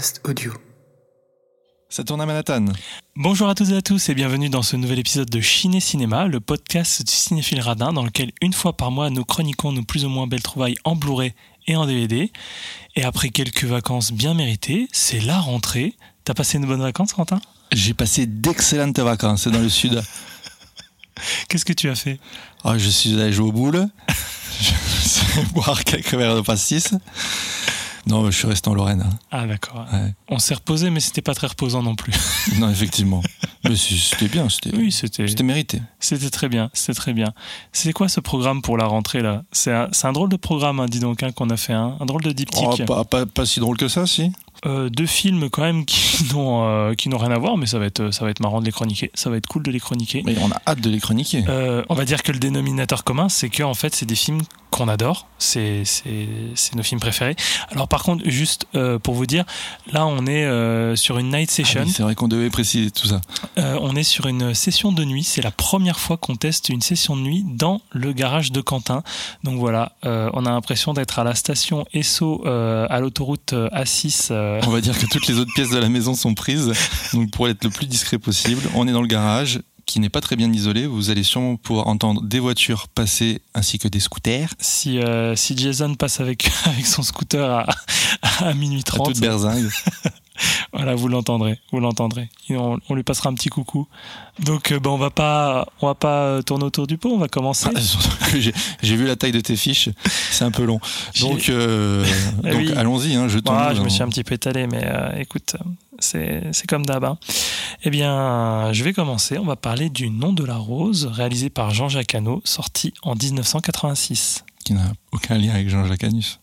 podcast audio. Ça tourne à Manhattan. Bonjour à toutes et à tous et bienvenue dans ce nouvel épisode de Ciné Cinéma, le podcast du cinéphile radin dans lequel une fois par mois nous chroniquons nos plus ou moins belles trouvailles en Blu-ray et en DVD. Et après quelques vacances bien méritées, c'est la rentrée. T'as passé une bonne vacance, Quentin ? J'ai passé d'excellentes vacances dans le sud. Qu'est-ce que tu as fait ? Je suis allé jouer aux boules. Je suis boire quelques verres de pastis. Non, je suis resté en Lorraine. Ah d'accord. Ouais. On s'est reposé, mais c'était pas très reposant non plus. Non, effectivement. Mais c'était bien, c'était mérité. C'était très bien, c'était très bien. C'est quoi ce programme pour la rentrée là ? C'est un drôle de programme, hein, dis donc, hein, qu'on a fait, un drôle de diptyque. Pas si drôle que ça, si. Deux films quand même qui n'ont rien à voir, mais ça va être marrant de les chroniquer. Ça va être cool de les chroniquer. Mais on a hâte de les chroniquer. On va dire que le dénominateur commun, c'est que en fait, c'est des films qu'on adore. C'est nos films préférés. Alors par contre, juste pour vous dire, là on est sur une night session. Ah oui, c'est vrai qu'on devait préciser tout ça. On est sur une session de nuit. C'est la première fois qu'on teste une session de nuit dans le garage de Quentin. Donc voilà, on a l'impression d'être à la station Esso à l'autoroute A6. On va dire que toutes les autres pièces de la maison sont prises. Donc pour être le plus discret possible, on est dans le garage qui n'est pas très bien isolé. Vous allez sûrement pouvoir entendre des voitures passer ainsi que des scooters. Si Jason passe avec son scooter à minuit 30. À toute berzingue. Voilà, vous l'entendrez. On lui passera un petit coucou. Donc, on va pas tourner autour du pot. On va commencer. J'ai vu la taille de tes fiches. C'est un peu long. Donc oui. Allons-y. Jetons-nous. Je me suis un petit peu étalé, mais écoute, c'est comme d'hab. Hein. Eh bien, je vais commencer. On va parler du Nom de la rose, réalisé par Jean-Jacques Hano, sorti en 1986. Qui n'a aucun lien avec Jean-Jacques Anus.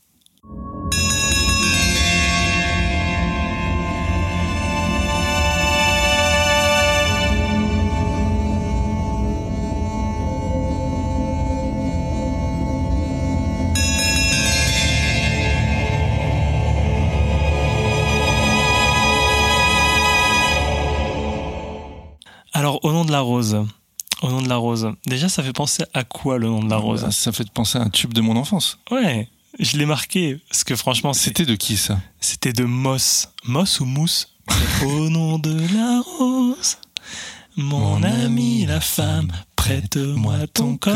Alors, Au nom de la rose. Au nom de la rose. Déjà, ça fait penser à quoi, le nom de la rose ? Ça fait penser à un tube de mon enfance. Ouais, je l'ai marqué, parce que franchement... C'était de qui, ça ? C'était de Moss. Moss ou Mousse ? Au nom de la rose, mon ami la femme, prête-moi ton corps.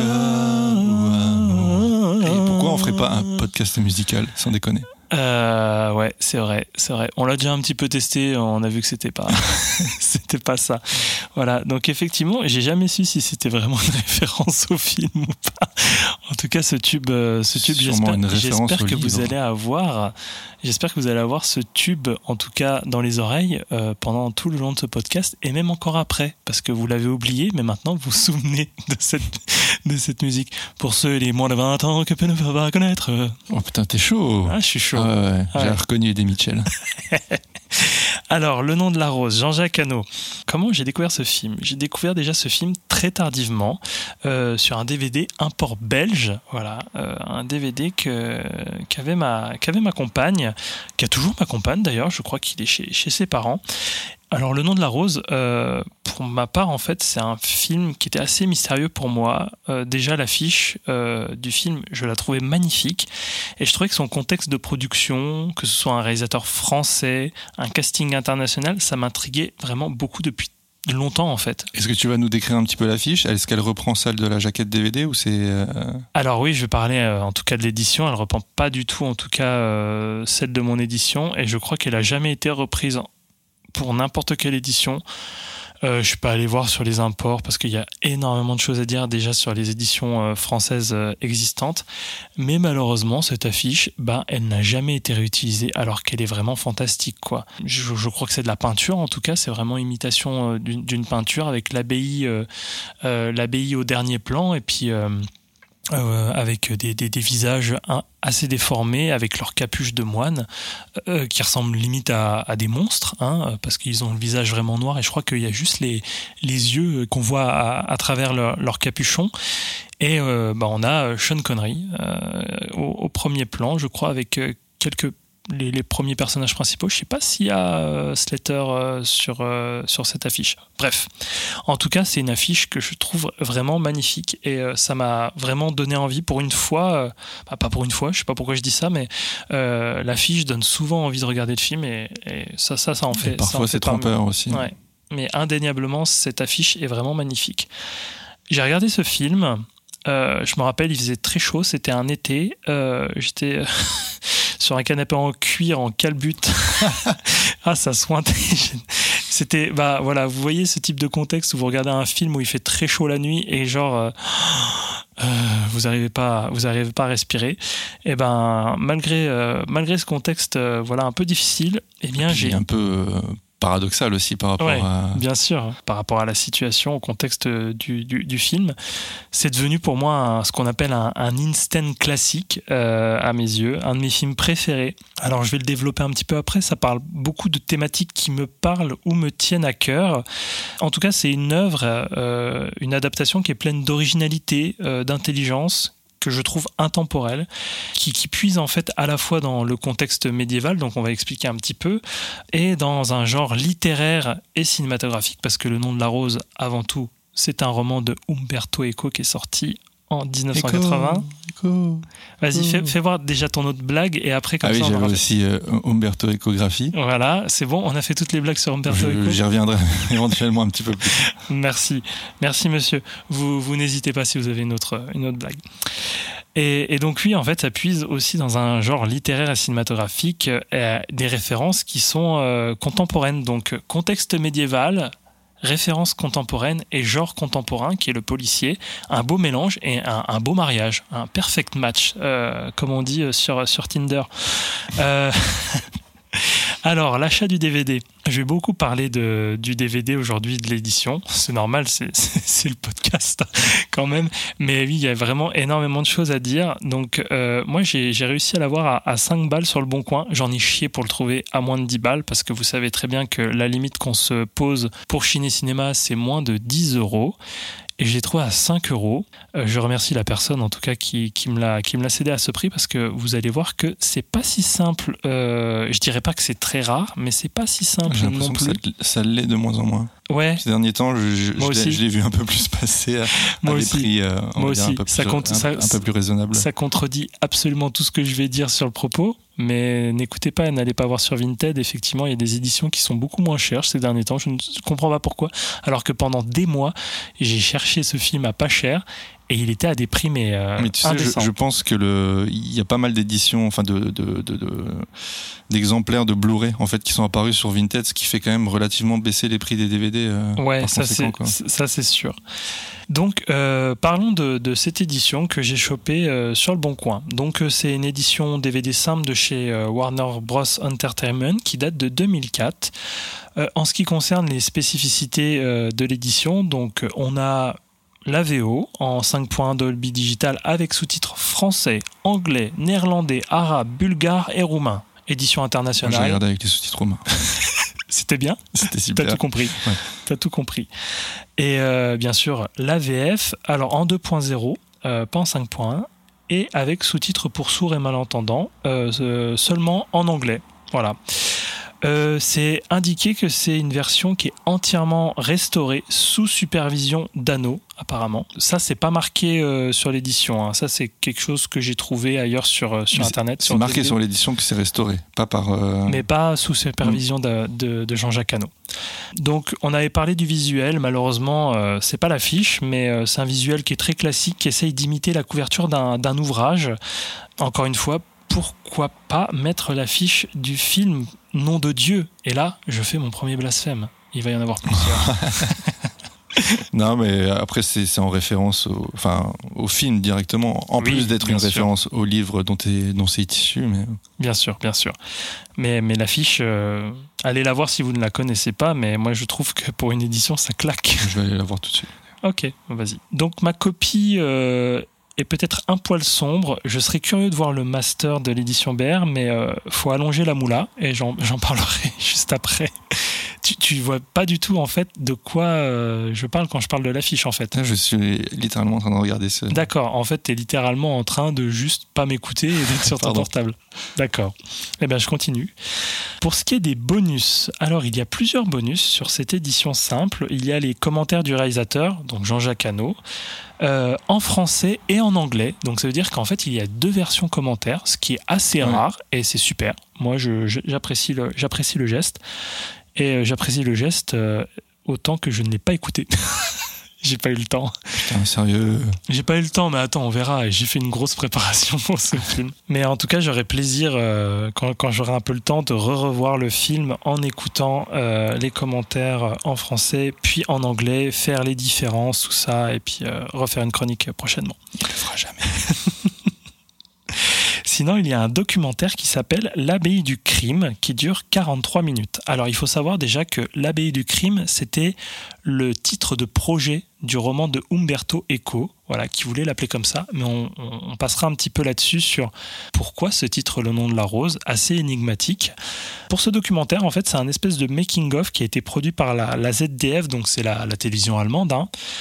Et pourquoi on ferait pas un podcast musical, sans déconner ? Ouais, c'est vrai. On l'a déjà un petit peu testé, on a vu que c'était pas ça. Voilà. Donc effectivement, j'ai jamais su si c'était vraiment une référence au film ou pas. En tout cas, ce tube, j'espère que vous allez avoir ce tube, en tout cas dans les oreilles, pendant tout le long de ce podcast et même encore après, parce que vous l'avez oublié, mais maintenant vous vous souvenez de cette musique. Pour ceux les moins de 20 ans que peut ne pas connaître. Oh putain, t'es chaud. Ah, je suis chaud. Ouais. J'ai reconnu Eddie Mitchell. Alors, Le nom de la rose, Jean-Jacques Hano. Comment j'ai découvert ce film ? J'ai découvert déjà ce film très tardivement sur un DVD import belge, voilà, un DVD qu'avait ma compagne, qui a toujours ma compagne d'ailleurs, je crois qu'il est chez ses parents. Alors, Le nom de la rose, pour ma part, en fait, c'est un film qui était assez mystérieux pour moi. Déjà, l'affiche du film, je la trouvais magnifique. Et je trouvais que son contexte de production, que ce soit un réalisateur français, un casting international, ça m'intriguait vraiment beaucoup depuis longtemps, en fait. Est-ce que tu vas nous décrire un petit peu l'affiche ? Est-ce qu'elle reprend celle de la jaquette DVD ou c'est... Alors oui, je vais parler en tout cas de l'édition. Elle ne reprend pas du tout, en tout cas, celle de mon édition. Et je crois qu'elle n'a jamais été reprise pour n'importe quelle édition. Je suis pas allé voir sur les imports parce qu'il y a énormément de choses à dire déjà sur les éditions françaises existantes. Mais malheureusement, cette affiche, elle n'a jamais été réutilisée alors qu'elle est vraiment fantastique, quoi. Je crois que c'est de la peinture, en tout cas, c'est vraiment imitation d'une peinture avec l'abbaye au dernier plan et puis avec des visages assez déformés, avec leur capuche de moine, qui ressemblent limite à des monstres, parce qu'ils ont le visage vraiment noir, et je crois qu'il y a juste les yeux qu'on voit à travers leur capuchon. Et on a Sean Connery au premier plan, je crois, avec quelques les premiers personnages principaux. Je sais pas s'il y a Slater sur cette affiche. Bref, en tout cas, c'est une affiche que je trouve vraiment magnifique et ça m'a vraiment donné envie pour une fois. Pas pour une fois, je sais pas pourquoi je dis ça, mais l'affiche donne souvent envie de regarder le film et ça en fait. Et parfois, c'est trompeur aussi. Ouais. Mais indéniablement, cette affiche est vraiment magnifique. J'ai regardé ce film. Je me rappelle, il faisait très chaud. C'était un été. J'étais sur un canapé en cuir, en calbute. Ah, ça sointait. C'était, voilà, vous voyez ce type de contexte où vous regardez un film où il fait très chaud la nuit et genre vous n'arrivez pas à respirer. Et malgré ce contexte, voilà, un peu difficile, j'ai un peu paradoxal aussi par rapport à... Bien sûr, par rapport à la situation, au contexte du film. C'est devenu pour moi ce qu'on appelle un instant classique à mes yeux, un de mes films préférés. Alors je vais le développer un petit peu après, ça parle beaucoup de thématiques qui me parlent ou me tiennent à cœur. En tout cas, c'est une œuvre, une adaptation qui est pleine d'originalité, d'intelligence, que je trouve intemporelle, qui puise en fait à la fois dans le contexte médiéval, donc on va expliquer un petit peu, et dans un genre littéraire et cinématographique, parce que Le Nom de la Rose, avant tout, c'est un roman de Umberto Eco qui est sorti en 1980. Eco. Vas-y, fais voir déjà ton autre blague, et après comme ça... Ah oui, j'avais aussi Umberto Ecographie. Voilà, c'est bon, on a fait toutes les blagues sur Umberto Eco. J'y reviendrai éventuellement un petit peu plus. Merci monsieur. Vous n'hésitez pas si vous avez une autre blague. Et donc oui, en fait, ça puise aussi dans un genre littéraire et cinématographique des références qui sont contemporaines. Donc contexte médiéval, références contemporaines et genre contemporain qui est le policier. Un beau mélange et un beau mariage, un perfect match, comme on dit sur Tinder. Alors, l'achat du DVD. Je vais beaucoup parler du DVD aujourd'hui, de l'édition. C'est normal, c'est le podcast quand même. Mais oui, il y a vraiment énormément de choses à dire. Donc, moi, j'ai réussi à l'avoir à 5 balles sur le Bon Coin. J'en ai chié pour le trouver à moins de 10 balles parce que vous savez très bien que la limite qu'on se pose pour Ciné Cinéma, c'est moins de 10 €. Et je l'ai trouvé à 5 €. Je remercie la personne en tout cas qui me l'a cédé à ce prix parce que vous allez voir que c'est pas si simple. Je dirais pas que c'est très rare, mais c'est pas si simple J'ai l'impression non plus. que ça l'est de moins en moins. Ouais. Ces derniers temps, je l'ai vu un peu plus passer à des prix un peu plus raisonnables. Ça contredit absolument tout ce que je vais dire sur le propos. Mais n'écoutez pas, n'allez pas voir sur Vinted. Effectivement, il y a des éditions qui sont beaucoup moins chères ces derniers temps. Je ne comprends pas pourquoi. Alors que pendant des mois, j'ai cherché ce film à pas cher et il était à des prix mais tu sais, je pense que il y a pas mal d'éditions, enfin d'exemplaires de Blu-ray en fait qui sont apparus sur Vinted, ce qui fait quand même relativement baisser les prix des DVD. Ouais, ça c'est sûr. Donc, parlons de cette édition que j'ai chopée sur le Bon Coin. Donc, c'est une édition DVD simple de chez Warner Bros Entertainment qui date de 2004. En ce qui concerne les spécificités de l'édition, donc on a la VO en 5.1 Dolby Digital avec sous-titres français, anglais, néerlandais, arabe, bulgare et roumain. Édition internationale. J'ai regardé avec les sous-titres roumains. C'était bien. C'était super. T'as tout compris. Ouais. T'as tout compris. Et bien sûr, la VF, alors en 2.0, pas en 5.1, et avec sous-titres pour sourds et malentendants, seulement en anglais. Voilà. C'est indiqué que c'est une version qui est entièrement restaurée sous supervision d'Anno, apparemment. Ça, c'est pas marqué sur l'édition. Hein. Ça, c'est quelque chose que j'ai trouvé ailleurs sur Internet. C'est marqué sur l'édition que c'est restauré, pas par... Mais pas sous supervision de Jean-Jacques Anno. Donc, on avait parlé du visuel. Malheureusement, c'est pas l'affiche, mais c'est un visuel qui est très classique, qui essaye d'imiter la couverture d'un ouvrage. Encore une fois, pourquoi pas mettre l'affiche du film Nom de Dieu? Et là, je fais mon premier blasphème. Il va y en avoir plusieurs. Non, mais après, c'est en référence au film directement, en plus d'être une référence au livre dont c'est issu. Mais... Bien sûr. Mais l'affiche, allez la voir si vous ne la connaissez pas, mais moi je trouve que pour une édition, ça claque. Je vais aller la voir tout de suite. Ok, vas-y. Donc ma copie... est peut-être un poil sombre. Je serais curieux de voir le master de l'édition BR, mais faut allonger la moula et j'en parlerai juste après. tu vois pas du tout en fait de quoi je parle quand je parle de l'affiche en fait. Je suis littéralement en train de regarder ça. D'accord, en fait t'es littéralement en train de juste pas m'écouter et d'être sur ton portable. D'accord, eh bien je continue. Pour ce qui est des bonus, alors il y a plusieurs bonus sur cette édition simple. Il y a les commentaires du réalisateur, donc Jean-Jacques Hano, en français et en anglais. Donc ça veut dire qu'en fait il y a 2 versions commentaires, ce qui est assez rare et c'est super. Moi j'apprécie le geste. Et j'apprécie le geste autant que je ne l'ai pas écouté. J'ai pas eu le temps. Putain, sérieux. J'ai pas eu le temps, mais attends, on verra. J'ai fait une grosse préparation pour ce film. Mais en tout cas, j'aurai plaisir, quand j'aurai un peu le temps, de revoir le film en écoutant les commentaires en français, puis en anglais, faire les différences, tout ça, et puis refaire une chronique prochainement. Il le fera jamais. Sinon, il y a un documentaire qui s'appelle L'Abbaye du Crime, qui dure 43 minutes. Alors, il faut savoir déjà que L'Abbaye du Crime, c'était le titre de projet du roman de Umberto Eco, voilà, qui voulait l'appeler comme ça, mais on passera un petit peu là-dessus sur pourquoi ce titre, Le nom de la rose, assez énigmatique. Pour ce documentaire, en fait, c'est un espèce de making-of qui a été produit par la ZDF, donc c'est la télévision allemande,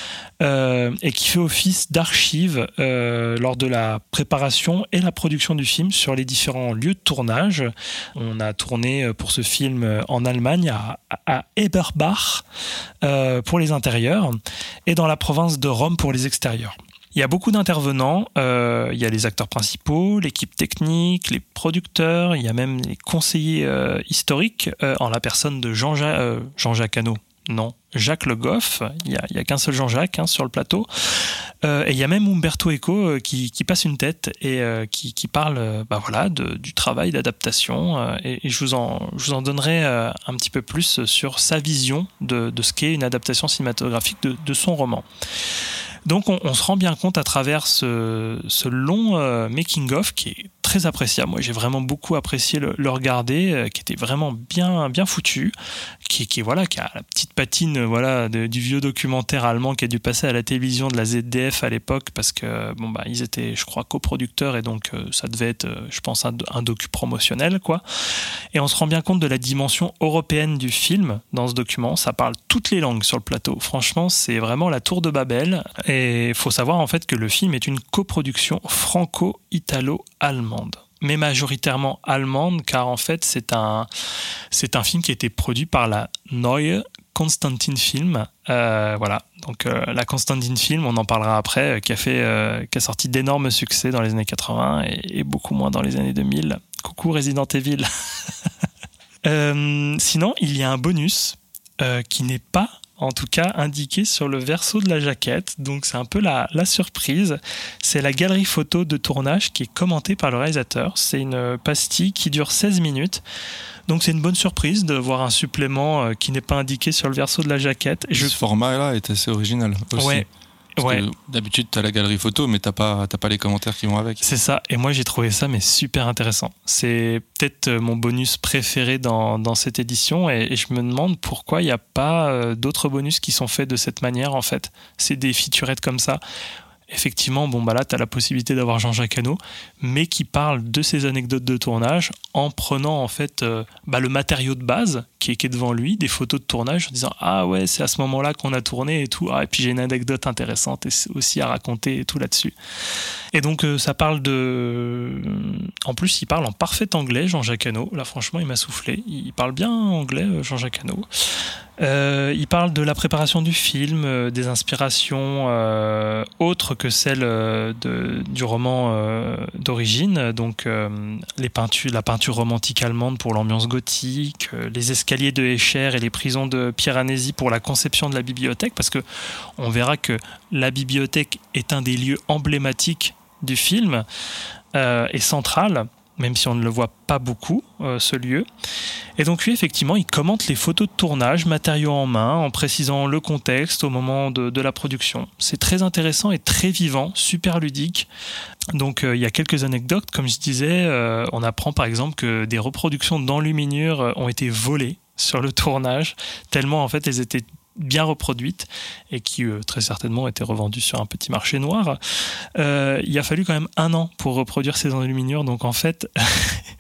et qui fait office d'archive lors de la préparation et la production du film sur les différents lieux de tournage. On a tourné pour ce film en Allemagne, à Eberbach, pour les intérieurs, et dans la province de Rome pour les extérieurs. Il y a beaucoup d'intervenants, il y a les acteurs principaux, l'équipe technique, les producteurs, il y a même les conseillers historiques, en la personne de Jean-Jacques Hano. Non, Jacques Le Goff, il y a qu'un seul Jean-Jacques sur le plateau, et il y a même Umberto Eco qui passe une tête et qui parle du travail d'adaptation, et je vous en donnerai un petit peu plus sur sa vision de ce qu'est une adaptation cinématographique de son roman. Donc on se rend bien compte à travers ce long making-of qui est très appréciable. Moi j'ai vraiment beaucoup apprécié le regarder, qui était vraiment bien foutu, qui a la petite patine du vieux documentaire allemand qui a dû passer à la télévision de la ZDF à l'époque, parce que ils étaient, je crois, coproducteurs, et donc ça devait être, je pense, un docu promotionnel, quoi. Et on se rend bien compte de la dimension européenne du film dans ce document. Ça parle toutes les langues sur le plateau. Franchement, c'est vraiment la tour de Babel. Et il faut savoir en fait que le film est une coproduction franco-italo-allemande, mais majoritairement allemande, car en fait c'est un film qui a été produit par la Neue Constantin Film. Donc la Constantin Film, on en parlera après, qui a sorti d'énormes succès dans les années 80 et beaucoup moins dans les années 2000. Coucou Resident Evil. Sinon, il y a un bonus qui n'est pas, en tout cas, indiqué sur le verso de la jaquette. Donc c'est un peu la surprise. C'est la galerie photo de tournage qui est commentée par le réalisateur. C'est une pastille qui dure 16 minutes. Donc c'est une bonne surprise de voir un supplément qui n'est pas indiqué sur le verso de la jaquette. Ce format-là est assez original aussi. Ouais. Parce que d'habitude, t'as la galerie photo, mais t'as pas les commentaires qui vont avec. C'est ça, et moi j'ai trouvé ça super intéressant. C'est peut-être mon bonus préféré dans cette édition, et je me demande pourquoi il n'y a pas d'autres bonus qui sont faits de cette manière, en fait. C'est des featurettes comme ça. Effectivement, là, tu as la possibilité d'avoir Jean-Jacques Hano, mais qui parle de ses anecdotes de tournage en prenant en fait le matériau de base qui est devant lui, des photos de tournage, en disant « Ah ouais, c'est à ce moment-là qu'on a tourné et tout. Ah, et puis j'ai une anecdote intéressante aussi à raconter et tout là-dessus. » Et donc, ça parle En plus, il parle en parfait anglais, Jean-Jacques Hano. Là, franchement, il m'a soufflé. Il parle bien anglais, Jean-Jacques Hano. Il parle de la préparation du film, des inspirations autres que celles du roman d'origine, donc la peinture romantique allemande pour l'ambiance gothique, les escaliers de Escher et les prisons de Piranesi pour la conception de la bibliothèque, parce que on verra que la bibliothèque est un des lieux emblématiques du film et central, même si on ne le voit pas beaucoup, ce lieu. Et donc lui, effectivement, il commente les photos de tournage, matériaux en main, en précisant le contexte au moment de la production. C'est très intéressant et très vivant, super ludique. Donc il y a quelques anecdotes, comme je disais, on apprend par exemple que des reproductions d'enluminures ont été volées sur le tournage, tellement en fait elles étaient bien reproduites et qui très certainement étaient revendues sur un petit marché noir. Il a fallu quand même 1 an pour reproduire ces enluminures, donc en fait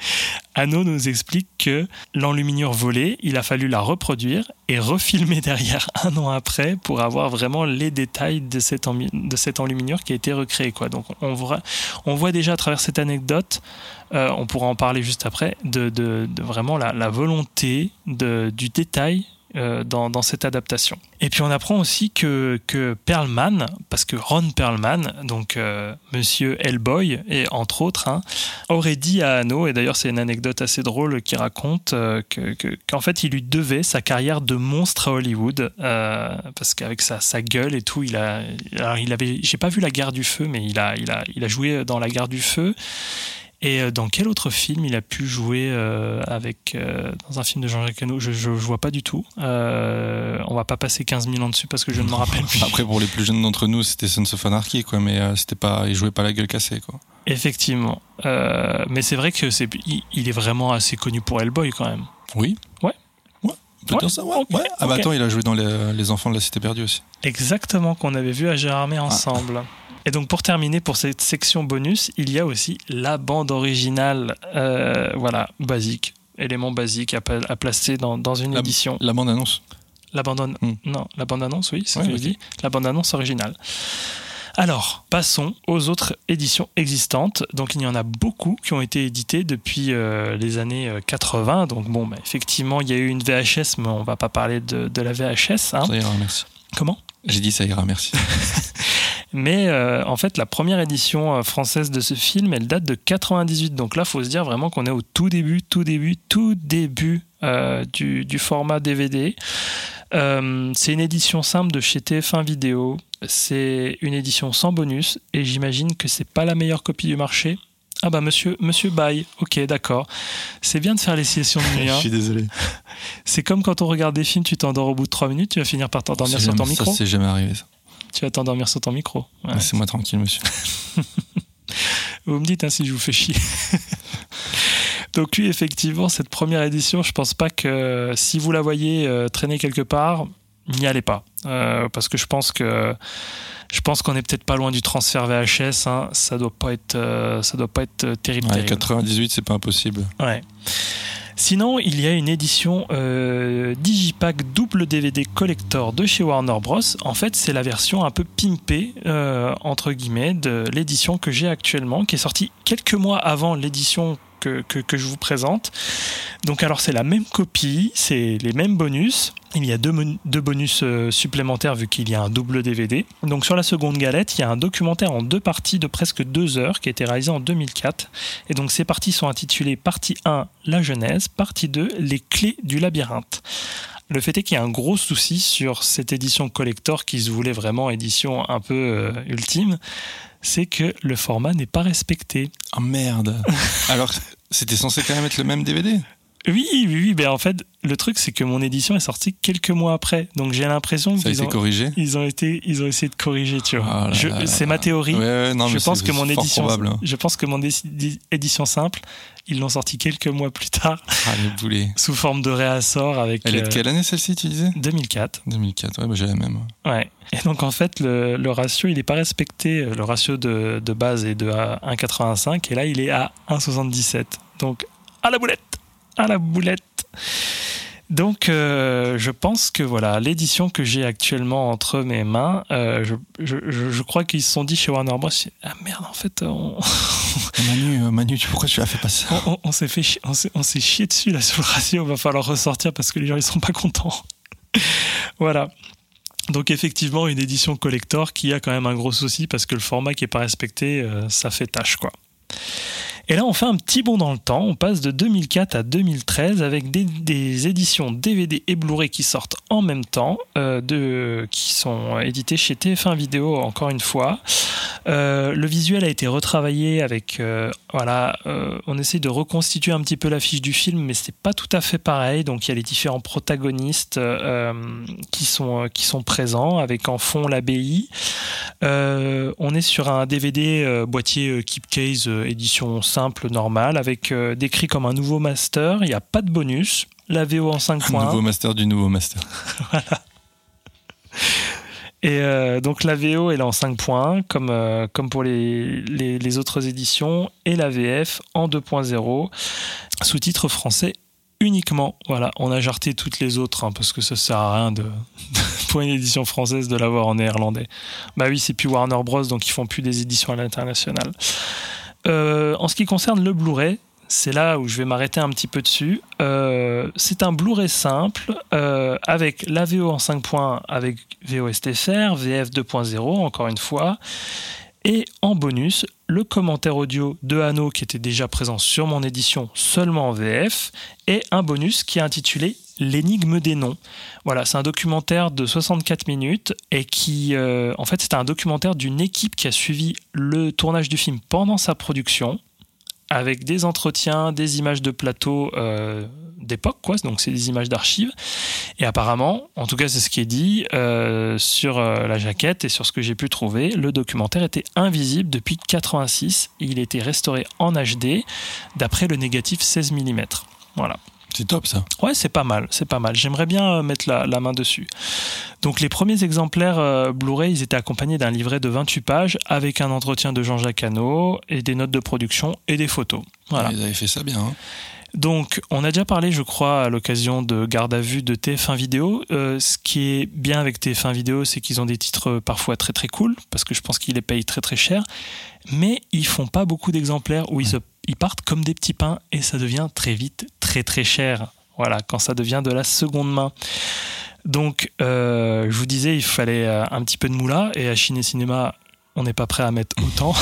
Anno nous explique que l'enluminure volée, il a fallu la reproduire et refilmer derrière 1 an après pour avoir vraiment les détails de cette enluminure qui a été recréée, quoi. Donc on voit déjà à travers cette anecdote, on pourra en parler juste après, de vraiment la volonté du détail dans cette adaptation. Et puis on apprend aussi que Perlman, parce que Ron Perlman, donc Monsieur Hellboy, et entre autres, aurait dit à Anno, et d'ailleurs c'est une anecdote assez drôle qui raconte qu'en fait il lui devait sa carrière de monstre à Hollywood, parce qu'avec sa gueule et tout, j'ai pas vu La Guerre du Feu, mais il a joué dans La Guerre du Feu. Et dans quel autre film il a pu jouer dans un film de Jean-Jacques Hano? Je vois pas du tout. On va pas passer 15 000 ans dessus parce que je ne m'en rappelle plus. Après, pour les plus jeunes d'entre nous, c'était Sons of Anarchy, quoi, mais il jouait pas la gueule cassée, quoi. Effectivement. Mais c'est vrai que il est vraiment assez connu pour Hellboy quand même. Oui. Ouais. On peut dire ça, ouais. Okay, ouais. Ah bah attends, il a joué dans les Enfants de la Cité Perdue aussi. Exactement, qu'on avait vu à Gérardmer ensemble. Et donc pour terminer, pour cette section bonus, il y a aussi la bande originale, basique, élément basique à placer dans une édition. La bande-annonce. Non, la bande-annonce, oui, c'est ce que je dis. La bande-annonce originale. Alors, passons aux autres éditions existantes. Donc, il y en a beaucoup qui ont été éditées depuis les années 80. Donc, effectivement, il y a eu une VHS, mais on ne va pas parler de la VHS. Ça ira, merci. Comment ? J'ai dit ça ira, merci. Mais en fait, la première édition française de ce film, elle date de 98. Donc là, il faut se dire vraiment qu'on est au tout début du format DVD. C'est une édition simple de chez TF1 Vidéo. C'est une édition sans bonus et j'imagine que c'est pas la meilleure copie du marché. Ah bah monsieur Baye, ok, d'accord. C'est bien de faire les sessions de nuit. Je suis désolé. C'est comme quand on regarde des films, tu t'endors au bout de 3 minutes, tu vas finir par t'endormir sur ton micro. Ça, c'est jamais arrivé, ça. Tu vas t'endormir sur ton micro. Ouais. Laissez-moi tranquille, monsieur. Vous me dites si je vous fais chier. Donc oui, effectivement, cette première édition, je pense pas que si vous la voyez traîner quelque part, n'y allez pas. Parce que je pense qu'on est peut-être pas loin du transfert VHS. Ça doit pas être terrible. Ouais, 98, c'est pas impossible. Ouais. Sinon, il y a une édition Digipack double DVD collector de chez Warner Bros. En fait, c'est la version un peu pimpée, entre guillemets, de l'édition que j'ai actuellement, qui est sortie quelques mois avant l'édition que je vous présente. Donc alors c'est la même copie, c'est les mêmes bonus. Il y a deux bonus supplémentaires vu qu'il y a un double DVD. Donc sur la seconde galette, il y a un documentaire en 2 parties de presque 2 heures qui a été réalisé en 2004. Et donc ces parties sont intitulées partie 1, la Genèse, partie 2, les clés du labyrinthe. Le fait est qu'il y a un gros souci sur cette édition collector qui se voulait vraiment édition un peu ultime, c'est que le format n'est pas respecté. Ah merde. Alors, c'était censé quand même être le même DVD ? Oui, ben en fait, le truc c'est que mon édition est sortie quelques mois après, donc j'ai l'impression ça a été corrigé. Ils ont essayé de corriger, tu vois. C'est ma théorie. Ouais, non, je pense que mon édition, probable. je pense que mon édition simple, ils l'ont sortie quelques mois plus tard. Ah les boulets. Sous forme de réassort avec. Elle est de quelle année celle-ci, tu disais ? 2004. 2004, ouais, bah j'ai la même. Ouais. Et donc en fait, le ratio, il n'est pas respecté. Le ratio de base est de 1,85 et là, il est à 1,77. Donc à la boulette. Donc je pense que voilà, l'édition que j'ai actuellement entre mes mains, je crois qu'ils se sont dit chez Warner Bros. Ah merde, en fait Manu, pourquoi tu as fait pas ça ? on s'est chié dessus là sur le ratio, va falloir ressortir parce que les gens ils sont pas contents. Voilà. Donc effectivement une édition collector qui a quand même un gros souci parce que le format qui est pas respecté, ça fait tâche quoi. Et là, on fait un petit bond dans le temps. On passe de 2004 à 2013 avec des éditions DVD et Blu-ray qui sortent en même temps, qui sont éditées chez TF1 Vidéo, encore une fois. Le visuel a été retravaillé avec... on essaie de reconstituer un petit peu l'affiche du film, mais c'est pas tout à fait pareil. Donc, il y a les différents protagonistes qui sont présents, avec en fond l'abbaye. On est sur un DVD boîtier Keep Case édition simple, normale, avec décrit comme un nouveau master. Il n'y a pas de bonus. La VO en 5 points. Nouveau master du nouveau master. Voilà. Et donc la VO elle est en 5 points, comme pour les autres éditions, et la VF en 2.0. sous-titres français uniquement. Voilà, on a jarté toutes les autres parce que ça sert à rien pour une édition française de l'avoir en néerlandais. Bah oui, c'est plus Warner Bros, donc ils font plus des éditions à l'international. En ce qui concerne le Blu-ray, c'est là où je vais m'arrêter un petit peu dessus. C'est un Blu-ray simple avec la VO en 5 points avec VO-STFR, VF 2.0 encore une fois, et en bonus le commentaire audio de Hanno qui était déjà présent sur mon édition seulement en VF, et un bonus qui est intitulé L'énigme des noms. Voilà, c'est un documentaire de 64 minutes et qui, en fait, c'est un documentaire d'une équipe qui a suivi le tournage du film pendant sa production, avec des entretiens, des images de plateau d'époque, quoi. Donc c'est des images d'archives. Et apparemment, en tout cas c'est ce qui est dit sur la jaquette et sur ce que j'ai pu trouver, le documentaire était invisible depuis 86 et il était restauré en HD d'après le négatif 16 mm. Voilà. C'est top ça. Ouais, c'est pas mal. J'aimerais bien mettre la main dessus. Donc les premiers exemplaires Blu-ray, ils étaient accompagnés d'un livret de 28 pages avec un entretien de Jean-Jacques Hanno et des notes de production et des photos. Voilà. Ils avaient fait ça bien. Hein. Donc on a déjà parlé, je crois, à l'occasion de Garde à vue de TF1 Vidéo. Ce qui est bien avec TF1 Vidéo, c'est qu'ils ont des titres parfois très très cool, parce que je pense qu'ils les payent très très cher, mais ils font pas beaucoup d'exemplaires où ils partent comme des petits pains et ça devient très vite très très cher. Voilà, quand ça devient de la seconde main. Donc, je vous disais, il fallait un petit peu de moula, et à Ciné Cinéma, on n'est pas prêt à mettre autant.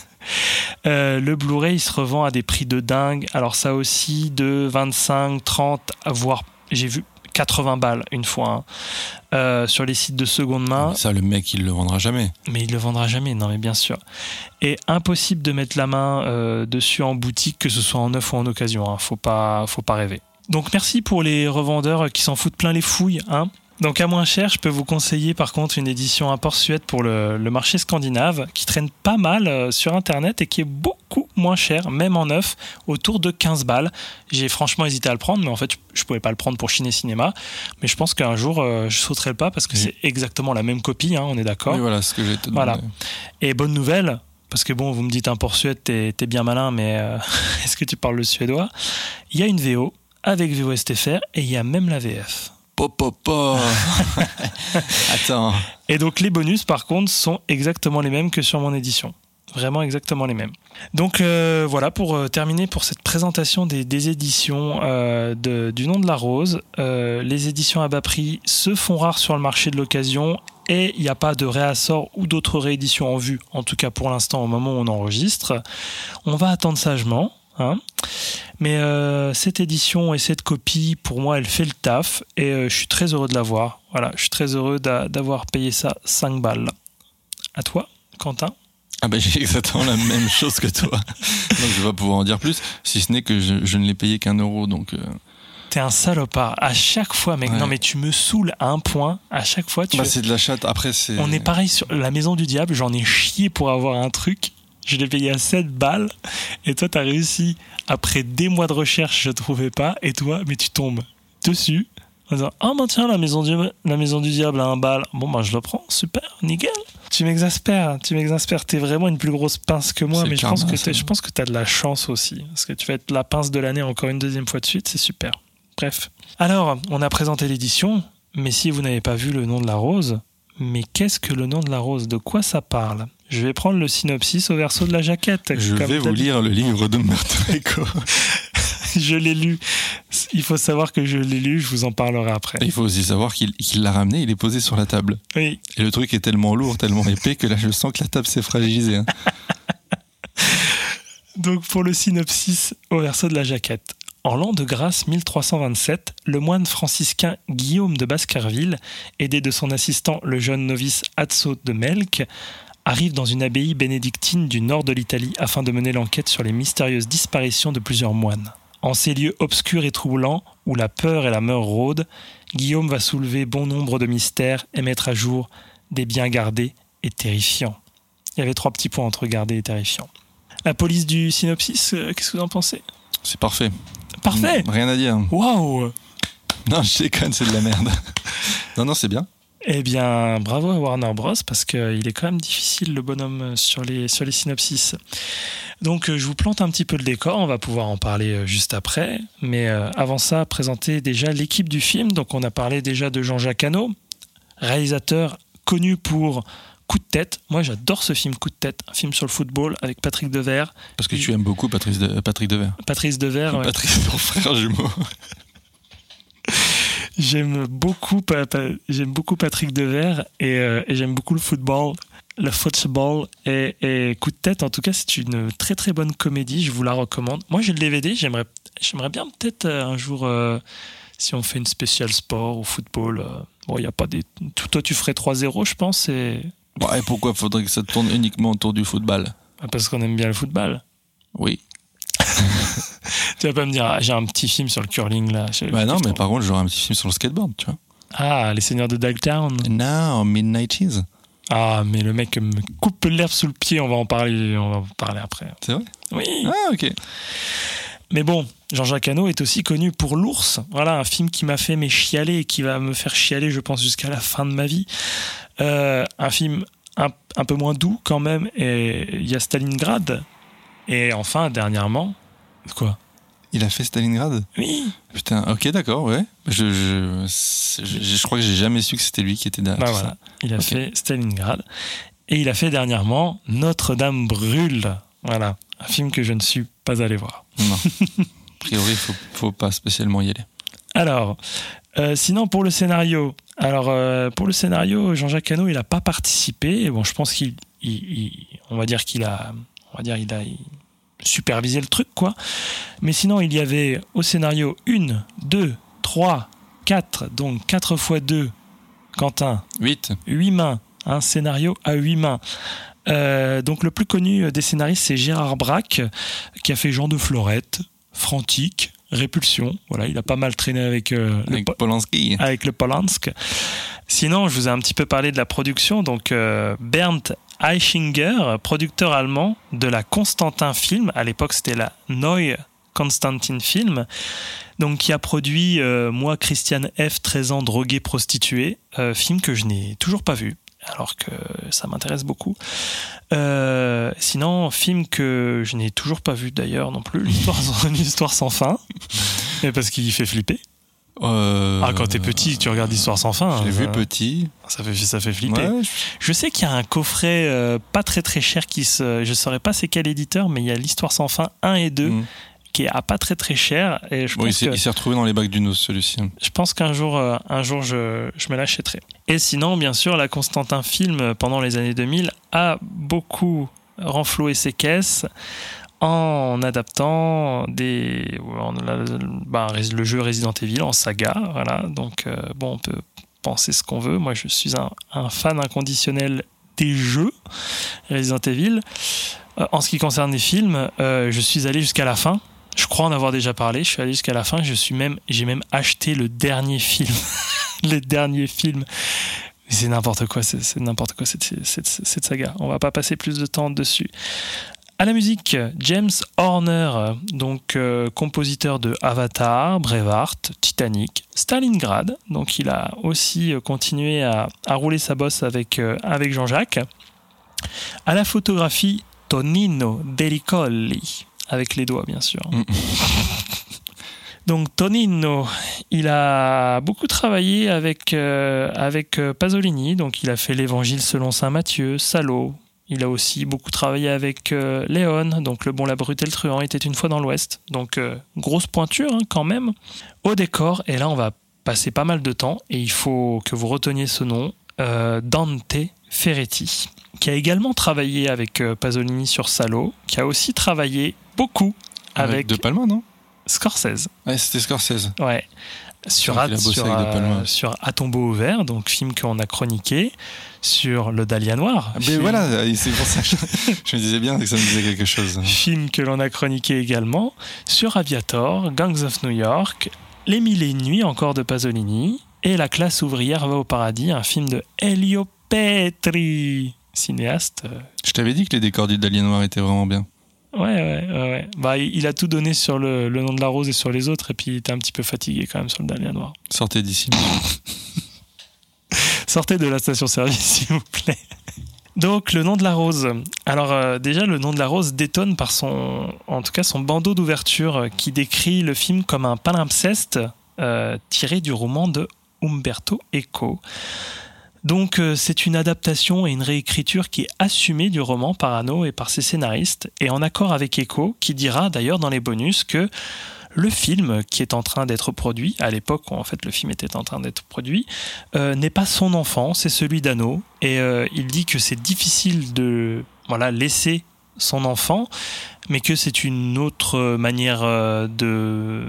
Le Blu-ray, il se revend à des prix de dingue. Alors ça aussi, de 25, 30, voire, j'ai vu 80 balles une fois, sur les sites de seconde main. Ça, le mec, il le vendra jamais. Mais il le vendra jamais, non mais bien sûr. Et impossible de mettre la main dessus en boutique, que ce soit en neuf ou en occasion. Hein. Faut pas rêver. Donc merci pour les revendeurs qui s'en foutent plein les fouilles. Hein. Donc à moins cher, je peux vous conseiller par contre une édition import Suède pour le marché scandinave qui traîne pas mal sur internet et qui est beaucoup moins cher, même en neuf, autour de 15 balles. J'ai franchement hésité à le prendre, mais en fait je pouvais pas le prendre pour Ciné Cinéma, mais je pense qu'un jour je sauterai le pas parce que c'est exactement la même copie, hein, on est d'accord. Oui, voilà ce que j'ai te demandé. Voilà. Et bonne nouvelle, parce que bon, vous me dites import Suède, t'es bien malin, mais est-ce que tu parles le suédois? Il y a une VO avec VO-STFR et il y a même la VF. Attends. Et donc les bonus par contre sont exactement les mêmes que sur mon édition. Vraiment exactement les mêmes. Donc voilà, pour terminer pour cette présentation des éditions du Nom de la Rose. Les éditions à bas prix se font rares sur le marché de l'occasion et il n'y a pas de réassort ou d'autres rééditions en vue, en tout cas pour l'instant au moment où on enregistre. On va attendre sagement. Hein. Mais cette édition et cette copie, pour moi, elle fait le taf et je suis très heureux de l'avoir. Voilà, je suis très heureux d'avoir payé ça 5 balles. À toi, Quentin? Ah ben j'ai exactement la même chose que toi. Donc je vais pas pouvoir en dire plus, si ce n'est que je ne l'ai payé qu'1 euro. Donc T'es un salopard. À chaque fois, mec. Ouais. Non mais tu me saoules à un point. À chaque fois, c'est de la chatte. Après c'est. On est pareil sur La Maison du Diable. J'en ai chié pour avoir un truc. Je l'ai payé à 7 balles et toi t'as réussi après des mois de recherche, je trouvais pas, et toi mais tu tombes dessus en disant ah bah tiens la maison du diable à 1 balle, bon bah je le prends, super, nickel. Tu m'exaspères, t'es vraiment une plus grosse pince que moi, mais je pense que t'as de la chance aussi, parce que tu vas être la pince de l'année encore une deuxième fois de suite, c'est super. Bref, alors on a présenté l'édition, mais si vous n'avez pas vu Le Nom de la Rose, mais qu'est-ce que Le Nom de la Rose, de quoi ça parle? Je vais prendre le synopsis au verso de la jaquette. Je vais vous lire le livre d'Umberto Eco. Je l'ai lu. Il faut savoir que je l'ai lu, je vous en parlerai après. Il faut aussi savoir qu'il l'a ramené, il est posé sur la table. Oui. Et le truc est tellement lourd, tellement épais que là je sens que la table s'est fragilisée. Hein. Donc pour le synopsis au verso de la jaquette. En l'an de grâce 1327, le moine franciscain Guillaume de Baskerville, aidé de son assistant le jeune novice Azzo de Melk, arrive dans une abbaye bénédictine du nord de l'Italie afin de mener l'enquête sur les mystérieuses disparitions de plusieurs moines. En ces lieux obscurs et troublants, où la peur et la mort rôdent, Guillaume va soulever bon nombre de mystères et mettre à jour des biens gardés et terrifiants. Il y avait 3 petits points entre gardés et terrifiants. La police du synopsis, qu'est-ce que vous en pensez? C'est parfait. Parfait. Rien à dire. Waouh. Non, je déconne, c'est de la merde. Non, c'est bien. Eh bien, bravo à Warner Bros. Parce qu'il est quand même difficile, le bonhomme, sur les synopsis. Donc, je vous plante un petit peu le décor, on va pouvoir en parler juste après. Mais avant ça, présenter déjà l'équipe du film. Donc, on a parlé déjà de Jean-Jacques Hano, réalisateur connu pour Coup de tête. Moi, j'adore ce film Coup de tête, un film sur le football avec Patrick Devers. Parce que tu aimes beaucoup Patrick Devers. Patrice Devers, ouais. Patrick, ton frère jumeau. J'aime beaucoup Patrick Devers et j'aime beaucoup le football. Le football et Coup de tête, en tout cas, c'est une très très bonne comédie. Je vous la recommande. Moi, j'ai le DVD. J'aimerais bien peut-être un jour, si on fait une spéciale sport ou football. Bon, il y a pas des. Toi, tu ferais 3-0, je pense. Et pourquoi faudrait que ça tourne uniquement autour du football? Parce qu'on aime bien le football. Oui. Tu vas pas me dire, j'ai un petit film sur le curling là. Non, mais par contre, j'aurais un petit film sur le skateboard, tu vois. Ah, Les Seigneurs de Dogtown. Non, Mid-90s. Ah, mais le mec me coupe l'herbe sous le pied, on va en parler après. C'est vrai? Oui. Ah, ok. Mais bon, Jean-Jacques Hano est aussi connu pour L'Ours. Voilà, un film qui m'a fait chialer et qui va me faire chialer, je pense, jusqu'à la fin de ma vie. Un film un peu moins doux quand même. Et il y a Stalingrad. Et enfin, dernièrement... Quoi? Il a fait Stalingrad? Oui. Putain, ok, d'accord, ouais. Je crois que j'ai jamais su que c'était lui qui était derrière. Bah voilà, il a fait Stalingrad. Et il a fait dernièrement Notre-Dame brûle. Voilà, un film que je ne suis pas allé voir. Non. A priori, faut pas spécialement y aller. Alors, sinon pour le scénario. Jean-Jacques Hano, il n'a pas participé. Bon, je pense qu'il a superviser le truc, quoi. Mais sinon, il y avait au scénario 1, 2, 3, 4, donc 4 x 2, Quentin. 8 mains, un scénario à 8 mains. Donc le plus connu des scénaristes, c'est Gérard Braque, qui a fait Jean de Florette, Frantic, Répulsion. Voilà, il a pas mal traîné avec Polanski. Avec le Polanski. Sinon, je vous ai un petit peu parlé de la production. Donc Bernd Eichinger, producteur allemand de la Constantin Film, à l'époque c'était la Neue Constantin Film, donc qui a produit Moi, Christiane F., 13 ans, droguée, prostituée, film que je n'ai toujours pas vu, alors que ça m'intéresse beaucoup. Sinon, film que je n'ai toujours pas vu d'ailleurs non plus, l'histoire sans fin, mais parce qu'il fait flipper. Quand t'es petit, tu regardes L'Histoire sans fin. Je l'ai vu petit. Ça fait flipper. Ouais. Je sais qu'il y a un coffret pas très très cher je saurais pas c'est quel éditeur, mais il y a L'Histoire sans fin 1 et 2 qui est à pas très très cher. Et il s'est retrouvé dans les bacs du Nose, celui-ci. Je pense qu'un jour, je me l'achèterai. Et sinon, bien sûr, la Constantin Film, pendant les années 2000, a beaucoup renfloué ses caisses en adaptant le jeu Resident Evil en saga. Voilà. Donc, on peut penser ce qu'on veut. Moi, je suis un fan inconditionnel des jeux Resident Evil. En ce qui concerne les films, je suis allé jusqu'à la fin. Je crois en avoir déjà parlé. Je suis allé jusqu'à la fin. J'ai même acheté le dernier film. Le dernier film. C'est n'importe quoi. C'est n'importe quoi cette saga. On va pas passer plus de temps dessus. À la musique, James Horner, donc compositeur de Avatar, Braveheart, Titanic, Stalingrad. Donc il a aussi continué à rouler sa bosse avec Jean-Jacques. À la photographie, Tonino Dellicoli, avec les doigts bien sûr. Donc Tonino, il a beaucoup travaillé avec Pasolini. Donc il a fait l'Évangile selon saint Matthieu, Salo. Il a aussi beaucoup travaillé avec Léon, donc Le Bon, la Brute et le Truand était une fois dans l'Ouest. Donc grosse pointure quand même. Au décor, et là on va passer pas mal de temps, et il faut que vous reteniez ce nom, Dante Ferretti, qui a également travaillé avec Pasolini sur Salo, qui a aussi travaillé beaucoup avec De Palma, non? Scorsese. Ouais, c'était Scorsese. Ouais. Sur À tombeau ouvert, donc film qu'on a chroniqué, sur Le Dahlia Noir. Mais voilà, c'est pour ça que je me disais bien que ça me disait quelque chose. Film que l'on a chroniqué également, sur Aviator, Gangs of New York, Les Mille et une nuits encore de Pasolini, et La classe ouvrière va au paradis, un film de Elio Petri, cinéaste. Je t'avais dit que les décors du Dahlia Noir étaient vraiment bien. Ouais. Bah, il a tout donné sur le nom de la rose et sur les autres, et puis il était un petit peu fatigué quand même sur Le Dahlia Noir. Sortez d'ici. Sortez de la station-service, s'il vous plaît. Donc, Le nom de la rose. Alors, déjà, Le nom de la rose détonne par son bandeau d'ouverture qui décrit le film comme un palimpseste tiré du roman de Umberto Eco. Donc, c'est une adaptation et une réécriture qui est assumée du roman par Hano et par ses scénaristes, et en accord avec Eco, qui dira d'ailleurs dans les bonus que le film qui est en train d'être produit, à l'époque où en fait le film était en train d'être produit, n'est pas son enfant, c'est celui d'Hano. Et il dit que c'est difficile de laisser son enfant, mais que c'est une autre manière de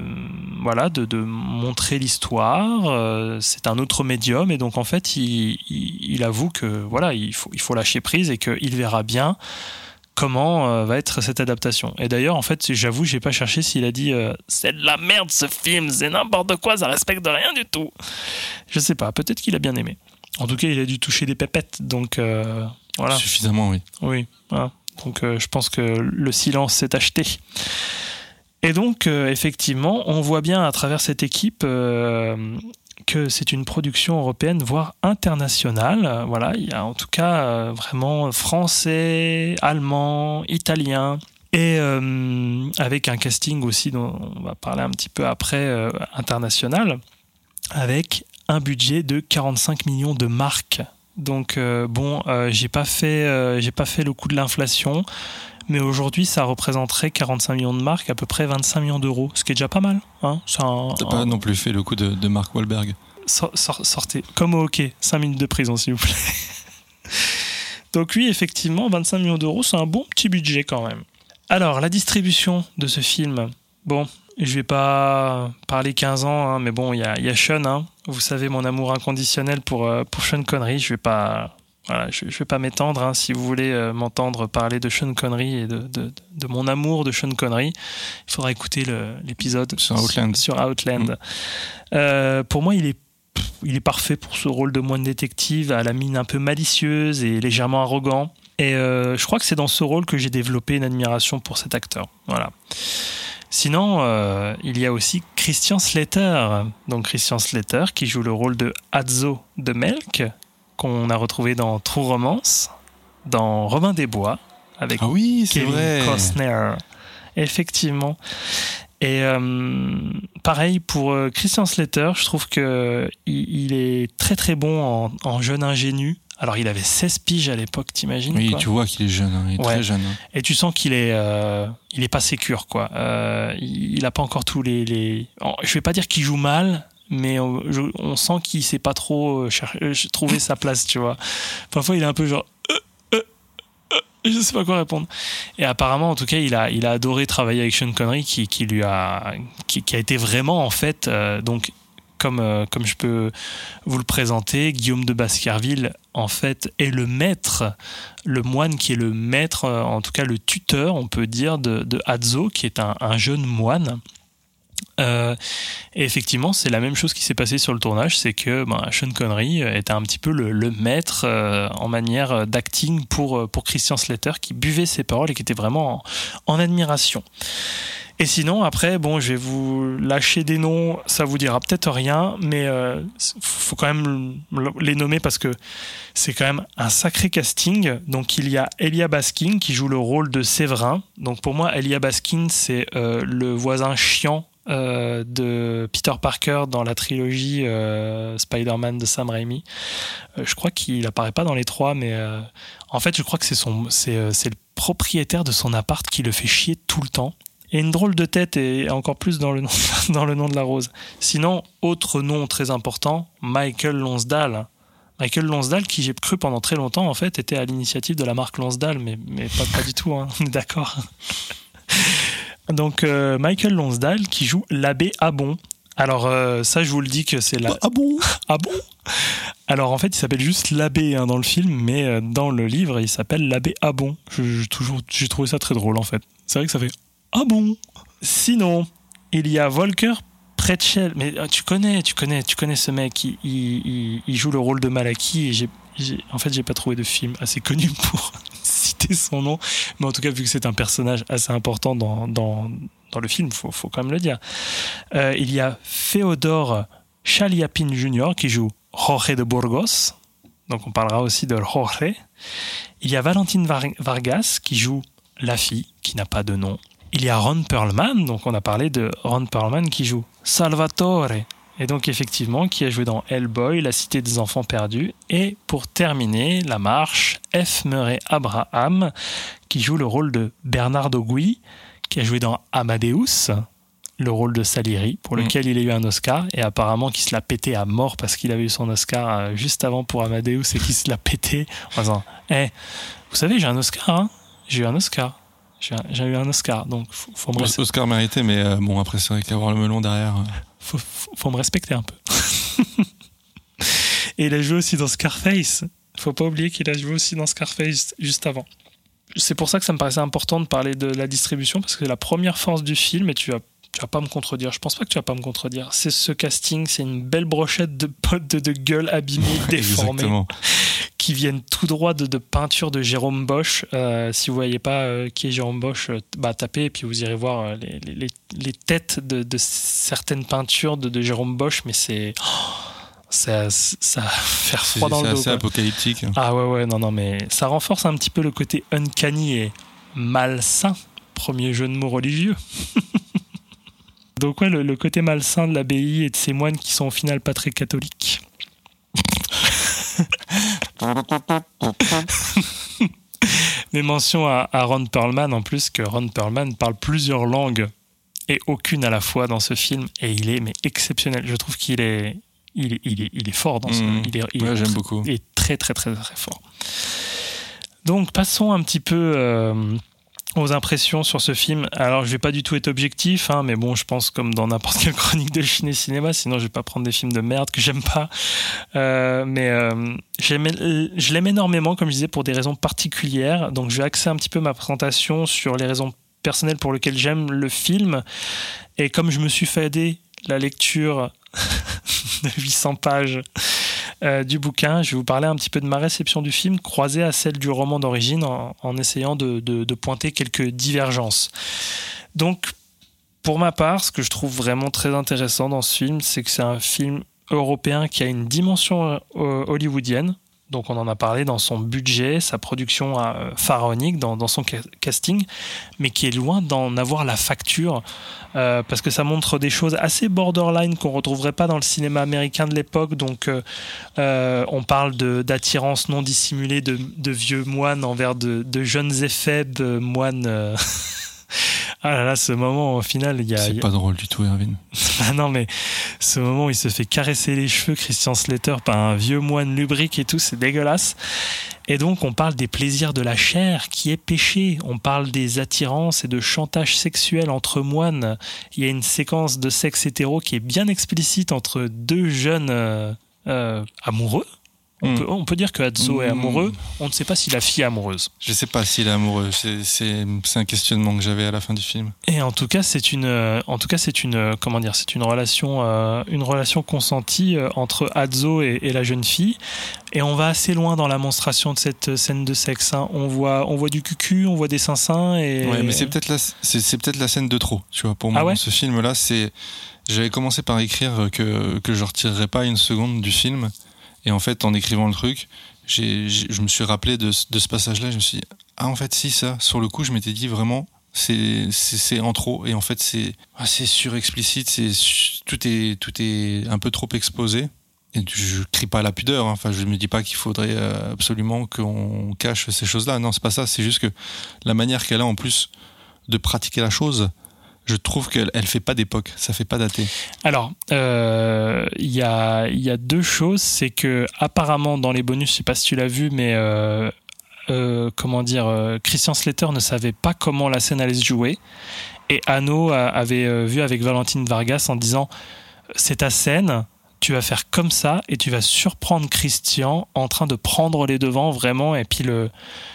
montrer l'histoire. C'est un autre médium, et donc en fait il avoue que il faut lâcher prise et qu'il verra bien comment va être cette adaptation. Et d'ailleurs, en fait, j'avoue, j'ai pas cherché s'il a dit c'est de la merde ce film, c'est n'importe quoi, ça respecte rien du tout. Je sais pas, peut-être qu'il a bien aimé. En tout cas, il a dû toucher des pépettes, donc voilà. Suffisamment, oui. Oui, voilà. Donc je pense que le silence s'est acheté. Et donc, effectivement, on voit bien à travers cette équipe que c'est une production européenne, voire internationale. Voilà, il y a en tout cas vraiment français, allemand, italien, et avec un casting aussi dont on va parler un petit peu après, international, avec un budget de 45 millions de marks. Donc j'ai pas fait le coup de l'inflation, mais aujourd'hui ça représenterait 45 millions de marks, à peu près 25 millions d'euros, ce qui est déjà pas mal. Hein. T'as pas non plus fait le coup de Mark Wahlberg. Sortez, comme au hockey, 5 minutes de prison s'il vous plaît. Donc oui, effectivement, 25 millions d'euros, c'est un bon petit budget quand même. Alors, la distribution de ce film, je vais pas parler 15 ans, hein, mais bon, il y a Sean, hein. Vous savez mon amour inconditionnel pour Sean Connery. Je vais pas m'étendre, hein. Si vous voulez m'entendre parler de Sean Connery et de mon amour de Sean Connery, il faudra écouter l'épisode sur Outland. Pour moi, il est parfait pour ce rôle de moine détective à la mine un peu malicieuse et légèrement arrogant. Et je crois que c'est dans ce rôle que j'ai développé une admiration pour cet acteur. Voilà. Sinon, il y a aussi Christian Slater. Donc Christian Slater qui joue le rôle de Hadzo de Melk, qu'on a retrouvé dans True Romance, dans Robin des Bois, avec Kevin Costner. Effectivement. Et pareil pour Christian Slater, je trouve que il est très très bon en jeune ingénu. Alors il avait 16 piges à l'époque, t'imagines? Oui, quoi. tu vois qu'il est jeune, hein, il est très jeune. Hein. Et tu sens qu'il est pas sécure, quoi. Il a pas encore tous les... Je vais pas dire qu'il joue mal, mais on sent qu'il sait pas trop trouver sa place, tu vois. Parfois il est un peu genre... je sais pas quoi répondre. Et apparemment, en tout cas, il a adoré travailler avec Sean Connery, qui a été vraiment, en fait, donc comme je peux vous le présenter, Guillaume de Baskerville, en fait, est le maître, le moine qui est le maître, en tout cas le tuteur, on peut dire, de Hadzo, qui est un jeune moine. Et effectivement, c'est la même chose qui s'est passée sur le tournage, c'est que Sean Connery était un petit peu le maître en manière d'acting pour Christian Slater, qui buvait ses paroles et qui était vraiment en admiration. Et sinon, après, je vais vous lâcher des noms, ça vous dira peut-être rien, mais faut quand même les nommer parce que c'est quand même un sacré casting. Donc il y a Elia Baskin qui joue le rôle de Séverin. Donc pour moi, Elia Baskin, c'est le voisin chiant de Peter Parker dans la trilogie Spider-Man de Sam Raimi. Je crois qu'il apparaît pas dans les trois, mais en fait, je crois que c'est le propriétaire de son appart qui le fait chier tout le temps. Et une drôle de tête, et encore plus dans le nom de la rose. Sinon, autre nom très important, Michael Lonsdale. Michael Lonsdale, qui j'ai cru pendant très longtemps, en fait, était à l'initiative de la marque Lonsdale, mais pas du tout, hein, on est d'accord. Donc, Michael Lonsdale, qui joue l'abbé Abon. Alors, ça, je vous le dis que c'est la... Ah bon? Ah bon? Alors, en fait, il s'appelle juste l'abbé dans le film, mais dans le livre, il s'appelle l'abbé Abon. J'ai trouvé ça très drôle, en fait. C'est vrai que ça fait... Ah bon? Sinon, il y a Volker Pretschel. Mais tu connais ce mec. Il joue le rôle de Malaki. Et j'ai pas trouvé de film assez connu pour citer son nom. Mais en tout cas, vu que c'est un personnage assez important dans le film, faut quand même le dire. Il y a Féodor Chaliapin Jr. qui joue Jorge de Burgos. donc on parlera aussi de Jorge. Il y a Valentine Vargas qui joue la fille, qui n'a pas de nom. Il y a Ron Perlman, donc on a parlé de Ron Perlman qui joue Salvatore, et donc effectivement qui a joué dans Hellboy, La Cité des Enfants Perdus. Et pour terminer la marche, F. Murray Abraham qui joue le rôle de Bernardo Gui, qui a joué dans Amadeus, le rôle de Salieri, pour lequel il a eu un Oscar, et apparemment qui se l'a pété à mort parce qu'il avait eu son Oscar juste avant pour Amadeus et qui se l'a pété en disant vous savez, j'ai un Oscar, hein, j'ai eu un Oscar. J'ai eu un Oscar, donc faut me respecter. Oscar mérité, mais bon, après, c'est vrai qu'avoir le melon derrière. Faut me respecter un peu. Et il a joué aussi dans Scarface. Faut pas oublier qu'il a joué aussi dans Scarface juste avant. C'est pour ça que ça me paraissait important de parler de la distribution, parce que la première force du film, et tu vas pas me contredire, je pense pas que tu vas pas me contredire, c'est ce casting, c'est une belle brochette de potes de gueules abîmées, déformées. Exactement. Qui viennent tout droit de peinture de Jérôme Bosch. Si vous voyez pas qui est Jérôme Bosch, tapez et puis vous irez voir les têtes de certaines peintures de Jérôme Bosch, mais ça va faire froid dans le dos. C'est assez apocalyptique. Ah ouais, non, mais ça renforce un petit peu le côté uncanny et malsain. Premier jeu de mots religieux. Donc ouais, le côté malsain de l'abbaye et de ces moines qui sont au final pas très catholiques. Mais mention à Ron Perlman en plus, que Ron Perlman parle plusieurs langues et aucune à la fois dans ce film, et il est exceptionnel. Je trouve qu'il est fort dans ce j'aime beaucoup. Il est très très très très fort. Donc passons un petit peu aux impressions sur ce film. Alors je vais pas du tout être objectif, mais bon, je pense comme dans n'importe quelle chronique de cinéma, sinon je vais pas prendre des films de merde que j'aime pas. Je l'aime énormément, comme je disais, pour des raisons particulières. Donc je vais axer un petit peu ma présentation sur les raisons personnelles pour lesquelles j'aime le film. Et comme je me suis fait la lecture de 800 pages du bouquin, je vais vous parler un petit peu de ma réception du film croisée à celle du roman d'origine, en essayant de pointer quelques divergences. Donc, pour ma part, ce que je trouve vraiment très intéressant dans ce film, c'est que c'est un film européen qui a une dimension hollywoodienne. Donc on en a parlé dans son budget, sa production pharaonique, dans son casting, mais qui est loin d'en avoir la facture, parce que ça montre des choses assez borderline qu'on ne retrouverait pas dans le cinéma américain de l'époque. Donc on parle d'attirance non dissimulée de vieux moines envers de jeunes éphèbes moines... Ah là là, ce moment au final, c'est pas drôle du tout, Erwin. Ah non, mais ce moment où il se fait caresser les cheveux, Christian Slater, par un vieux moine lubrique et tout, c'est dégueulasse. Et donc on parle des plaisirs de la chair qui est péché, on parle des attirances et de chantage sexuel entre moines. Il y a une séquence de sexe hétéro qui est bien explicite entre deux jeunes amoureux. On peut dire que Atzo est amoureux. On ne sait pas si la fille est amoureuse. Je ne sais pas s'il est amoureux. C'est un questionnement que j'avais à la fin du film. Et en tout cas, c'est une relation consentie entre Atzo et la jeune fille. Et on va assez loin dans la monstration de cette scène de sexe. On voit du cucu, on voit des seins. Ouais, mais c'est peut-être la scène de trop. Tu vois, pour moi, dans ce film-là, j'avais commencé par écrire que je retirerais pas une seconde du film. Et en fait, en écrivant le truc, je me suis rappelé de ce passage-là. Je me suis dit, en fait, si, ça, sur le coup, je m'étais dit vraiment, c'est en trop. Et en fait, c'est surexplicite, tout est un peu trop exposé. Et je crie pas à la pudeur. Enfin, je me dis pas qu'il faudrait absolument qu'on cache ces choses-là. Non, c'est pas ça. C'est juste que la manière qu'elle a, en plus, de pratiquer la chose, je trouve qu'elle fait pas d'époque, ça fait pas dater. Alors, il y a deux choses, c'est que apparemment dans les bonus, je sais pas si tu l'as vu, mais Christian Slater ne savait pas comment la scène allait se jouer, et Hanno avait vu avec Valentine Vargas en disant c'est ta scène, tu vas faire comme ça et tu vas surprendre Christian en train de prendre les devants vraiment, et puis le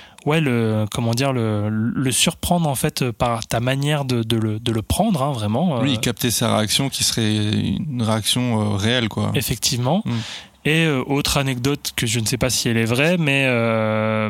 surprendre en fait par ta manière de le prendre, vraiment. Oui, capter sa réaction qui serait une réaction réelle, quoi. Effectivement. Et autre anecdote que je ne sais pas si elle est vraie, mais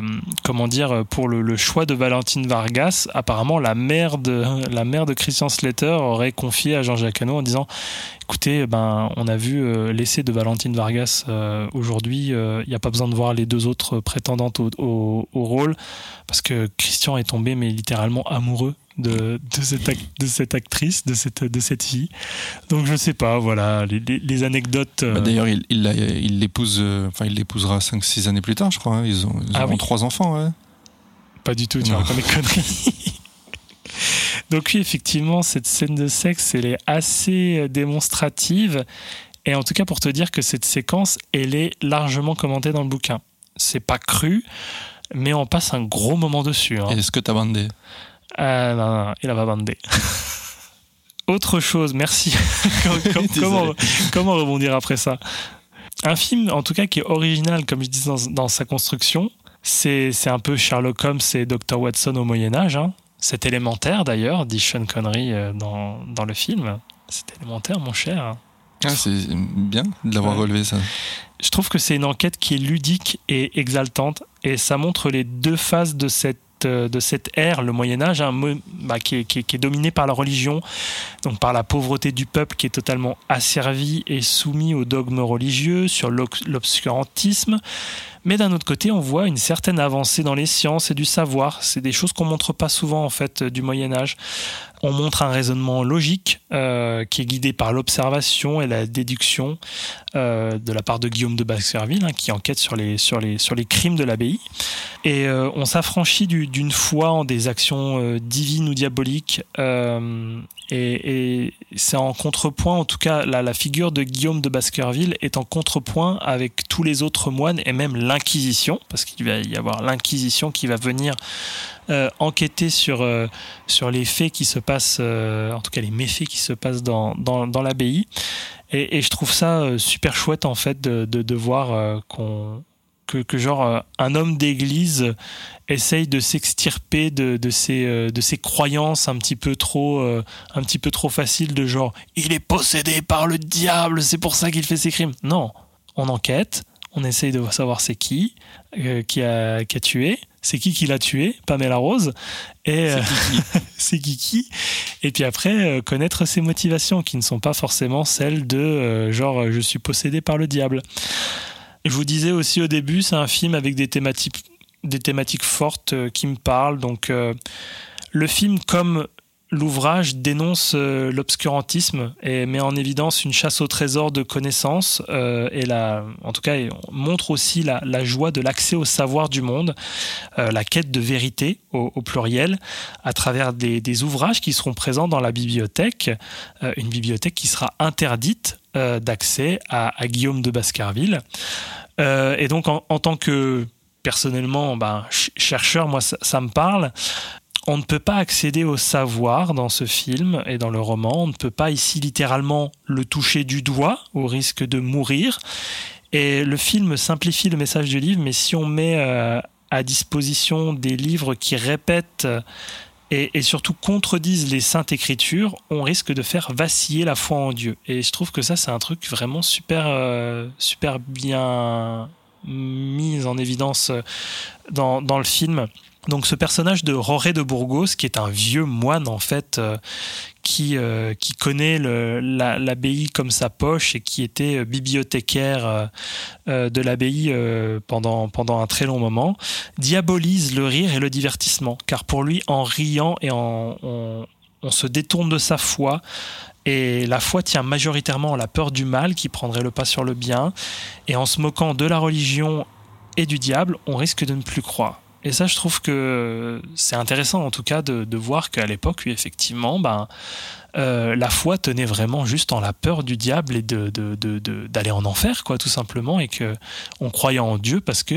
pour le choix de Valentine Vargas. Apparemment, la mère de Christian Slater aurait confié à Jean-Jacques Hano en disant écoutez, on a vu l'essai de Valentine Vargas aujourd'hui, il n'y a pas besoin de voir les 2 autres prétendantes au rôle, parce que Christian est tombé mais littéralement amoureux de cette actrice, de cette fille. Donc je sais pas, voilà, les anecdotes. D'ailleurs, il l'épousera 5-6 années plus tard, je crois. Hein. Ils auront 3 enfants. Ouais. Pas du tout, tu racontes des conneries. Donc oui, effectivement, cette scène de sexe, elle est assez démonstrative. Et en tout cas, pour te dire que cette séquence, elle est largement commentée dans le bouquin. C'est pas cru, mais on passe un gros moment dessus. Hein. Est-ce que t'as bandé ? Non, il a pas bandé. Autre chose, merci. Comment rebondir après ça ? Un film, en tout cas, qui est original, comme je disais, dans sa construction. C'est un peu Sherlock Holmes et Dr. Watson au Moyen-Âge. Hein. C'est élémentaire, d'ailleurs, dit Sean Connery dans le film. C'est élémentaire, mon cher. Ah, c'est bien de l'avoir relevé, ça. Je trouve que c'est une enquête qui est ludique et exaltante. Et ça montre les 2 phases de cette ère, le Moyen-Âge, qui est dominé par la religion, donc par la pauvreté du peuple qui est totalement asservi et soumis aux dogmes religieux, sur l'obscurantisme. Mais d'un autre côté, on voit une certaine avancée dans les sciences et du savoir. C'est des choses qu'on montre pas souvent, en fait, du Moyen-Âge. On montre un raisonnement logique qui est guidé par l'observation et la déduction de la part de Guillaume de Baskerville, qui enquête sur les crimes de l'abbaye. Et on s'affranchit d'une foi en des actions divines ou diaboliques. Et c'est en contrepoint, en tout cas, la figure de Guillaume de Baskerville est en contrepoint avec tous les autres moines et même l'Inquisition, parce qu'il va y avoir l'Inquisition qui va venir enquêter sur les faits qui se passent, en tout cas les méfaits qui se passent dans l'abbaye. Et je trouve ça super chouette, en fait, de voir que genre un homme d'église essaye de s'extirper de ses croyances un petit peu trop faciles, de genre il est possédé par le diable, c'est pour ça qu'il fait ses crimes. Non, on enquête, on essaye de savoir c'est qui a tué, c'est qui l'a tué, Pamela Rose, et c'est Kiki. Et puis après connaître ses motivations qui ne sont pas forcément celles de genre je suis possédé par le diable. Je vous disais aussi au début, c'est un film avec des thématiques fortes qui me parlent. Donc, le film, comme l'ouvrage, dénonce l'obscurantisme et met en évidence une chasse au trésor de connaissances en tout cas, montre aussi la joie de l'accès au savoir du monde, la quête de vérité au pluriel, à travers des ouvrages qui seront présents dans la bibliothèque, une bibliothèque qui sera interdite d'accès à Guillaume de Baskerville. Et donc, en tant que, personnellement, chercheur, moi, ça me parle. On ne peut pas accéder au savoir dans ce film et dans le roman. On ne peut pas ici littéralement le toucher du doigt au risque de mourir. Et le film simplifie le message du livre, mais si on met à disposition des livres qui répètent et surtout contredisent les saintes écritures, on risque de faire vaciller la foi en Dieu. Et je trouve que ça, c'est un truc vraiment super bien mis en évidence dans le film. Donc ce personnage de Roré de Burgos, qui est un vieux moine en fait, qui connaît l'abbaye comme sa poche et qui était bibliothécaire de l'abbaye pendant un très long moment, diabolise le rire et le divertissement, car pour lui, en riant et on se détourne de sa foi. Et la foi tient majoritairement à la peur du mal qui prendrait le pas sur le bien. Et en se moquant de la religion et du diable, on risque de ne plus croire. Et ça, je trouve que c'est intéressant, en tout cas, de voir qu'à l'époque, oui, effectivement, la foi tenait vraiment juste en la peur du diable et d'aller en enfer, quoi, tout simplement, et que on croyait en Dieu parce que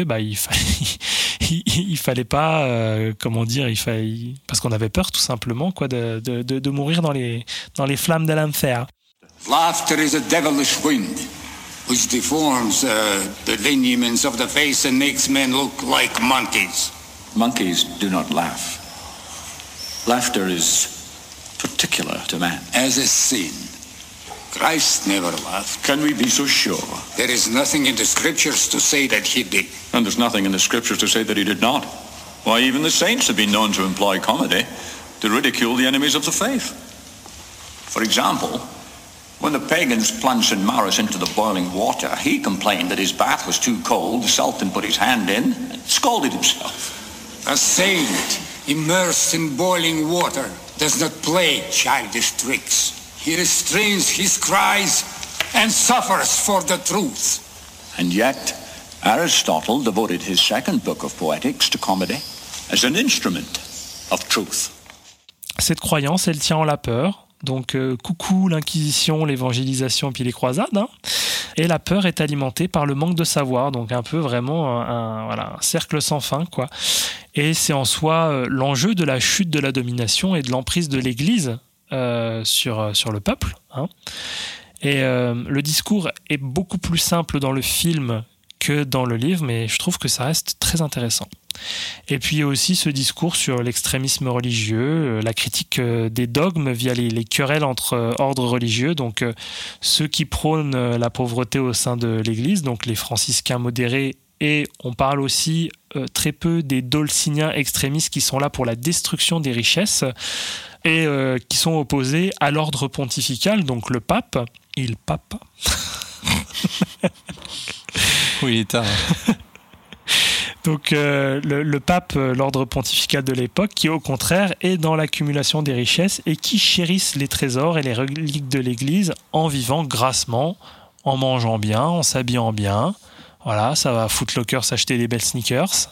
il fallait pas, parce qu'on avait peur, tout simplement, quoi, de mourir dans les flammes de l'enfer. Laughter is a devilish wind, which deforms the lineaments of the face and makes men look like monkeys. Monkeys do not laugh. Laughter is particular to man. As a sin. Christ never laughed. Can we be so sure? There is nothing in the scriptures to say that he did. And there's nothing in the scriptures to say that he did not. Why, even the saints have been known to employ comedy to ridicule the enemies of the faith. For example, when the pagans plunged St. Maurus into the boiling water, he complained that his bath was too cold. The Sultan put his hand in and scalded himself. A saint immersed in boiling water does not play childish tricks. He restrains his cries and suffers for the truth. And yet, Aristotle devoted his second book of Poetics to comedy as an instrument of truth. Cette croyance, elle tient en la peur. Donc, coucou l'Inquisition, l'évangélisation, puis les croisades. Hein. Et la peur est alimentée par le manque de savoir. Donc, un peu vraiment un cercle sans fin, quoi. Et c'est en soi l'enjeu de la chute de la domination et de l'emprise de l'Église sur le peuple. Hein. Et le discours est beaucoup plus simple dans le film que dans le livre, mais je trouve que ça reste très intéressant. Et puis il y a aussi ce discours sur l'extrémisme religieux, la critique des dogmes via les querelles entre ordres religieux, donc ceux qui prônent la pauvreté au sein de l'Église, donc les franciscains modérés, et on parle aussi très peu des dolciniens extrémistes qui sont là pour la destruction des richesses et qui sont opposés à l'ordre pontifical, donc le pape, il pape. Oui, il est tard. Donc le pape, l'ordre pontifical de l'époque, qui au contraire est dans l'accumulation des richesses et qui chérissent les trésors et les reliques de l'Église en vivant grassement, en mangeant bien, en s'habillant bien. Voilà, ça va à Foot Locker s'acheter des belles sneakers.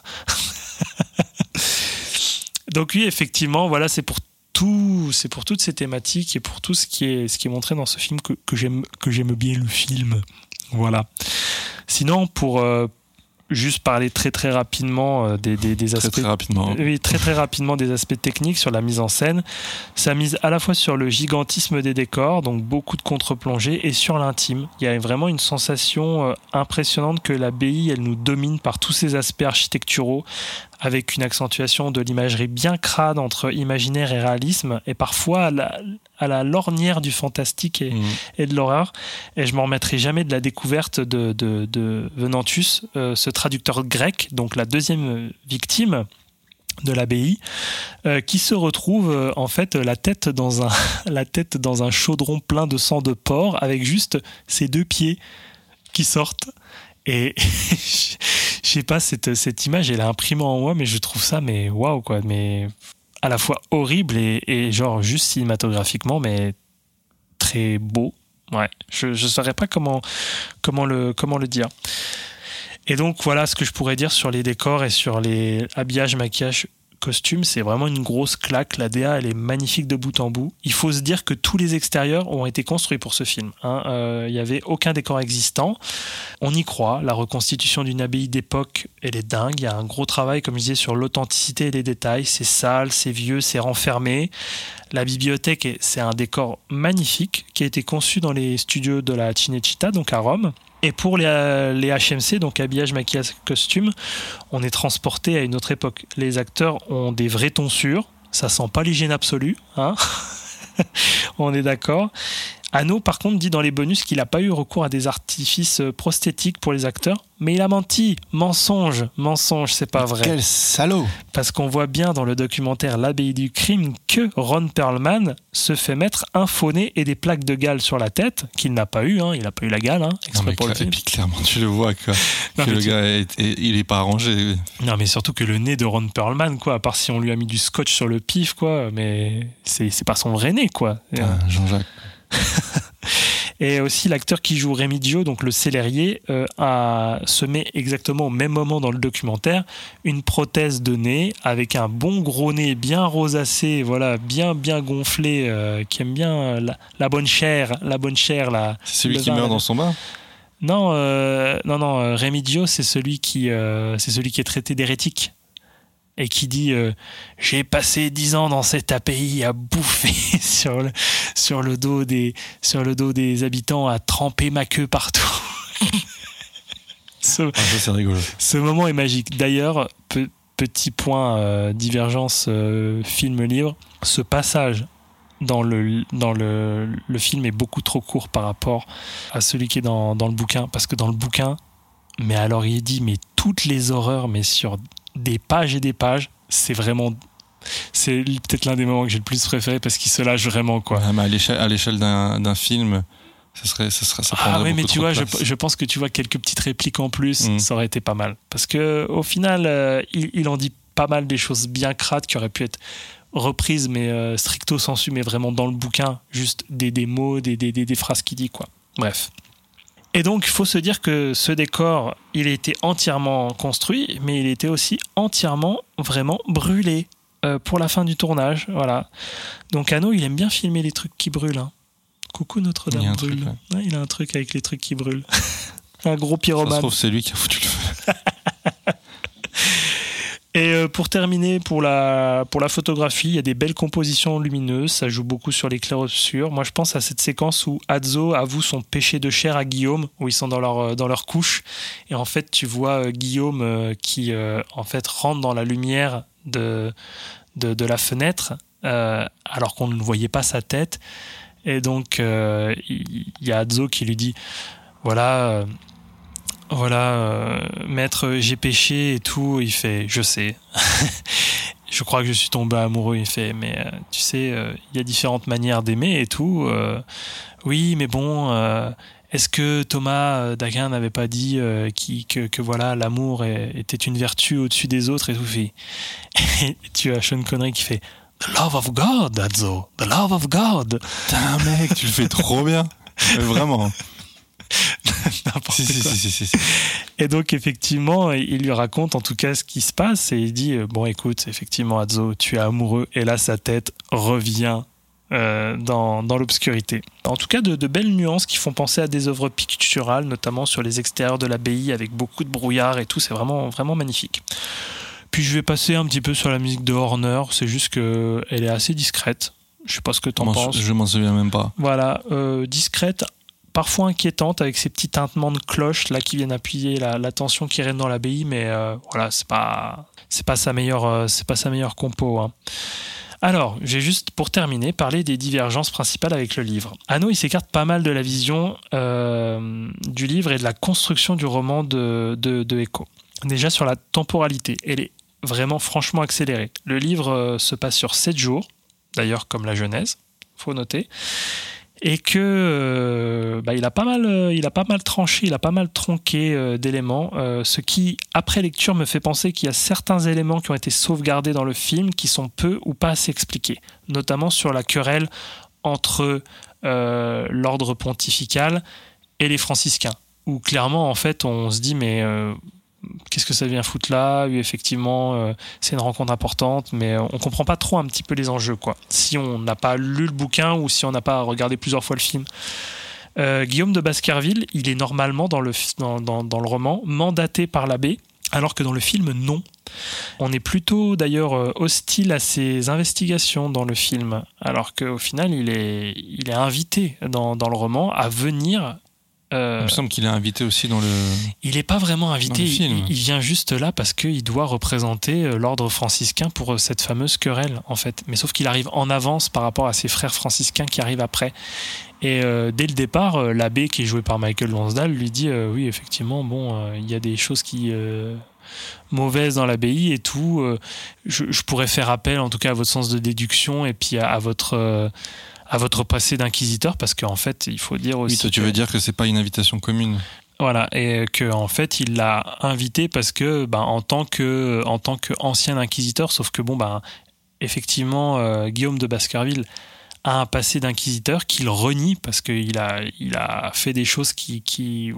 Donc oui, effectivement, voilà, c'est pour toutes ces thématiques et pour tout ce qui est montré dans ce film que j'aime bien le film. Voilà. Sinon, pour juste parler très très rapidement des aspects très rapidement. Oui, très rapidement des aspects techniques sur la mise en scène, ça mise à la fois sur le gigantisme des décors, donc beaucoup de contre-plongées, et sur l'intime. Il y a vraiment une sensation impressionnante que l'abbaye, elle nous domine par tous ses aspects architecturaux, avec une accentuation de l'imagerie bien crade entre imaginaire et réalisme, et parfois à la lorgnière du fantastique et de l'horreur. Et je m'en remettrai jamais de la découverte de Venantius, ce traducteur grec, donc la deuxième victime de l'abbaye, qui se retrouve en fait la tête dans un chaudron plein de sang de porc, avec juste ses deux pieds qui sortent. Et je sais pas, cette image, elle est imprimée en moi, mais je trouve ça, mais waouh, quoi, mais à la fois horrible et genre juste cinématographiquement, mais très beau. Ouais, je saurais pas comment le dire. Et donc voilà ce que je pourrais dire sur les décors et sur les habillages, maquillages, costumes. C'est vraiment une grosse claque. La DA, elle est magnifique de bout en bout. Il faut se dire que tous les extérieurs ont été construits pour ce film. Il y avait aucun décor existant. On y croit. La reconstitution d'une abbaye d'époque, elle est dingue. Il y a un gros travail, comme je disais, sur l'authenticité et les détails. C'est sale, c'est vieux, c'est renfermé. La bibliothèque, c'est un décor magnifique qui a été conçu dans les studios de la Cinecittà, donc à Rome. Et pour les HMC, donc habillage, maquillage, costume, on est transporté à une autre époque. Les acteurs ont des vraies tonsures, ça sent pas l'hygiène absolue, hein. On est d'accord. Hano, par contre, dit dans les bonus qu'il n'a pas eu recours à des artifices prosthétiques pour les acteurs, mais il a menti. Mensonge, c'est pas vrai. Quel salaud! Parce qu'on voit bien dans le documentaire L'Abbaye du crime que Ron Perlman se fait mettre un faux nez et des plaques de gale sur la tête, qu'il n'a pas eu, il n'a pas eu la gale, exprès pour le film. Et puis clairement, tu le vois, quoi. Que le gars, il est pas arrangé. Non, mais surtout que le nez de Ron Perlman, quoi, à part si on lui a mis du scotch sur le pif, quoi, mais c'est pas son vrai nez, quoi. Jean-Jacques. Et aussi l'acteur qui joue Remigio, donc le célérier, se met exactement au même moment dans le documentaire une prothèse de nez avec un bon gros nez bien rosacé, voilà, bien gonflé, qui aime bien la bonne chair là. C'est celui qui meurt dans son bain? Non, Remigio, c'est celui qui est traité d'hérétique. Et qui dit j'ai passé 10 ans dans cet abbaye à bouffer sur le dos des habitants, à tremper ma queue partout. Ça c'est rigolo. Ce moment est magique. D'ailleurs, petit point divergence film-livre, ce passage dans le film est beaucoup trop court par rapport à celui qui est dans le bouquin, parce que dans le bouquin, mais alors il dit mais toutes les horreurs, mais sur des pages et des pages, c'est peut-être l'un des moments que j'ai le plus préféré parce qu'il se lâche vraiment, quoi. Mais à l'échelle d'un film, ça prendrait beaucoup mais trop tu vois, de place. je pense que tu vois quelques petites répliques en plus, ça aurait été pas mal. Parce que au final, il en dit pas mal des choses bien crades qui auraient pu être reprises, mais stricto sensu, mais vraiment dans le bouquin, juste des mots, des phrases qu'il dit, quoi. Bref. Et donc, il faut se dire que ce décor, il a été entièrement construit, mais il était aussi entièrement, vraiment brûlé pour la fin du tournage. Voilà. Donc, Hanno, il aime bien filmer les trucs qui brûlent. Hein. Coucou Notre-Dame brûle. Truc, ouais. Ouais, il a un truc avec les trucs qui brûlent. Un gros pyromane. Ça se trouve, c'est lui qui a foutu le feu. Et pour terminer, pour la photographie, il y a des belles compositions lumineuses, ça joue beaucoup sur les clairs-obscurs. Moi, je pense à cette séquence où Atzo avoue son péché de chair à Guillaume, où ils sont dans leur couche. Et en fait, tu vois Guillaume qui en fait rentre dans la lumière de la fenêtre, alors qu'on ne voyait pas sa tête. Et donc, il y a Atzo qui lui dit « Voilà, maître, j'ai péché et tout. » Il fait « Je sais. Je crois que je suis tombé amoureux. » Il fait « Mais tu sais, il y a différentes manières d'aimer et tout. Oui, mais bon, est-ce que Thomas d'Aquin n'avait pas dit que voilà, l'amour était une vertu au-dessus des autres et tout ?» Et tu as Sean Connery qui fait « The love of God, Atzo. The love of God. » Putain, mec, tu le fais trop bien. Vraiment. N'importe quoi. Si. Et donc effectivement il lui raconte en tout cas ce qui se passe et il dit bon écoute, effectivement Atzo, tu es amoureux, et là sa tête revient dans l'obscurité. En tout cas de belles nuances qui font penser à des œuvres picturales, notamment sur les extérieurs de l'abbaye avec beaucoup de brouillard et tout. C'est vraiment, vraiment magnifique. Puis je vais passer un petit peu sur la musique de Horner. C'est juste qu'elle est assez discrète. Je sais pas ce que t'en penses. Je m'en souviens même pas. Voilà, discrète, parfois inquiétante, avec ces petits tintements de cloches là qui viennent appuyer la tension qui règne dans l'abbaye, mais voilà, c'est pas sa meilleure compo, hein. Alors, j'ai juste pour terminer parlé des divergences principales avec le livre. Hanno, il s'écarte pas mal de la vision du livre et de la construction du roman de Eco. Déjà sur la temporalité, elle est vraiment franchement accélérée. Le livre se passe sur 7 jours, d'ailleurs comme la Genèse, faut noter. Et que il a pas mal tranché, il a pas mal tronqué d'éléments, ce qui, après lecture, me fait penser qu'il y a certains éléments qui ont été sauvegardés dans le film qui sont peu ou pas assez expliqués, notamment sur la querelle entre l'ordre pontifical et les franciscains, où clairement, en fait, on se dit mais qu'est-ce que ça vient foutre là ? Effectivement, c'est une rencontre importante, mais on comprend pas trop un petit peu les enjeux, quoi. Si on n'a pas lu le bouquin ou si on n'a pas regardé plusieurs fois le film. Guillaume de Baskerville, il est normalement dans le roman mandaté par l'abbé, alors que dans le film, non. On est plutôt d'ailleurs hostile à ses investigations dans le film, alors qu'au final, il est invité dans le roman à venir. Il me semble qu'il est invité aussi dans le... Il n'est pas vraiment invité, il vient juste là parce qu'il doit représenter l'ordre franciscain pour cette fameuse querelle, en fait. Mais sauf qu'il arrive en avance par rapport à ses frères franciscains qui arrivent après. Et dès le départ, l'abbé, qui est joué par Michael Lonsdale, lui dit oui, effectivement, bon, il y a des choses qui... mauvaises dans l'abbaye et tout. Je pourrais faire appel, en tout cas, à votre sens de déduction et puis à votre passé d'inquisiteur, parce qu'en fait, il faut dire aussi... Oui, toi, tu veux dire que c'est pas une invitation commune. Voilà, et qu'en fait, il l'a invité parce que, en tant que ancien inquisiteur, sauf que, effectivement, Guillaume de Baskerville a un passé d'inquisiteur qu'il renie parce qu'il a fait des choses qu'il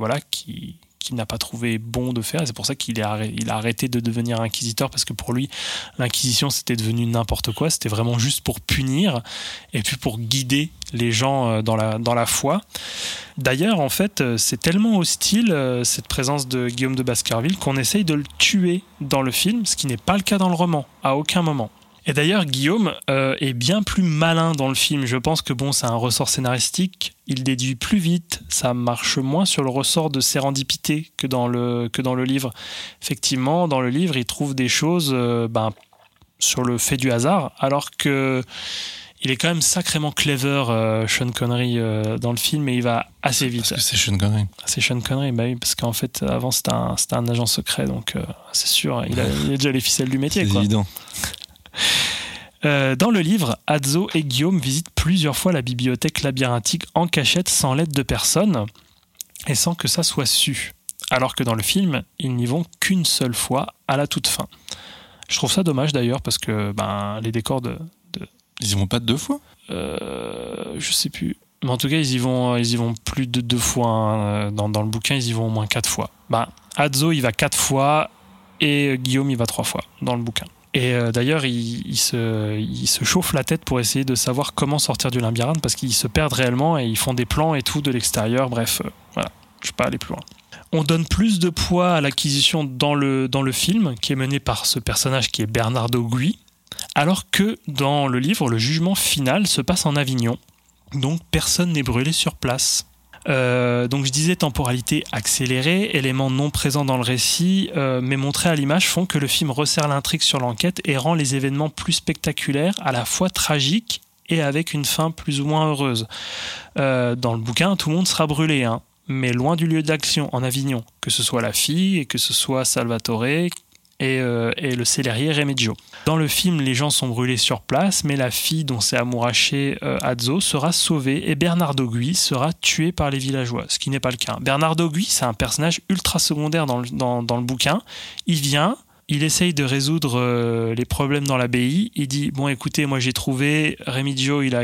n'a pas trouvé bon de faire. Et c'est pour ça qu'il a arrêté de devenir inquisiteur, parce que pour lui, l'inquisition, c'était devenu n'importe quoi. C'était vraiment juste pour punir et puis pour guider les gens dans la foi. D'ailleurs, en fait, c'est tellement hostile, cette présence de Guillaume de Baskerville, qu'on essaye de le tuer dans le film, ce qui n'est pas le cas dans le roman, à aucun moment. Et d'ailleurs, Guillaume est bien plus malin dans le film. Je pense que c'est un ressort scénaristique. Il déduit plus vite. Ça marche moins sur le ressort de sérendipité que dans le livre. Effectivement, dans le livre, il trouve des choses sur le fait du hasard, alors que Il est quand même sacrément clever, Sean Connery, dans le film, et il va assez vite. Parce que c'est Sean Connery. C'est Sean Connery, bah oui, parce qu'en fait, avant, c'était un agent secret, donc c'est sûr, il a déjà les ficelles du métier. C'est quoi. évident. Dans le livre, Atzo et Guillaume visitent plusieurs fois la bibliothèque labyrinthique en cachette, sans l'aide de personne, et sans que ça soit su. Alors que dans le film, ils n'y vont qu'une seule fois, à la toute fin. Je trouve ça dommage d'ailleurs, parce que les décors Ils y vont pas 2 fois ? Je sais plus. Mais en tout cas, ils y vont plus de 2 fois. Hein. Dans le bouquin, ils y vont au moins 4 fois. Atzo, il va 4 fois et Guillaume, il va 3 fois dans le bouquin. Et d'ailleurs, il se chauffe la tête pour essayer de savoir comment sortir du labyrinthe parce qu'ils se perdent réellement et ils font des plans et tout de l'extérieur. Bref, voilà, je ne vais pas aller plus loin. On donne plus de poids à l'acquisition dans le film qui est mené par ce personnage qui est Bernardo Gui. Alors que dans le livre, le jugement final se passe en Avignon. Donc personne n'est brûlé sur place. Donc je disais temporalité accélérée, éléments non présents dans le récit, mais montrés à l'image font que le film resserre l'intrigue sur l'enquête et rend les événements plus spectaculaires, à la fois tragiques et avec une fin plus ou moins heureuse. Dans le bouquin, tout le monde sera brûlé, hein, mais loin du lieu d'action, en Avignon, que ce soit la fille et que ce soit Salvatore et le célérier Remigio. Dans le film, les gens sont brûlés sur place, mais la fille dont s'est amouraché Atzo sera sauvée et Bernardo Gui sera tué par les villageois, ce qui n'est pas le cas. Bernardo Gui, c'est un personnage ultra secondaire dans le bouquin. Il vient, il essaye de résoudre les problèmes dans l'abbaye. Il dit bon, écoutez, moi j'ai trouvé Remigio, il a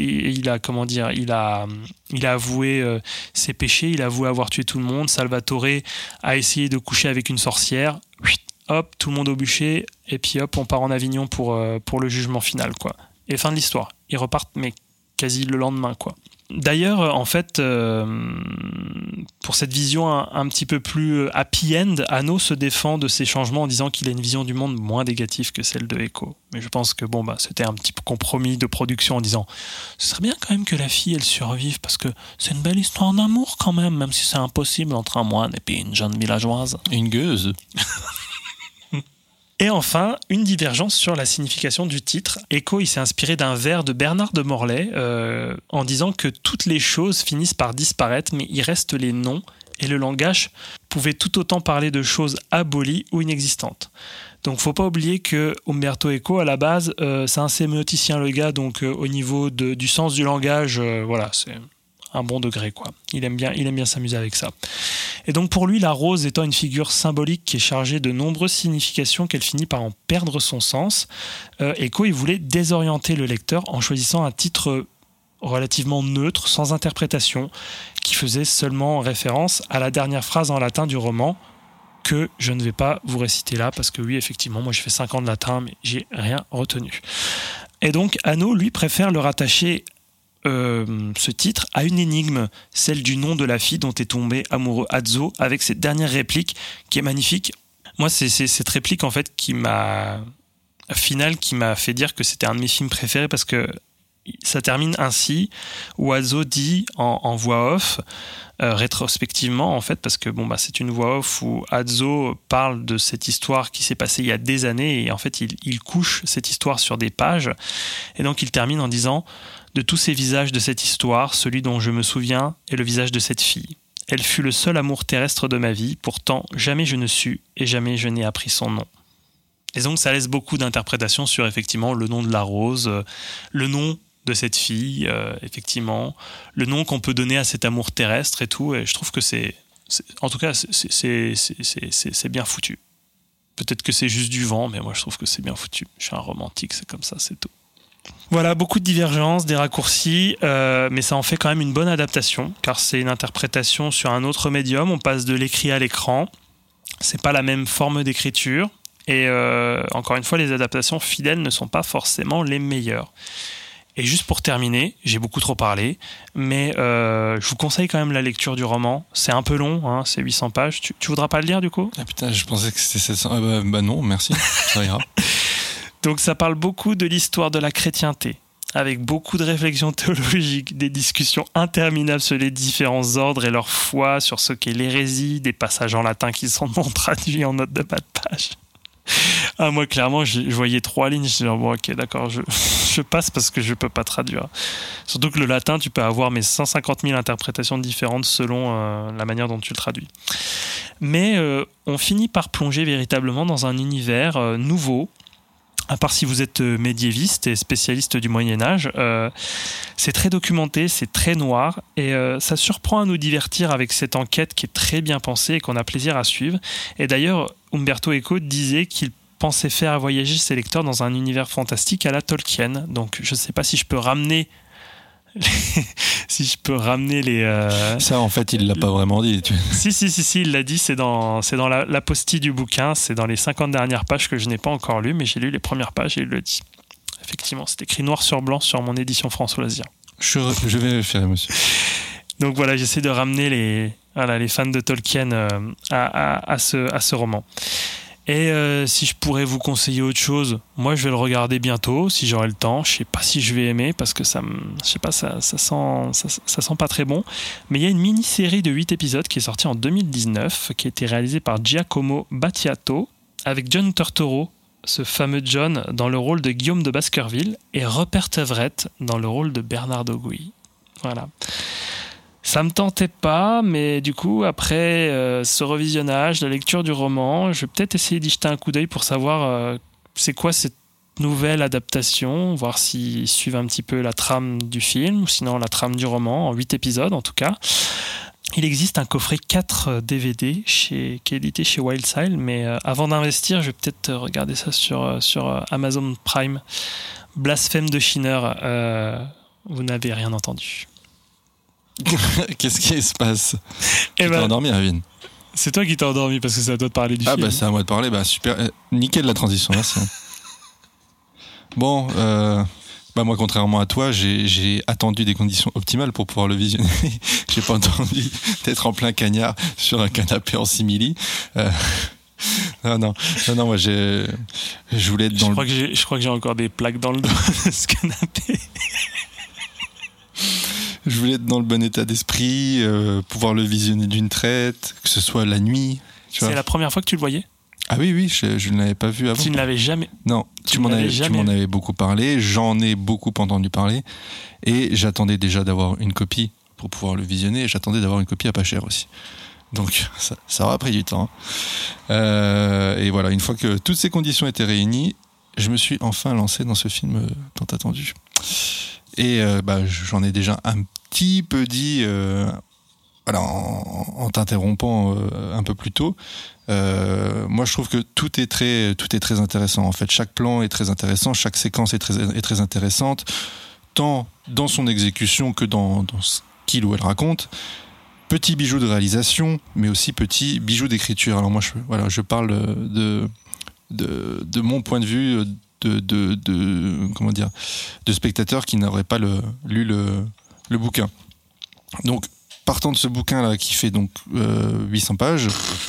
avoué ses péchés, il a avoué avoir tué tout le monde. Salvatore a essayé de coucher avec une sorcière. Hop, tout le monde au bûcher, et puis hop, on part en Avignon pour le jugement final, quoi. Et fin de l'histoire. Ils repartent, mais quasi le lendemain, quoi. D'ailleurs, en fait, pour cette vision un petit peu plus happy end, Anno se défend de ces changements en disant qu'il a une vision du monde moins négative que celle de Echo. Mais je pense que c'était un petit compromis de production en disant ce serait bien quand même que la fille, elle survive, parce que c'est une belle histoire d'amour quand même si c'est impossible entre un moine et puis une jeune villageoise. Une gueuse. Et enfin, une divergence sur la signification du titre. Echo, il s'est inspiré d'un vers de Bernard de Morlaix en disant que toutes les choses finissent par disparaître, mais il reste les noms, et le langage pouvait tout autant parler de choses abolies ou inexistantes. Donc faut pas oublier que Umberto Eco, à la base, c'est un sémioticien, le gars, donc au niveau du sens du langage, voilà, c'est un bon degré, quoi. Il aime bien s'amuser avec ça. Et donc pour lui, la rose étant une figure symbolique qui est chargée de nombreuses significations qu'elle finit par en perdre son sens, Eco, il voulait désorienter le lecteur en choisissant un titre relativement neutre, sans interprétation, qui faisait seulement référence à la dernière phrase en latin du roman, que je ne vais pas vous réciter là, parce que oui, effectivement, moi j'ai fait 5 ans de latin, mais j'ai rien retenu. Et donc Anno, lui, préfère le rattacher ce titre à une énigme, celle du nom de la fille dont est tombé amoureux Atzo, avec cette dernière réplique qui est magnifique. Moi, c'est cette réplique en fait qui m'a fait dire que c'était un de mes films préférés, parce que ça termine ainsi, où Atzo dit en voix off, rétrospectivement en fait, parce que c'est une voix off où Atzo parle de cette histoire qui s'est passée il y a des années, et en fait il couche cette histoire sur des pages, et donc il termine en disant: de tous ces visages de cette histoire, celui dont je me souviens est le visage de cette fille. Elle fut le seul amour terrestre de ma vie, pourtant jamais je ne sus et jamais je n'ai appris son nom. Et donc ça laisse beaucoup d'interprétations sur effectivement le nom de la rose, le nom de cette fille, effectivement, le nom qu'on peut donner à cet amour terrestre et tout, et je trouve que c'est bien foutu. Peut-être que c'est juste du vent, mais moi je trouve que c'est bien foutu. Je suis un romantique, c'est comme ça, c'est tout. Voilà, beaucoup de divergences, des raccourcis, mais ça en fait quand même une bonne adaptation, car c'est une interprétation sur un autre médium. On passe de l'écrit à l'écran, c'est pas la même forme d'écriture, et encore une fois, les adaptations fidèles ne sont pas forcément les meilleures. Et juste pour terminer, j'ai beaucoup trop parlé, mais je vous conseille quand même la lecture du roman. C'est un peu long, hein, c'est 800 pages. Tu voudras pas le lire du coup ? Ah putain, je pensais que c'était 700. Bah non, merci, ça ira. Donc ça parle beaucoup de l'histoire de la chrétienté, avec beaucoup de réflexions théologiques, des discussions interminables sur les différents ordres et leur foi, sur ce qu'est l'hérésie, des passages en latin qui sont non traduits en notes de bas de page. Ah, moi, clairement, je voyais 3 lignes. Je disais, bon, ok, d'accord, je passe parce que je peux pas traduire. Surtout que le latin, tu peux avoir 150 000 interprétations différentes selon la manière dont tu le traduis. Mais on finit par plonger véritablement dans un univers nouveau. À part si vous êtes médiéviste et spécialiste du Moyen-Âge, c'est très documenté, c'est très noir et ça surprend à nous divertir avec cette enquête qui est très bien pensée et qu'on a plaisir à suivre. Et d'ailleurs, Umberto Eco disait qu'il pensait faire voyager ses lecteurs dans un univers fantastique à la Tolkien. Donc je ne sais pas si je peux ramener les ça en fait il l'a pas vraiment dit. Si, il l'a dit, c'est dans l'apostille du bouquin, c'est dans les 50 dernières pages que je n'ai pas encore lu, mais j'ai lu les premières pages et il le dit. Effectivement, c'est écrit noir sur blanc sur mon édition France Loisirs. Je vais le faire, monsieur. Donc voilà, j'essaie de ramener les fans de Tolkien à ce roman. Et si je pourrais vous conseiller autre chose, moi je vais le regarder bientôt si j'aurai le temps. Je sais pas si je vais aimer parce que ça sent pas très bon. Mais il y a une mini-série de 8 épisodes qui est sortie en 2019, qui a été réalisée par Giacomo Battiato avec John Turturro, ce fameux John, dans le rôle de Guillaume de Baskerville, et Rupert Everett dans le rôle de Bernardo Gui. Voilà. Ça me tentait pas, mais du coup, après ce revisionnage, la lecture du roman, je vais peut-être essayer d'y jeter un coup d'œil pour savoir c'est quoi cette nouvelle adaptation, voir s'ils suivent un petit peu la trame du film, ou sinon la trame du roman, en 8 épisodes en tout cas. Il existe un coffret 4 DVD qui est édité chez Wildside, mais avant d'investir, je vais peut-être regarder ça sur Amazon Prime. Blasphème de Schiner, vous n'avez rien entendu. Qu'est-ce qui se passe? Tu t'es endormi, Erwin? C'est toi qui t'es endormi parce que c'est à toi de parler du film. Ah bah c'est à moi de parler, bah super, nickel la transition, merci. Bon, bah moi contrairement à toi, j'ai attendu des conditions optimales pour pouvoir le visionner. J'ai pas entendu d'être en plein cagnard sur un canapé en simili. Non, moi je voulais être dans je crois que j'ai encore des plaques dans le dos de ce canapé. Je voulais être dans le bon état d'esprit, pouvoir le visionner d'une traite, que ce soit la nuit. C'est la première fois que tu le voyais? Ah oui, je ne l'avais pas vu avant. Tu ne l'avais jamais? Non, tu m'en avais beaucoup parlé, j'en ai beaucoup entendu parler, et j'attendais déjà d'avoir une copie pour pouvoir le visionner, et j'attendais d'avoir une copie à pas cher aussi. Donc ça aura pris du temps. Et voilà, une fois que toutes ces conditions étaient réunies, je me suis enfin lancé dans ce film tant attendu. Et j'en ai déjà un petit peu dit en t'interrompant un peu plus tôt. Moi je trouve que tout est très intéressant en fait. Chaque plan est très intéressant, chaque séquence est très intéressante, tant dans son exécution que dans ce qu'il ou elle raconte. Petit bijou de réalisation, mais aussi petit bijou d'écriture. Alors moi je parle de mon point de vue de spectateurs qui n'auraient pas lu le bouquin. Donc partant de ce bouquin là qui fait donc 800 pages.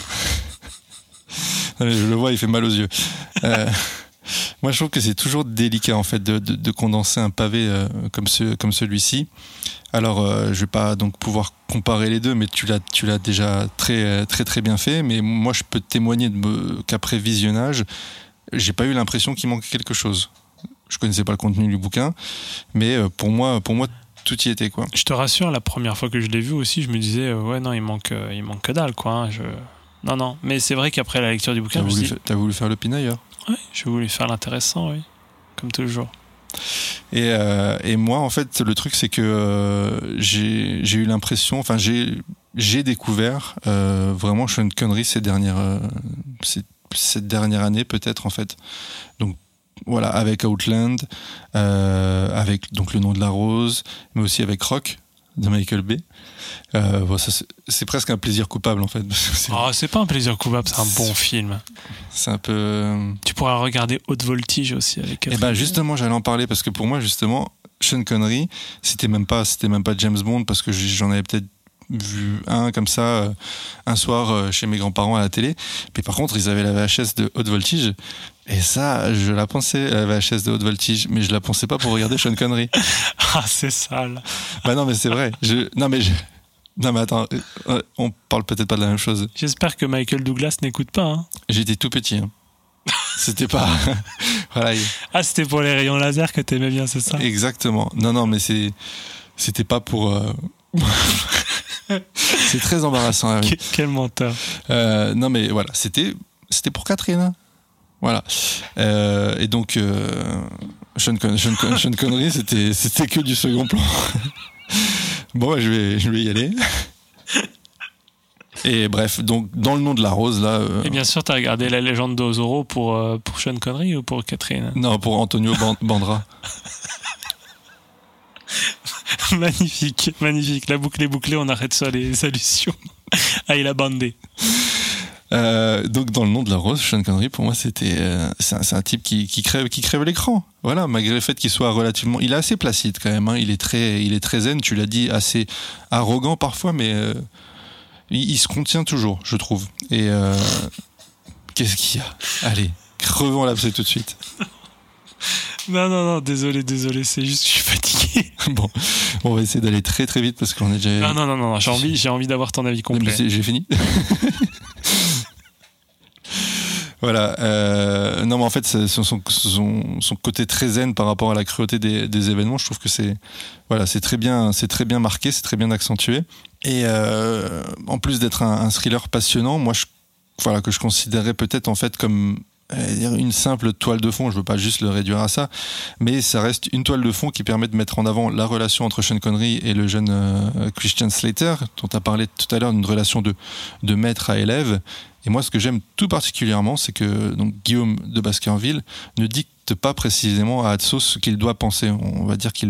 Je le vois, il fait mal aux yeux. Moi je trouve que c'est toujours délicat en fait de condenser un pavé comme celui-ci. Alors je vais pas donc pouvoir comparer les deux, mais tu l'as déjà très très très bien fait. Mais moi je peux témoigner qu'après visionnage, j'ai pas eu l'impression qu'il manquait quelque chose. Je connaissais pas le contenu du bouquin, mais pour moi tout y était quoi. Je te rassure, la première fois que je l'ai vu aussi, je me disais ouais non il manque que dalle quoi. Non, mais c'est vrai qu'après la lecture du bouquin, t'as voulu faire le pinailleur. Oui, j'ai voulu faire l'intéressant, oui, comme toujours. Et moi en fait le truc c'est que j'ai eu l'impression, enfin j'ai découvert vraiment Sean Connery cette dernière année peut-être en fait. Donc voilà, avec Outland, avec donc Le Nom de la Rose, mais aussi avec Rock de Michael Bay. C'est presque un plaisir coupable en fait. C'est pas un plaisir coupable, c'est un bon film. C'est un peu. Tu pourras regarder Haute Voltige aussi avec. Et ben justement, j'allais en parler parce que pour moi justement, Sean Connery, c'était même pas James Bond parce que j'en avais peut-être vu un comme ça un soir chez mes grands-parents à la télé. Mais par contre, ils avaient la VHS de Haute Voltige. Et ça, je la pensais, la VHS de Haute Voltige, mais je la pensais pas pour regarder Sean Connery. Ah, c'est sale. Bah non, mais c'est vrai. Non, mais attends, on parle peut-être pas de la même chose. J'espère que Michael Douglas n'écoute pas. Hein. J'étais tout petit. Hein. C'était pas... voilà. Ah, c'était pour les rayons laser que t'aimais bien, c'est ça? Exactement. Non, mais c'était pas pour... C'est très embarrassant. Oui. Quel menteur. Non, mais voilà, c'était pour Catherine. Hein. Voilà. Et donc, Sean Connery, c'était que du second plan. Bon, je vais y aller. Et bref, donc dans Le Nom de la Rose, là. Et bien sûr, t'as regardé La Légende de Zorro pour Sean Connery ou pour Catherine? Non, pour Antonio Bandra. Magnifique. La boucle est bouclée, on arrête ça les allusions. Ah, il a bandé. Donc dans Le Nom de la Rose, Sean Connery, pour moi, c'est un type qui crève l'écran. Voilà, malgré le fait qu'il soit relativement, il est assez placide quand même. Hein. Il est très zen. Tu l'as dit, assez arrogant parfois, mais il se contient toujours, je trouve. Et qu'est-ce qu'il y a? Allez, crevons l'abcès tout de suite. Non, désolé, c'est juste que je suis fatigué. Bon, on va essayer d'aller très très vite parce qu'on est déjà... Non, j'ai envie d'avoir ton avis complet. J'ai fini. Voilà. Non, mais en fait, son côté très zen par rapport à la cruauté des événements, je trouve que c'est très bien marqué, c'est très bien accentué. Et en plus d'être un thriller passionnant, moi, que je considérais peut-être en fait comme une simple toile de fond. Je veux pas juste le réduire à ça, mais ça reste une toile de fond qui permet de mettre en avant la relation entre Sean Connery et le jeune Christian Slater, dont tu as parlé tout à l'heure, d'une relation de maître à élève. Et moi, ce que j'aime tout particulièrement, c'est que donc, Guillaume de Baskerville ne dicte pas précisément à Atso ce qu'il doit penser. On va dire qu'il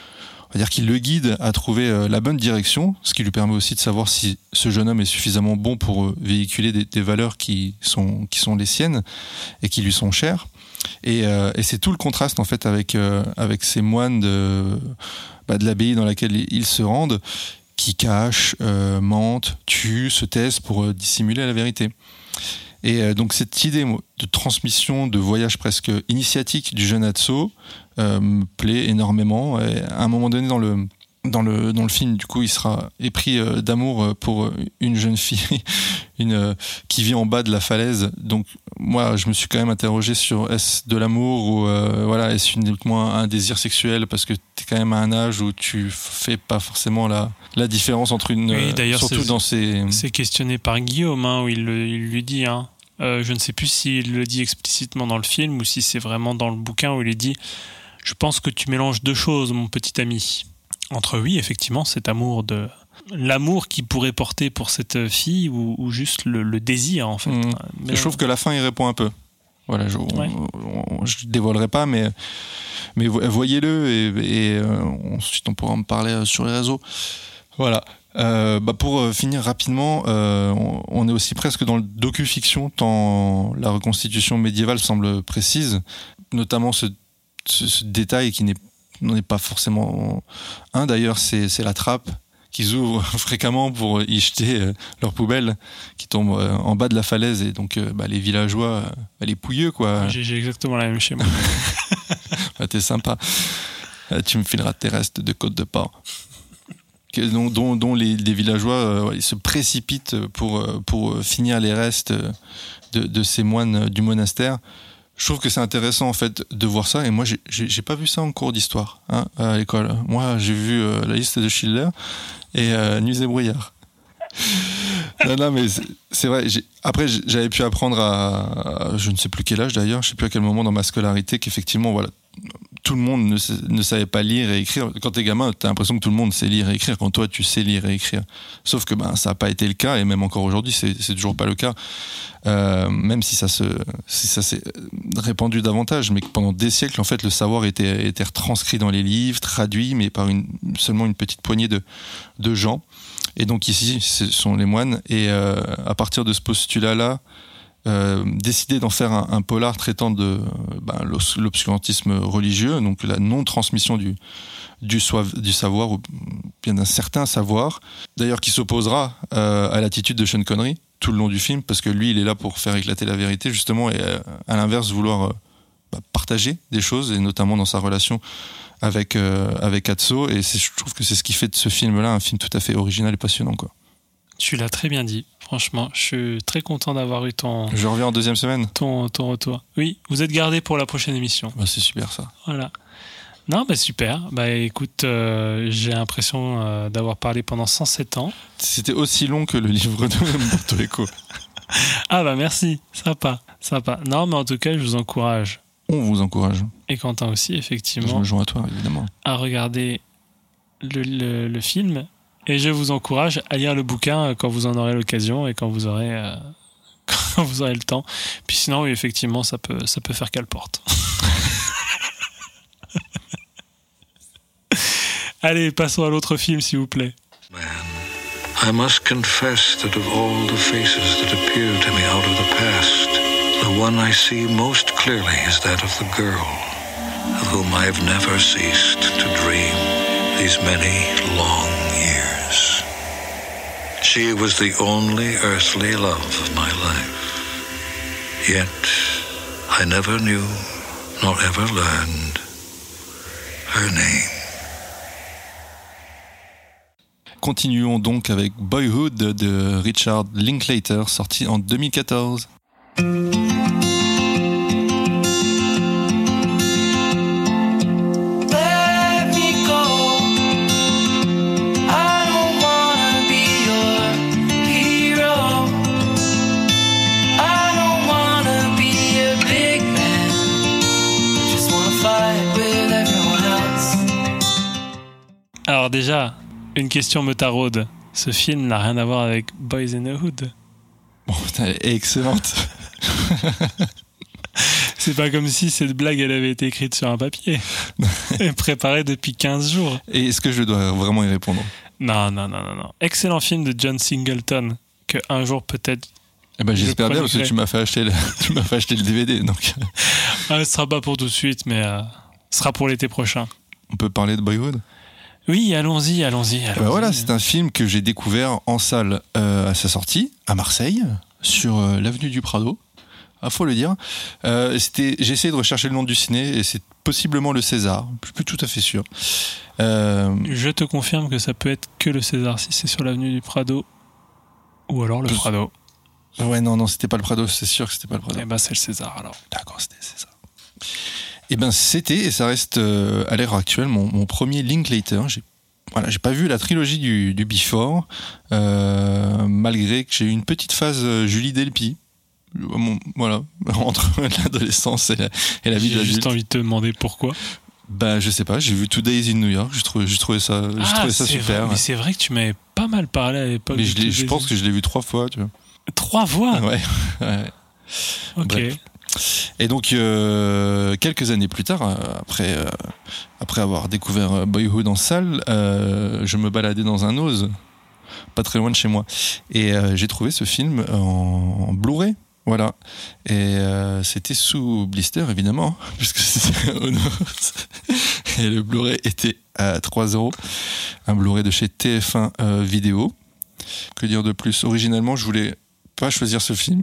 le guide à trouver la bonne direction, ce qui lui permet aussi de savoir si ce jeune homme est suffisamment bon pour véhiculer des valeurs qui sont les siennes et qui lui sont chères. Et c'est tout le contraste en fait avec ces moines de l'abbaye dans laquelle ils se rendent, qui cachent, mentent, tuent, se taisent pour dissimuler la vérité. Et donc cette idée de transmission, de voyage presque initiatique du jeune Atso me plaît énormément. Et à un moment donné dans le film, du coup, il sera épris d'amour pour une jeune fille qui vit en bas de la falaise. Donc moi, je me suis quand même interrogé sur est-ce de l'amour ou est-ce uniquement un désir sexuel, parce que t'es quand même à un âge où tu fais pas forcément la différence entre une... Oui, d'ailleurs, surtout dans ces... C'est questionné par Guillaume, où il lui dit... je ne sais plus s'il le dit explicitement dans le film ou si c'est vraiment dans le bouquin où il est dit « Je pense que tu mélanges deux choses, mon petit ami. » Entre oui, effectivement, cet amour l'amour qu'il pourrait porter pour cette fille ou juste le désir, en fait. Je trouve que la fin y répond un peu. Voilà, je dévoilerai pas, mais voyez-le et ensuite on pourra en parler sur les réseaux. Voilà. Pour finir rapidement, on est aussi presque dans le docu-fiction tant la reconstitution médiévale semble précise, notamment ce détail qui n'en est pas forcément un d'ailleurs, c'est la trappe qu'ils ouvrent fréquemment pour y jeter leurs poubelles qui tombent en bas de la falaise, et donc les villageois, les pouilleux quoi. J'ai exactement la même chez moi. T'es sympa, tu me fileras tes restes de côte de porc. Dont les villageois ils se précipitent pour finir les restes de ces moines du monastère. Je trouve que c'est intéressant en fait de voir ça, et moi j'ai pas vu ça en cours d'histoire à l'école. Moi j'ai vu la liste de Schindler et Nuits et brouillards. non mais c'est vrai. Après j'avais pu apprendre à je ne sais plus quel âge d'ailleurs, je sais plus à quel moment dans ma scolarité, qu'effectivement voilà, tout le monde ne savait pas lire et écrire. Quand t'es gamin, t'as l'impression que tout le monde sait lire et écrire, quand toi tu sais lire et écrire. Sauf que ça n'a pas été le cas, et même encore aujourd'hui c'est toujours pas le cas. Même si ça s'est répandu davantage, mais que pendant des siècles en fait le savoir était retranscrit dans les livres, traduit, mais par seulement une petite poignée de gens. Et donc ici ce sont les moines, et à partir de ce postulat-là, décider d'en faire un polar traitant de l'obscurantisme religieux, donc la non-transmission du savoir, ou bien d'un certain savoir, d'ailleurs qui s'opposera à l'attitude de Sean Connery tout le long du film, parce que lui il est là pour faire éclater la vérité justement, et à l'inverse vouloir partager des choses, et notamment dans sa relation avec Atso. Et je trouve que c'est ce qui fait de ce film-là un film tout à fait original et passionnant, quoi. Tu l'as très bien dit. Franchement, je suis très content d'avoir eu ton... Je reviens en deuxième semaine. Ton retour. Oui, vous êtes gardé pour la prochaine émission. Bah, c'est super ça. Voilà. Non, bah super. Bah écoute, j'ai l'impression d'avoir parlé pendant 107 ans. C'était aussi long que le livre de Umberto Eco. Ah bah merci, sympa. Non, mais en tout cas, je vous encourage. On vous encourage. Et Quentin aussi, effectivement. Je me joins à toi, évidemment. À regarder le film. Et je vous encourage à lire le bouquin quand vous en aurez l'occasion et quand vous aurez le temps. Puis sinon, oui, effectivement, ça peut faire qu'elle porte. Allez, passons à l'autre film, s'il vous plaît. Man, I must confess that of all the faces that appear to me out of the past, the one I see most clearly is that of the girl of whom I have never ceased to dream these many long years. She was the only earthly love of my life. Yet I never knew, nor ever learned, her name. Continuons donc avec Boyhood de Richard Linklater, sorti en 2014. Alors déjà, une question me taraude. Ce film n'a rien à voir avec Boys in the Hood. Bon, putain, elle est excellente. C'est pas comme si cette blague, elle avait été écrite sur un papier et préparée depuis 15 jours. Et est-ce que je dois vraiment y répondre ? Non. Excellent film de John Singleton, que un jour peut-être... Eh ben, j'espère bien, parce que tu m'as fait acheter le DVD. Donc. Ce sera pas pour tout de suite, mais ce sera pour l'été prochain. On peut parler de Boyhood ? Oui, allons-y. Ben voilà, c'est un film que j'ai découvert en salle à sa sortie, à Marseille, sur l'avenue du Prado. Faut le dire. J'ai essayé de rechercher le nom du ciné et c'est possiblement le César. Je suis plus tout à fait sûr. Je te confirme que ça peut être que le César si c'est sur l'avenue du Prado ou alors le Prado. Ouais, non, c'était pas le Prado. C'est sûr que c'était pas le Prado. Eh ben, c'est le César alors. D'accord, c'était le César. Eh ben, c'était et ça reste à l'heure actuelle mon premier Linklater. J'ai pas vu la trilogie du Before, malgré que j'ai eu une petite phase Julie Delpy. Voilà, entre l'adolescence et la vie d'adulte. J'ai juste envie de te demander pourquoi. Bah, je sais pas, j'ai vu 2 Days in New York, j'ai trouvé ça super. Vrai, mais c'est vrai que tu m'avais pas mal parlé à l'époque. Mais je pense que je l'ai vu 3 fois, tu vois. 3 fois ? Ouais. Ok. Bref. Et donc, quelques années plus tard, après avoir découvert Boyhood en salle, je me baladais dans un Oz, pas très loin de chez moi, et j'ai trouvé ce film en Blu-ray. Voilà, et c'était sous blister évidemment, puisque c'était au Oz. Et le Blu-ray était à 3€, un Blu-ray de chez TF1 Vidéo. Que dire de plus ? Originalement, je voulais pas choisir ce film.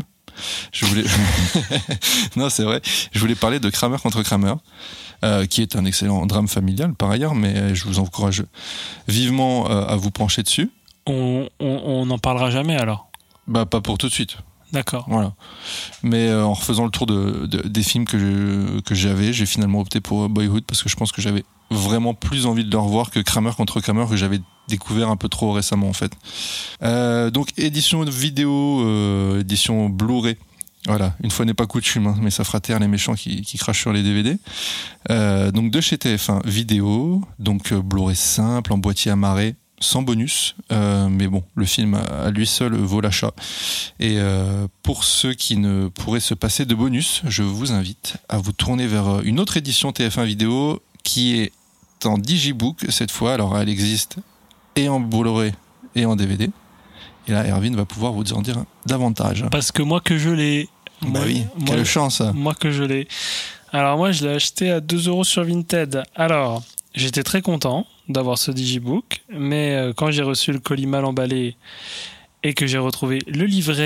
Non, c'est vrai. Je voulais parler de Kramer contre Kramer, qui est un excellent drame familial par ailleurs, mais je vous encourage vivement à vous pencher dessus. On n'en parlera jamais alors ? Bah, pas pour tout de suite. D'accord. Voilà. Mais en refaisant le tour des films que j'avais, j'ai finalement opté pour Boyhood parce que je pense que j'avais vraiment plus envie de le revoir que Kramer contre Kramer que j'avais découvert un peu trop récemment en fait. Donc édition vidéo, édition Blu-ray. Voilà, une fois n'est pas coutume, hein, mais ça fera taire les méchants qui crachent sur les DVD. Donc de chez TF1 Vidéo, donc Blu-ray simple en boîtier amarré. Sans bonus, mais bon, le film à lui seul vaut l'achat. Et pour ceux qui ne pourraient se passer de bonus, je vous invite à vous tourner vers une autre édition TF1 Vidéo qui est en digibook cette fois. Alors elle existe et en Blu-ray et en DVD. Et là, Erwin va pouvoir vous en dire davantage. Parce que moi que je l'ai. Bah oui, quelle chance. Moi que je l'ai. Alors moi, je l'ai acheté à 2€ sur Vinted. Alors, j'étais très content d'avoir ce digibook, mais quand j'ai reçu le colis mal emballé et que j'ai retrouvé le livret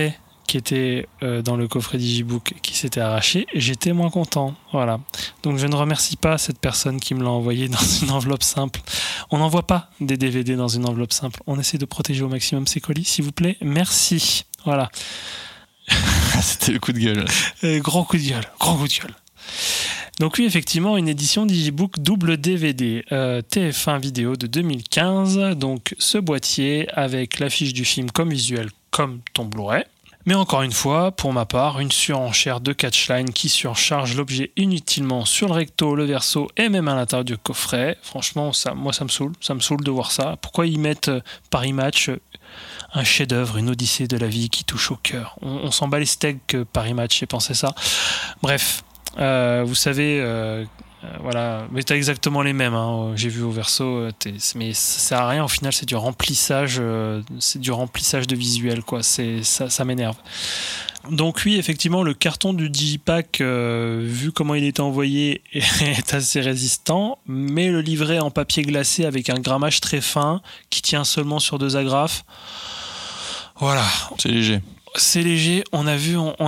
qui était dans le coffret Digibook qui s'était arraché, j'étais moins content. Voilà. Donc je ne remercie pas cette personne qui me l'a envoyé dans une enveloppe simple. On n'envoie pas des DVD dans une enveloppe simple. On essaie de protéger au maximum ces colis, s'il vous plaît. Merci. Voilà. C'était le coup de gueule. Gros coup de gueule. Donc oui, effectivement, une édition Digibook double DVD TF1 vidéo de 2015. Donc ce boîtier avec l'affiche du film comme visuel, comme ton Blu-ray. Mais encore une fois, pour ma part, une surenchère de catchline qui surcharge l'objet inutilement sur le recto, le verso et même à l'intérieur du coffret. Franchement, moi ça me saoule. Ça me saoule de voir ça. Pourquoi ils mettent Paris Match, un chef-d'œuvre, une odyssée de la vie qui touche au cœur. On s'en bat les steaks que Paris Match ait pensé ça. Bref, vous savez... voilà, mais t'as exactement les mêmes, hein. J'ai vu au verso, mais ça sert à rien, au final c'est du remplissage de visuel, quoi. Ça m'énerve. Donc oui, effectivement, le carton du Digipack, vu comment il était envoyé, est assez résistant, mais le livret en papier glacé avec un grammage très fin qui tient seulement sur 2 agrafes, voilà. C'est léger. On a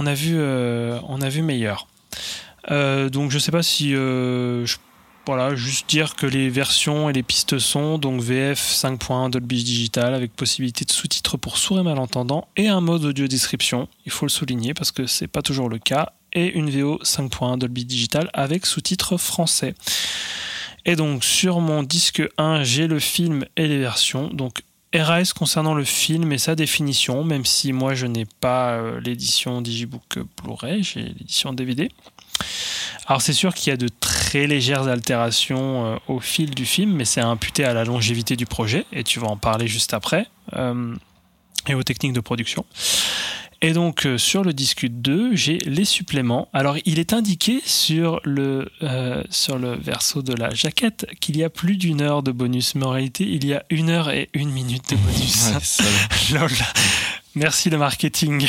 vu meilleur. Donc je sais pas si voilà, juste dire que les versions et les pistes son, donc VF 5.1 Dolby Digital avec possibilité de sous-titres pour sourds et malentendants et un mode audio description, il faut le souligner parce que c'est pas toujours le cas, et une VO 5.1 Dolby Digital avec sous-titres français. Et donc sur mon disque 1, j'ai le film et les versions, donc RAS concernant le film et sa définition, même si moi je n'ai pas l'édition Digibook Blu-ray, j'ai l'édition DVD. Alors c'est sûr qu'il y a de très légères altérations au fil du film, mais c'est imputé à la longévité du projet, et tu vas en parler juste après, et aux techniques de production. Et donc sur le disque 2, j'ai les suppléments. Alors il est indiqué sur le verso de la jaquette qu'il y a plus d'1 heure de bonus, mais en réalité il y a 1 heure et 1 minute de bonus. Lol. Merci le marketing.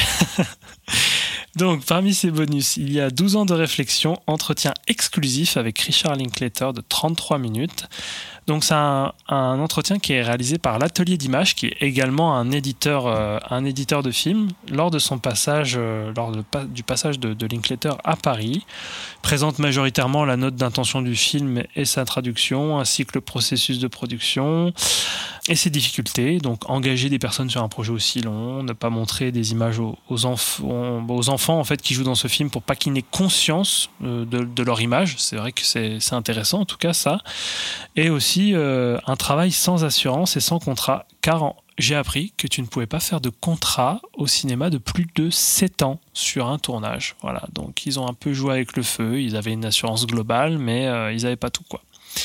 Donc, parmi ces bonus, il y a 12 ans de réflexion, entretien exclusif avec Richard Linklater de 33 minutes. Donc, c'est un entretien qui est réalisé par l'Atelier d'Images, qui est également un éditeur de films, lors de son passage, du passage de Linklater à Paris. Présente majoritairement la note d'intention du film et sa traduction, ainsi que le processus de production et ses difficultés. Donc, engager des personnes sur un projet aussi long, ne pas montrer des images aux enfants en fait, qui jouent dans ce film pour pas qu'ils n'aient conscience de leur image. C'est vrai que c'est intéressant, en tout cas, ça. Et aussi un travail sans assurance et sans contrat, car j'ai appris que tu ne pouvais pas faire de contrat au cinéma de plus de 7 ans sur un tournage. Voilà, donc ils ont un peu joué avec le feu, ils avaient une assurance globale, mais ils n'avaient pas tout, quoi.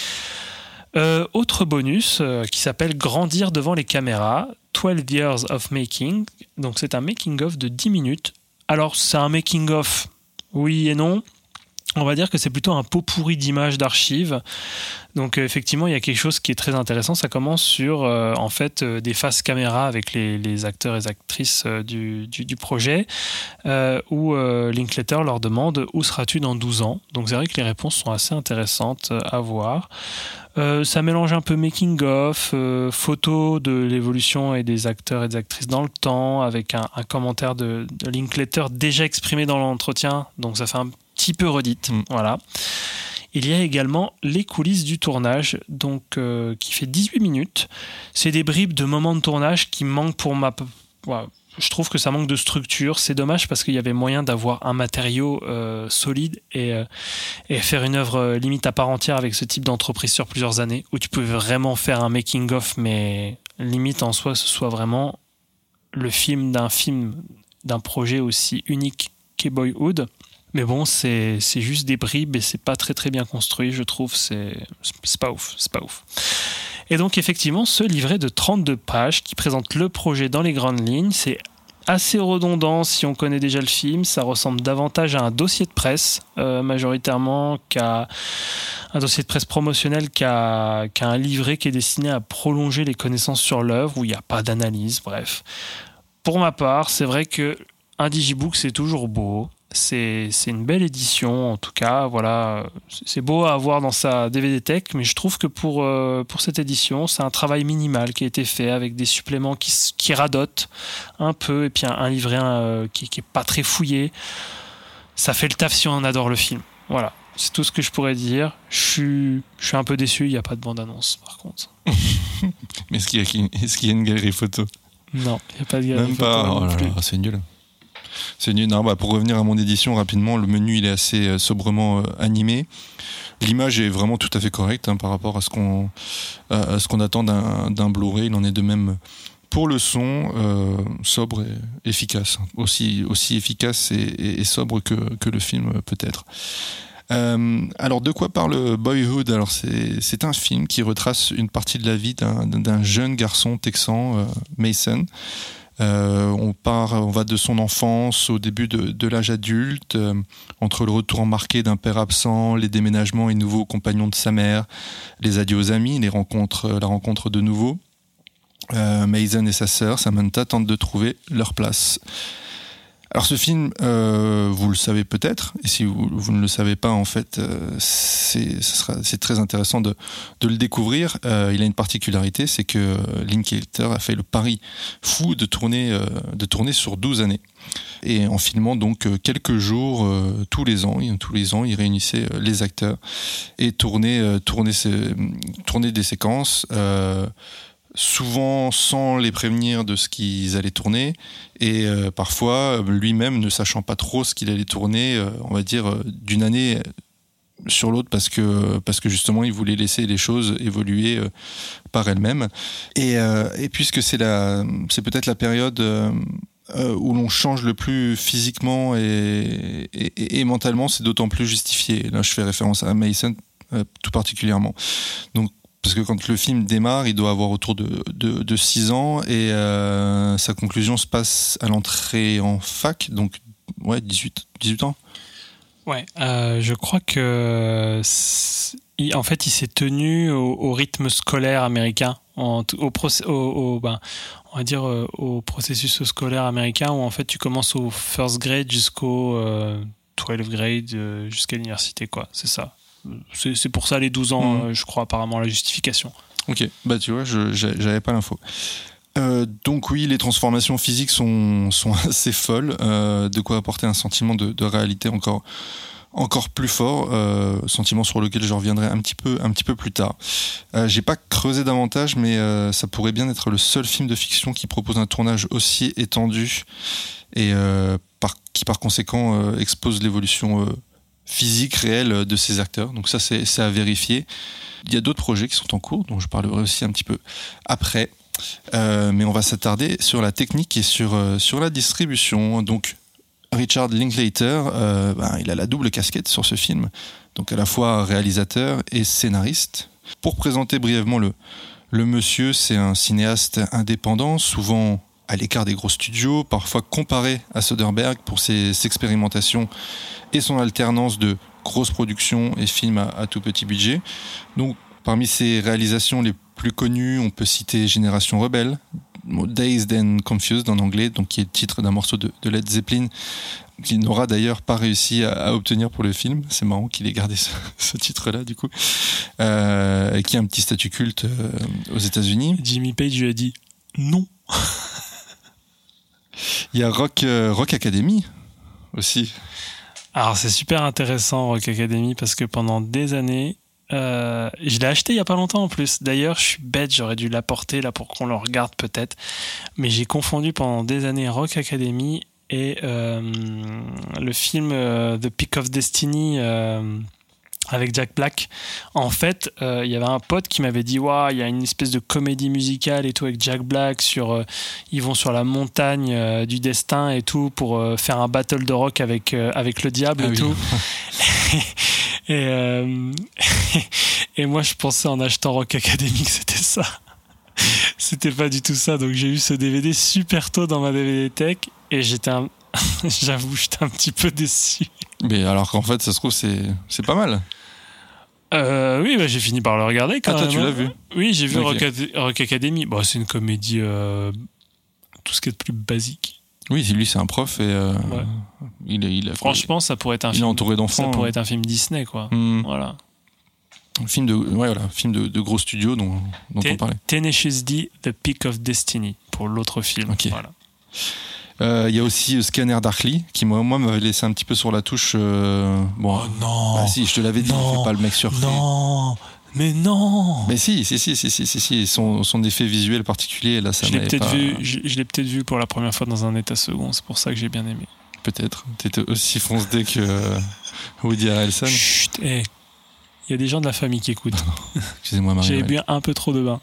Autre bonus qui s'appelle Grandir devant les caméras, 12 Years of Making. Donc c'est un making-of de 10 minutes. Alors c'est un making-of, oui et non. On va dire que c'est plutôt un pot pourri d'images, d'archives. Donc effectivement, il y a quelque chose qui est très intéressant. Ça commence sur en fait des faces caméra avec les acteurs et actrices du projet, où Linklater leur demande « Où seras-tu dans 12 ans ?» Donc c'est vrai que les réponses sont assez intéressantes à voir. Ça mélange un peu making-of, photos de l'évolution et des acteurs et des actrices dans le temps, avec un commentaire de Linklater déjà exprimé dans l'entretien. Donc ça fait un petit peu redite, voilà. Il y a également les coulisses du tournage, donc qui fait 18 minutes. C'est des bribes de moments de tournage qui manquent pour ma... Ouais, je trouve que ça manque de structure. C'est dommage parce qu'il y avait moyen d'avoir un matériau solide et faire une œuvre limite à part entière avec ce type d'entreprise sur plusieurs années, où tu pouvais vraiment faire un making-of, mais limite en soi, ce soit vraiment le film d'un projet aussi unique qu'est Boyhood. Mais bon, c'est juste des bribes et c'est pas très très bien construit, je trouve. C'est pas ouf. Et donc effectivement, ce livret de 32 pages qui présente le projet dans les grandes lignes, c'est assez redondant si on connaît déjà le film. Ça ressemble davantage à un dossier de presse, majoritairement, qu'à un dossier de presse promotionnel, qu'à un livret qui est destiné à prolonger les connaissances sur l'œuvre, où il n'y a pas d'analyse, bref. Pour ma part, c'est vrai que un digibook, c'est toujours beau. C'est une belle édition, en tout cas. Voilà, c'est beau à avoir dans sa DVD Tech, mais je trouve que pour cette édition, c'est un travail minimal qui a été fait avec des suppléments qui radotent un peu, et puis un livret qui est pas très fouillé. Ça fait le taf si on adore le film. Voilà, c'est tout ce que je pourrais dire. Je suis un peu déçu, il n'y a pas de bande-annonce, par contre. Mais est-ce qu'il y a une galerie photo ? Non, il n'y a pas de galerie photo. Même pas, oh là, c'est nul. C'est nul. Non, pour revenir à mon édition rapidement, le menu il est assez sobrement animé. L'image est vraiment tout à fait correcte par rapport à ce qu'on attend d'un Blu-ray. Il en est de même pour le son, sobre et efficace. Aussi efficace et sobre que le film peut être. Alors de quoi parle Boyhood ? Alors c'est un film qui retrace une partie de la vie d'un jeune garçon texan, Mason. On va de son enfance au début de l'âge adulte, entre le retour marqué d'un père absent, les déménagements et nouveaux compagnons de sa mère, les adieux aux amis, la rencontre de nouveau. Mason et sa sœur Samantha tentent de trouver leur place. Alors ce film, vous le savez peut-être, et si vous ne le savez pas, en fait, c'est très intéressant de le découvrir. Il a une particularité, c'est que Linklater a fait le pari fou de tourner sur 12 années. Et en filmant donc quelques jours tous les ans, il réunissait les acteurs et tournait des séquences. Souvent sans les prévenir de ce qu'ils allaient tourner, et parfois lui-même ne sachant pas trop ce qu'il allait tourner, on va dire d'une année sur l'autre, parce que justement il voulait laisser les choses évoluer par elles-mêmes. Et puisque c'est peut-être la période où l'on change le plus physiquement et mentalement, c'est d'autant plus justifié. Là, je fais référence à Mason tout particulièrement. Donc parce que quand le film démarre, il doit avoir autour de 6 ans, et sa conclusion se passe à l'entrée en fac, donc 18 ans. Ouais, je crois que en fait il s'est tenu au rythme scolaire américain, on va dire au processus scolaire américain, où en fait tu commences au first grade jusqu'au 12th grade, jusqu'à l'université, quoi. C'est ça. C'est pour ça les 12 ans, je crois, apparemment, la justification. Ok, tu vois, j'avais pas l'info. Donc oui, les transformations physiques sont assez folles, de quoi apporter un sentiment de réalité encore plus fort, sentiment sur lequel je reviendrai un petit peu plus tard. J'ai pas creusé davantage, mais ça pourrait bien être le seul film de fiction qui propose un tournage aussi étendu et qui par conséquent expose l'évolution physique réelle de ces acteurs. Donc ça, c'est à vérifier. Il y a d'autres projets qui sont en cours, dont je parlerai aussi un petit peu après. Mais on va s'attarder sur la technique et sur la distribution. Donc Richard Linklater, il a la double casquette sur ce film, donc à la fois réalisateur et scénariste. Pour présenter brièvement le monsieur, c'est un cinéaste indépendant, souvent à l'écart des gros studios, parfois comparé à Soderbergh pour ses expérimentations et son alternance de grosses productions et films à tout petit budget. Donc, parmi ses réalisations les plus connues, on peut citer Génération Rebelle, Dazed and Confused en anglais, donc qui est le titre d'un morceau de Led Zeppelin, qu'il n'aura d'ailleurs pas réussi à obtenir pour le film. C'est marrant qu'il ait gardé ce titre-là, du coup, qui a un petit statut culte aux États-Unis. Jimmy Page lui a dit non. Il y a Rock Academy aussi. Alors c'est super intéressant, Rock Academy, parce que pendant des années, je l'ai acheté il y a pas longtemps en plus. D'ailleurs, je suis bête, j'aurais dû l'apporter là pour qu'on le regarde peut-être. Mais j'ai confondu pendant des années Rock Academy et le film The Peak of Destiny avec Jack Black. En fait, il y avait un pote qui m'avait dit il y a une espèce de comédie musicale et tout avec Jack Black ils vont sur la montagne du destin et tout pour faire un battle de rock avec le diable et tout. Et moi je pensais en achetant Rock Academy que c'était ça. C'était pas du tout ça. Donc j'ai eu ce DVD super tôt dans ma DVD Tech et j'avoue, j'étais un petit peu déçu. Mais alors qu'en fait, ça se trouve, c'est pas mal. Oui, j'ai fini par le regarder quand même. Ah, toi, tu l'as vu ? Oui, j'ai vu okay. Rock Academy. C'est une comédie, tout ce qui est de plus basique. Oui, lui c'est un prof et franchement, ça pourrait être un film. Il est entouré d'enfants. Ça pourrait être un film Disney, quoi. Voilà. Un film de gros studio dont on parlait. Tenacious D, The Peak of Destiny pour l'autre film. Okay. Voilà. Il y a aussi Scanner Darkly qui moi m'avait laissé un petit peu sur la touche. Oh non. Bah si, je te l'avais dit, il fait pas le mec surpris. Non. Mais non. Mais si. Son effet visuel particulier là, ça m'avait pas. Je l'ai peut-être vu pour la première fois dans un état second. C'est pour ça que j'ai bien aimé. Peut-être. T'étais aussi fonce-dé que Woody Harrelson. Chut. Il y a des gens de la famille qui écoutent. Excusez-moi, Marie. J'ai bu un peu trop de bain.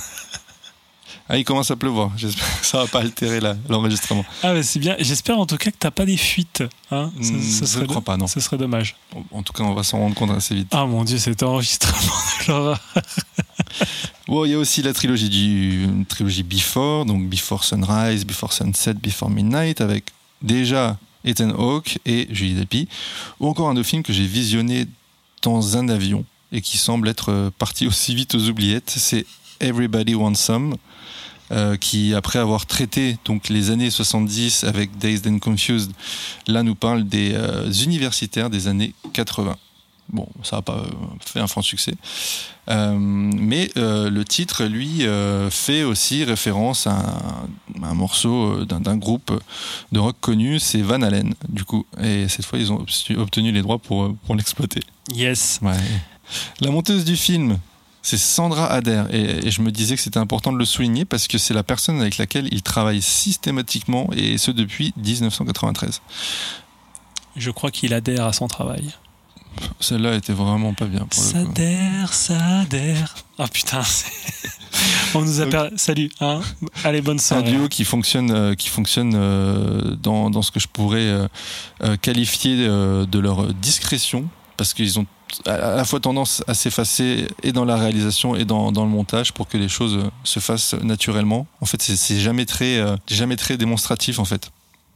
Ah, il commence à pleuvoir. J'espère que ça va pas altérer l'enregistrement. Ah, bah c'est bien. J'espère en tout cas que t'as pas des fuites. Hein, je ne crois pas, non. Ce serait dommage. En tout cas, on va s'en rendre compte assez vite. Ah mon Dieu, cet enregistrement de l'horreur. Bon, il y a aussi la trilogie Before, donc Before Sunrise, Before Sunset, Before Midnight, avec déjà Ethan Hawke et Julie Delpy, ou encore un autre film que j'ai visionné dans un avion et qui semble être parti aussi vite aux oubliettes, c'est Everybody Wants Some, qui après avoir traité donc les années 70 avec Dazed and Confused, là nous parle des universitaires des années 80. Bon, ça n'a pas fait un franc succès, mais le titre lui fait aussi référence à un morceau d'un groupe de rock connu, c'est Van Halen du coup, et cette fois ils ont obtenu les droits pour l'exploiter. Yes. Ouais. La monteuse du film, c'est Sandra Adair, et je me disais que c'était important de le souligner parce que c'est la personne avec laquelle il travaille systématiquement, et ce depuis 1993. Je crois qu'il adhère à son travail. Celle-là était vraiment pas bien pour le coup. Ça adhère. Ah putain, on nous a perdu. Salut, hein. Allez, bonne soirée. Un duo qui fonctionne dans ce que je pourrais qualifier de leur discrétion, parce qu'ils ont à la fois tendance à s'effacer et dans la réalisation et dans le montage pour que les choses se fassent naturellement. En fait, c'est jamais très démonstratif en fait.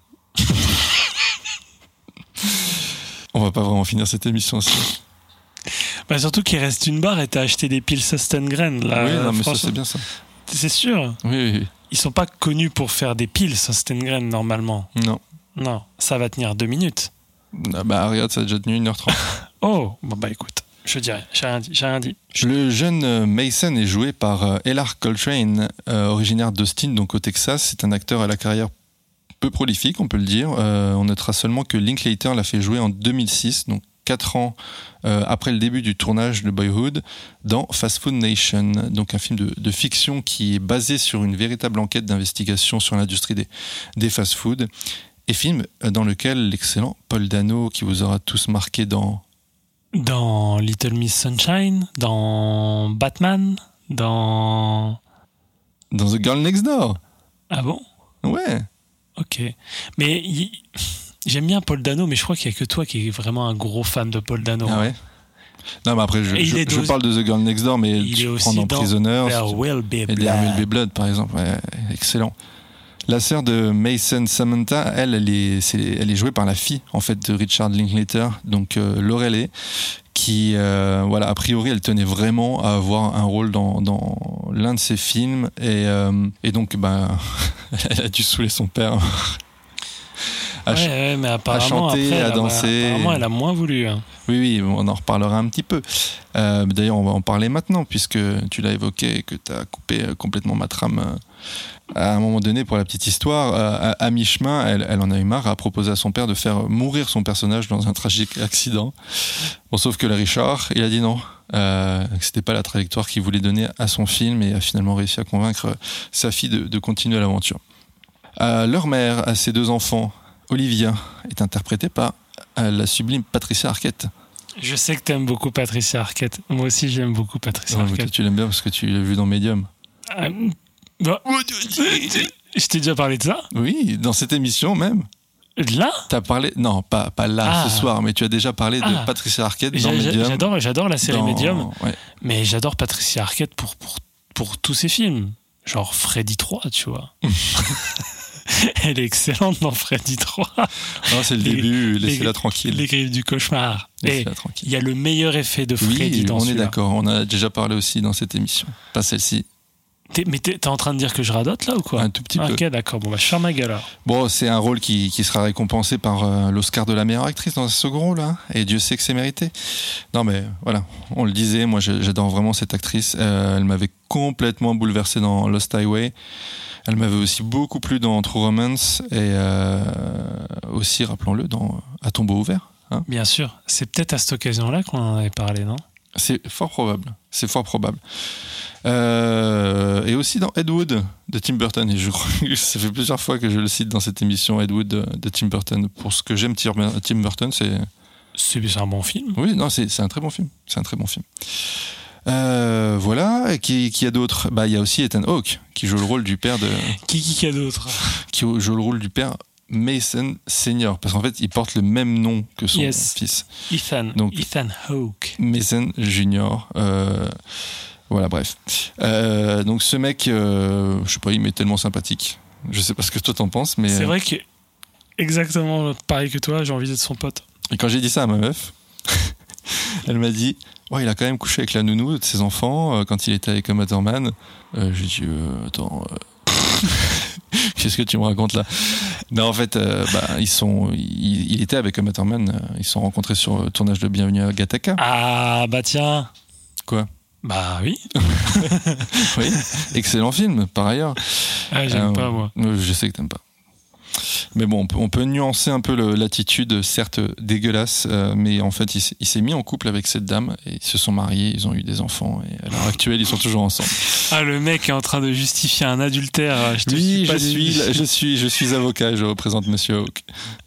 On va pas vraiment finir cette émission aussi. Bah surtout qu'il reste une barre et t'as acheté des piles Sostengren là. Oui, non, mais ça c'est bien ça. C'est sûr. Oui. Ils sont pas connus pour faire des piles Sostengren normalement. Non, ça va tenir 2 minutes. Ah bah regarde, ça a déjà tenu 1h30. Oh, bon bah écoute, je dirais, j'ai rien dit. Le jeune Mason est joué par Ellar Coltrane, originaire d'Austin, donc au Texas. C'est un acteur à la carrière peu prolifique, on peut le dire. On notera seulement que Linklater l'a fait jouer en 2006, donc 4 ans après le début du tournage de Boyhood, dans Fast Food Nation, donc un film de fiction qui est basé sur une véritable enquête d'investigation sur l'industrie des fast-food, et film dans lequel l'excellent Paul Dano, qui vous aura tous marqué dans Little Miss Sunshine, dans Batman, dans The Girl Next Door. Ah bon ? Ouais. Ok. Mais j'aime bien Paul Dano, mais je crois qu'il n'y a que toi qui est vraiment un gros fan de Paul Dano. Ah ouais ? Non, mais après, je parle de The Girl Next Door, mais tu prends dans Prisoners There Will Be et There Will Be Blood, par exemple. Ouais, excellent. La sœur de Mason, Samantha, elle est jouée par la fille, en fait, de Richard Linklater, donc Lorelei, qui, a priori, elle tenait vraiment à avoir un rôle dans l'un de ses films, et donc, elle a dû saouler son père. Mais à chanter, après, à danser. Apparemment, elle a moins voulu. Hein. Oui, on en reparlera un petit peu. D'ailleurs, on va en parler maintenant, puisque tu l'as évoqué, que tu as coupé complètement ma trame. À un moment donné, pour la petite histoire, à mi-chemin, elle en a eu marre, a proposé à son père de faire mourir son personnage dans un tragique accident. Bon, sauf que le Richard, il a dit non, que c'était pas la trajectoire qu'il voulait donner à son film, et a finalement réussi à convaincre sa fille de continuer l'aventure. Leur mère, à ses 2 enfants, Olivia, est interprétée par la sublime Patricia Arquette. Je sais que tu aimes beaucoup Patricia Arquette. Moi aussi, j'aime beaucoup Patricia Arquette. Tu l'aimes bien parce que tu l'as vu dans Medium. Je t'ai déjà parlé de ça ? Oui, dans cette émission même. Là ? T'as parlé... Non, pas là ce soir, mais tu as déjà parlé de Patricia Arquette dans Medium. J'adore la série Medium, ouais. Mais j'adore Patricia Arquette pour tous ses films. Genre Freddy 3, tu vois. Elle est excellente dans Freddy 3. Non, c'est le début, laissez-la tranquille. Les griffes du cauchemar. Laissez-la tranquille. Il y a le meilleur effet de Freddy dans celui-là. On est d'accord, on a déjà parlé aussi dans cette émission. Pas celle-ci. Mais t'es en train de dire que je radote là ou quoi? Un tout petit peu. Ok, d'accord. Bon, bah, je ferme ma gueule alors. Bon, c'est un rôle qui sera récompensé par l'Oscar de la meilleure actrice dans un second rôle, hein, et Dieu sait que c'est mérité. Non, mais voilà, on le disait, moi j'adore vraiment cette actrice. Elle m'avait complètement bouleversé dans Lost Highway. Elle m'avait aussi beaucoup plu dans True Romance et aussi, rappelons-le, dans À tombeau ouvert. Hein. Bien sûr. C'est peut-être à cette occasion-là qu'on en avait parlé, non? C'est fort probable. Et aussi dans Ed Wood de Tim Burton, et je crois que ça fait plusieurs fois que je le cite dans cette émission, Ed Wood de Tim Burton. Pour ce que j'aime Tim Burton, c'est un bon film. Oui, non, c'est un très bon film. Voilà, et qui y a d'autres? Bah, il y a aussi Ethan Hawke qui joue le rôle du père de. Qui y a d'autres? Qui joue le rôle du père Mason Senior, parce qu'en fait il porte le même nom que son fils. Ethan Hawke. Mason Junior. Voilà, bref. Donc ce mec, je sais pas, il m'est tellement sympathique. Je sais pas ce que toi t'en penses, mais. C'est vrai que exactement pareil que toi, j'ai envie d'être son pote. Et quand j'ai dit ça à ma meuf, elle m'a dit. Ouais, il a quand même couché avec la nounou de ses enfants quand il était avec Uma Thurman. J'ai dit, attends, qu'est-ce que tu me racontes là? Non, en fait, il était avec Uma Thurman. Ils se sont rencontrés sur le tournage de Bienvenue à Gattaca. Ah, bah tiens. Quoi? Bah oui. Oui, excellent film, par ailleurs. Ah, j'aime pas, moi. Je sais que t'aimes pas. Mais bon, on peut nuancer un peu l'attitude, certes dégueulasse, mais en fait, il s'est mis en couple avec cette dame et ils se sont mariés, ils ont eu des enfants et à l'heure actuelle, ils sont toujours ensemble. Ah, le mec est en train de justifier un adultère. Je suis avocat, je représente Monsieur Hawke.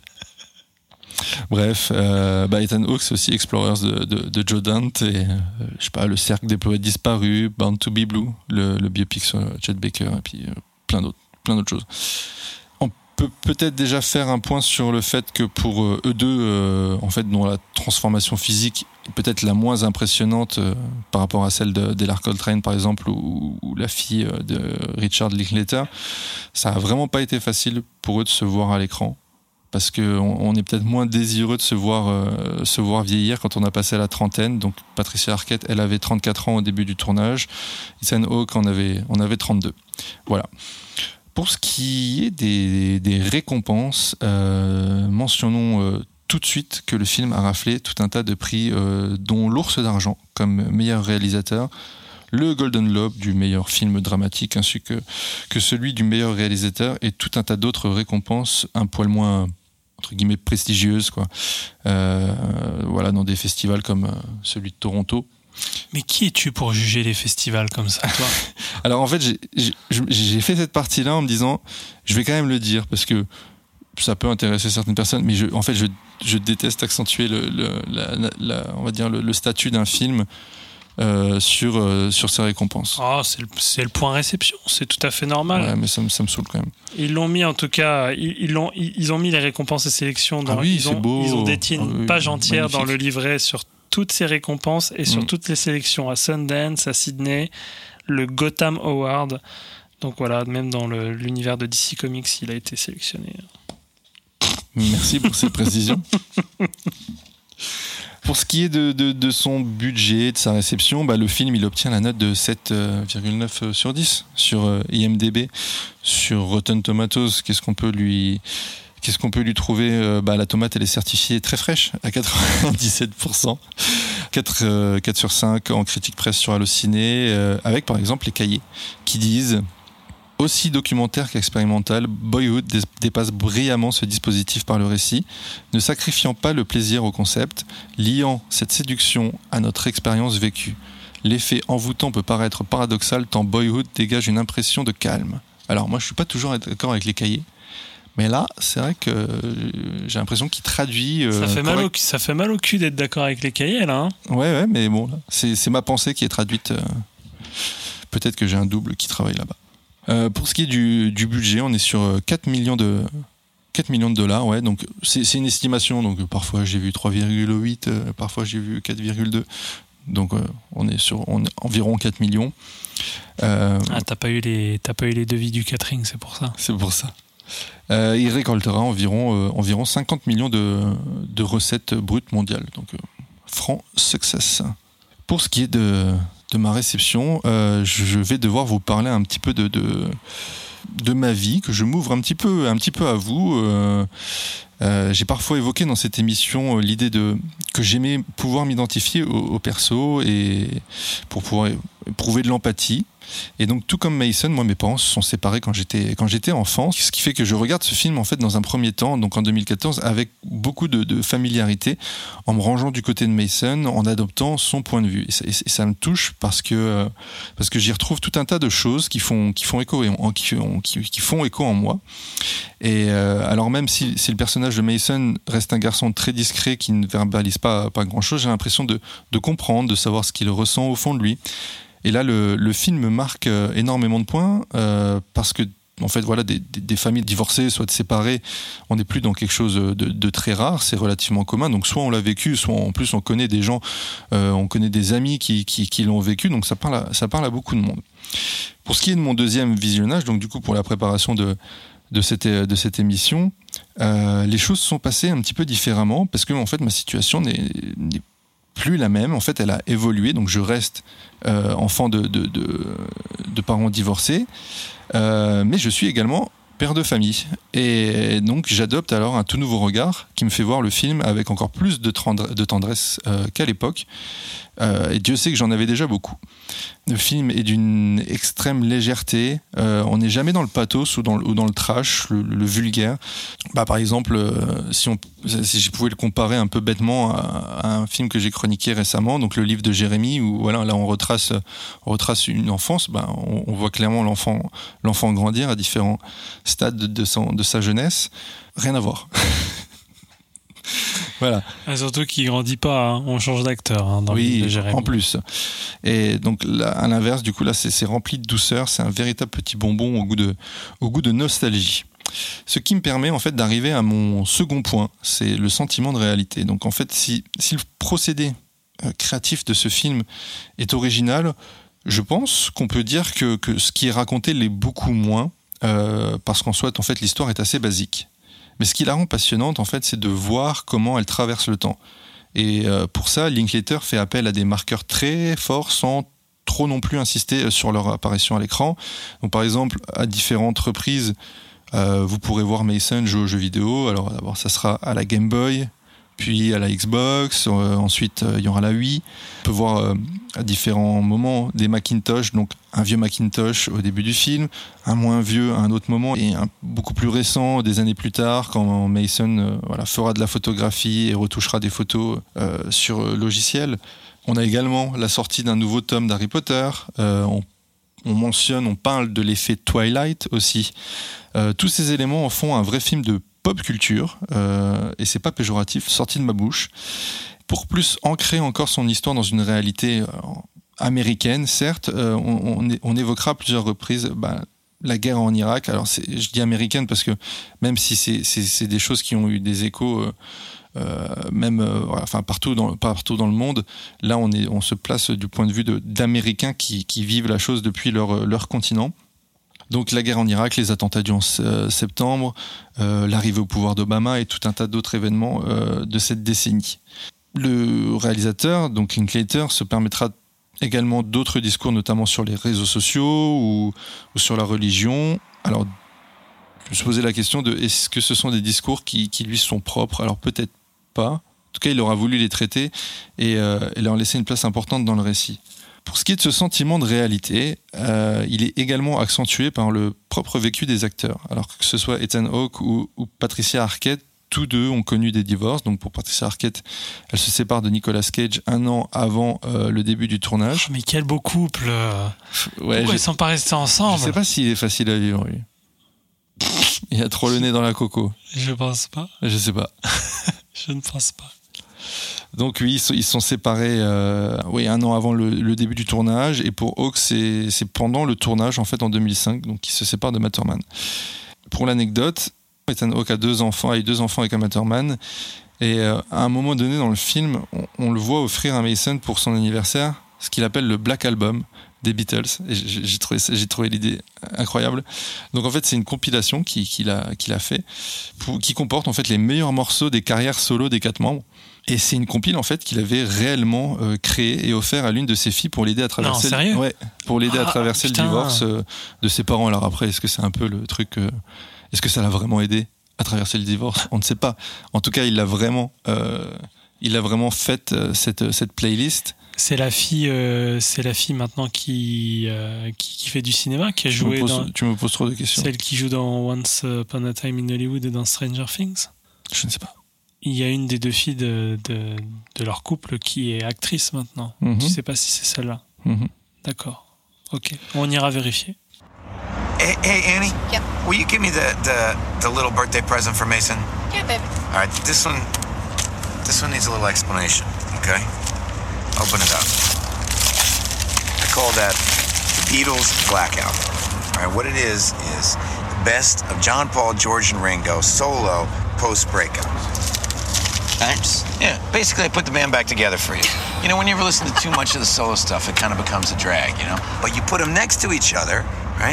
Bref, Ethan Hawke, c'est aussi Explorers de Joe Dante et je sais pas, Le Cercle des poètes disparus, Born to be Blue, le biopic sur Chet Baker et puis plein d'autres choses. Peut-être déjà faire un point sur le fait que pour eux deux, en fait, dont la transformation physique est peut-être la moins impressionnante par rapport à celle d'Ellar Coltrane, par exemple, ou la fille de Richard Linklater, ça a vraiment pas été facile pour eux de se voir à l'écran. Parce qu'on est peut-être moins désireux de se voir vieillir quand on a passé la trentaine. Donc Patricia Arquette, elle avait 34 ans au début du tournage. Ethan Hawke en avait 32. Voilà. Pour ce qui est des récompenses, mentionnons tout de suite que le film a raflé tout un tas de prix, dont l'Ours d'Argent comme meilleur réalisateur, le Golden Globe du meilleur film dramatique, ainsi que celui du meilleur réalisateur, et tout un tas d'autres récompenses un poil moins, entre guillemets, prestigieuses, quoi. Voilà, dans des festivals comme celui de Toronto. Mais qui es-tu pour juger les festivals comme ça, toi? Alors en fait, j'ai fait cette partie-là en me disant, je vais quand même le dire parce que ça peut intéresser certaines personnes, mais je déteste accentuer on va dire le statut d'un film sur ses récompenses. Oh, c'est le point réception, c'est tout à fait normal. Ouais, mais ça me saoule quand même. Ils l'ont mis en tout cas, ils ont mis les récompenses et sélections dans. Ah oui, c'est beau. Ils ont dédié une page entière magnifique. dans le livret sur toutes ces récompenses et sur toutes les sélections à Sundance, à Sydney, le Gotham Award. Donc voilà, même dans l'univers de DC Comics, il a été sélectionné. Merci pour cette précision. Pour ce qui est de son budget, de sa réception, le film il obtient la note de 7,9 sur 10 sur IMDb. Sur Rotten Tomatoes, qu'est-ce qu'on peut lui trouver? La tomate elle est certifiée très fraîche à 97%, 4 sur 5 en critique presse sur Allociné, avec par exemple les cahiers qui disent: aussi documentaire qu'expérimental, Boyhood dépasse brillamment ce dispositif par le récit, ne sacrifiant pas le plaisir au concept, liant cette séduction à notre expérience vécue. L'effet envoûtant peut paraître paradoxal tant Boyhood dégage une impression de calme. Alors moi je suis pas toujours d'accord avec les cahiers, mais là c'est vrai que j'ai l'impression qu'il traduit... Ça fait mal au cul d'être d'accord avec les cahiers là. Hein. Ouais, mais bon, là, c'est ma pensée qui est traduite. Peut-être que j'ai un double qui travaille là-bas. Pour ce qui est du budget, on est sur 4 millions de dollars, ouais, donc c'est une estimation, donc parfois j'ai vu 3,8, parfois j'ai vu 4,2, donc on est sur environ 4 millions. T'as pas eu les devis du catering, c'est pour ça. C'est pour ça. Il récoltera environ 50 millions de recettes brutes mondiales, donc franc success. Pour ce qui est de ma réception, je vais devoir vous parler un petit peu de ma vie, que je m'ouvre un petit peu à vous. J'ai parfois évoqué dans cette émission l'idée que j'aimais pouvoir m'identifier au perso et pour pouvoir éprouver de l'empathie. Et donc, tout comme Mason, moi, mes parents se sont séparés quand j'étais enfant, ce qui fait que je regarde ce film en fait dans un premier temps, donc en 2014, avec beaucoup de familiarité, en me rangeant du côté de Mason, en adoptant son point de vue. Et ça me touche parce que j'y retrouve tout un tas de choses qui font écho en moi. Et alors même si le personnage de Mason reste un garçon très discret qui ne verbalise pas grand-chose, j'ai l'impression de comprendre, de savoir ce qu'il ressent au fond de lui. Et là, le film marque énormément de points parce que, en fait, voilà, des familles divorcées, soit séparées, on n'est plus dans quelque chose de très rare, c'est relativement commun. Donc, soit on l'a vécu, soit en plus on connaît des gens, on connaît des amis qui l'ont vécu. Donc, ça parle à beaucoup de monde. Pour ce qui est de mon deuxième visionnage, donc du coup pour la préparation de cette émission, les choses se sont passées un petit peu différemment parce que en fait ma situation n'est plus la même. En fait, elle a évolué. Donc, je reste enfant de parents divorcés, mais je suis également père de famille. Et donc, j'adopte alors un tout nouveau regard qui me fait voir le film avec encore plus de tendresse qu'à l'époque. Et Dieu sait que j'en avais déjà beaucoup. Le film est d'une extrême légèreté. On n'est jamais dans le pathos ou dans le trash, le vulgaire. Par exemple, si je pouvais le comparer un peu bêtement à un film que j'ai chroniqué récemment, donc le livre de Jérémie, où voilà, là on retrace une enfance. On voit clairement l'enfant grandir à différents stades de sa jeunesse. Rien à voir. Voilà. Surtout qu'il grandit pas, hein. On change d'acteur dans le livre de Jérémie. En plus. Et donc là, à l'inverse, du coup là, c'est rempli de douceur, c'est un véritable petit bonbon au goût de nostalgie. Ce qui me permet en fait d'arriver à mon second point, c'est le sentiment de réalité. Donc en fait, si le procédé créatif de ce film est original, je pense qu'on peut dire que ce qui est raconté l'est beaucoup moins, parce qu'en soit, en fait, l'histoire est assez basique. Mais ce qui la rend passionnante, en fait, c'est de voir comment elle traverse le temps. Et pour ça, Linklater fait appel à des marqueurs très forts sans trop non plus insister sur leur apparition à l'écran. Donc, par exemple, à différentes reprises, vous pourrez voir Mason jouer aux jeux vidéo. Alors, d'abord, ça sera à la Game Boy, puis à la Xbox, ensuite il y aura la Wii. On peut voir à différents moments des Macintosh, donc un vieux Macintosh au début du film, un moins vieux à un autre moment, et un beaucoup plus récent des années plus tard, quand Mason fera de la photographie et retouchera des photos sur logiciel. On a également la sortie d'un nouveau tome d'Harry Potter. On parle de l'effet Twilight aussi. Tous ces éléments en font un vrai film de pop culture, et c'est pas péjoratif, sorti de ma bouche, pour plus ancrer encore son histoire dans une réalité américaine. Certes, on évoquera à plusieurs reprises la guerre en Irak. Alors je dis américaine parce que même si c'est des choses qui ont eu des échos partout dans le monde, là on se place du point de vue d'Américains qui vivent la chose depuis leur continent. Donc la guerre en Irak, les attentats du 11 septembre, l'arrivée au pouvoir d'Obama et tout un tas d'autres événements de cette décennie. Le réalisateur, donc Linklater, se permettra également d'autres discours, notamment sur les réseaux sociaux ou sur la religion. Alors, je me suis posé la question de est-ce que ce sont des discours qui lui sont propres ? Alors peut-être pas. En tout cas, il aura voulu les traiter et leur laisser une place importante dans le récit. Pour ce qui est de ce sentiment de réalité, il est également accentué par le propre vécu des acteurs. Alors que ce soit Ethan Hawke ou Patricia Arquette, tous deux ont connu des divorces. Donc pour Patricia Arquette, elle se sépare de Nicolas Cage 1 an avant le début du tournage. Oh, mais quel beau couple. Pourquoi ils sont pas restés ensemble ? Je sais pas s'il est facile à vivre, lui. Il a trop le nez dans la coco. Je pense pas. Je sais pas. Je ne pense pas. Donc oui, ils sont séparés 1 an avant le début du tournage, et pour Hawke, c'est pendant le tournage, en fait, en 2005, donc il se sépare de Matt Thurman. Pour l'anecdote, Ethan Hawke a eu 2 enfants avec Matt Thurman, et à un moment donné dans le film, on le voit offrir à Mason pour son anniversaire ce qu'il appelle le Black Album, des Beatles. Et j'ai trouvé l'idée incroyable. Donc en fait, c'est une compilation qu'il a fait, qui comporte en fait les meilleurs morceaux des carrières solo des 4 membres. Et c'est une compile en fait qu'il avait réellement créée et offert à l'une de ses filles pour l'aider à traverser. Non, sérieux ? Ouais, pour l'aider à traverser le divorce de ses parents. Alors après, est-ce que c'est un peu le truc est-ce que ça l'a vraiment aidé à traverser le divorce ? On ne sait pas. En tout cas, il a vraiment fait cette playlist. C'est la fille maintenant qui fait du cinéma, qui a joué tu me poses trop de questions. Celle qui joue dans Once Upon a Time in Hollywood et dans Stranger Things. Je ne sais pas. Il y a une des 2 filles de leur couple qui est actrice maintenant. Tu ne sais pas si c'est celle-là. D'accord. Ok. On ira vérifier. Hey Annie. Yep. Will you give me the little birthday present for Mason? Yeah, baby. All right. This one needs a little explanation. Okay. Open it up. I call that the Beatles Blackout. All right. What it is the best of John, Paul, George, and Ringo solo post-breakup. Thanks. Yeah, basically I put the band back together for you. You know, when you ever listen to too much of the solo stuff, it kind of becomes a drag, you know? But you put them next to each other, right?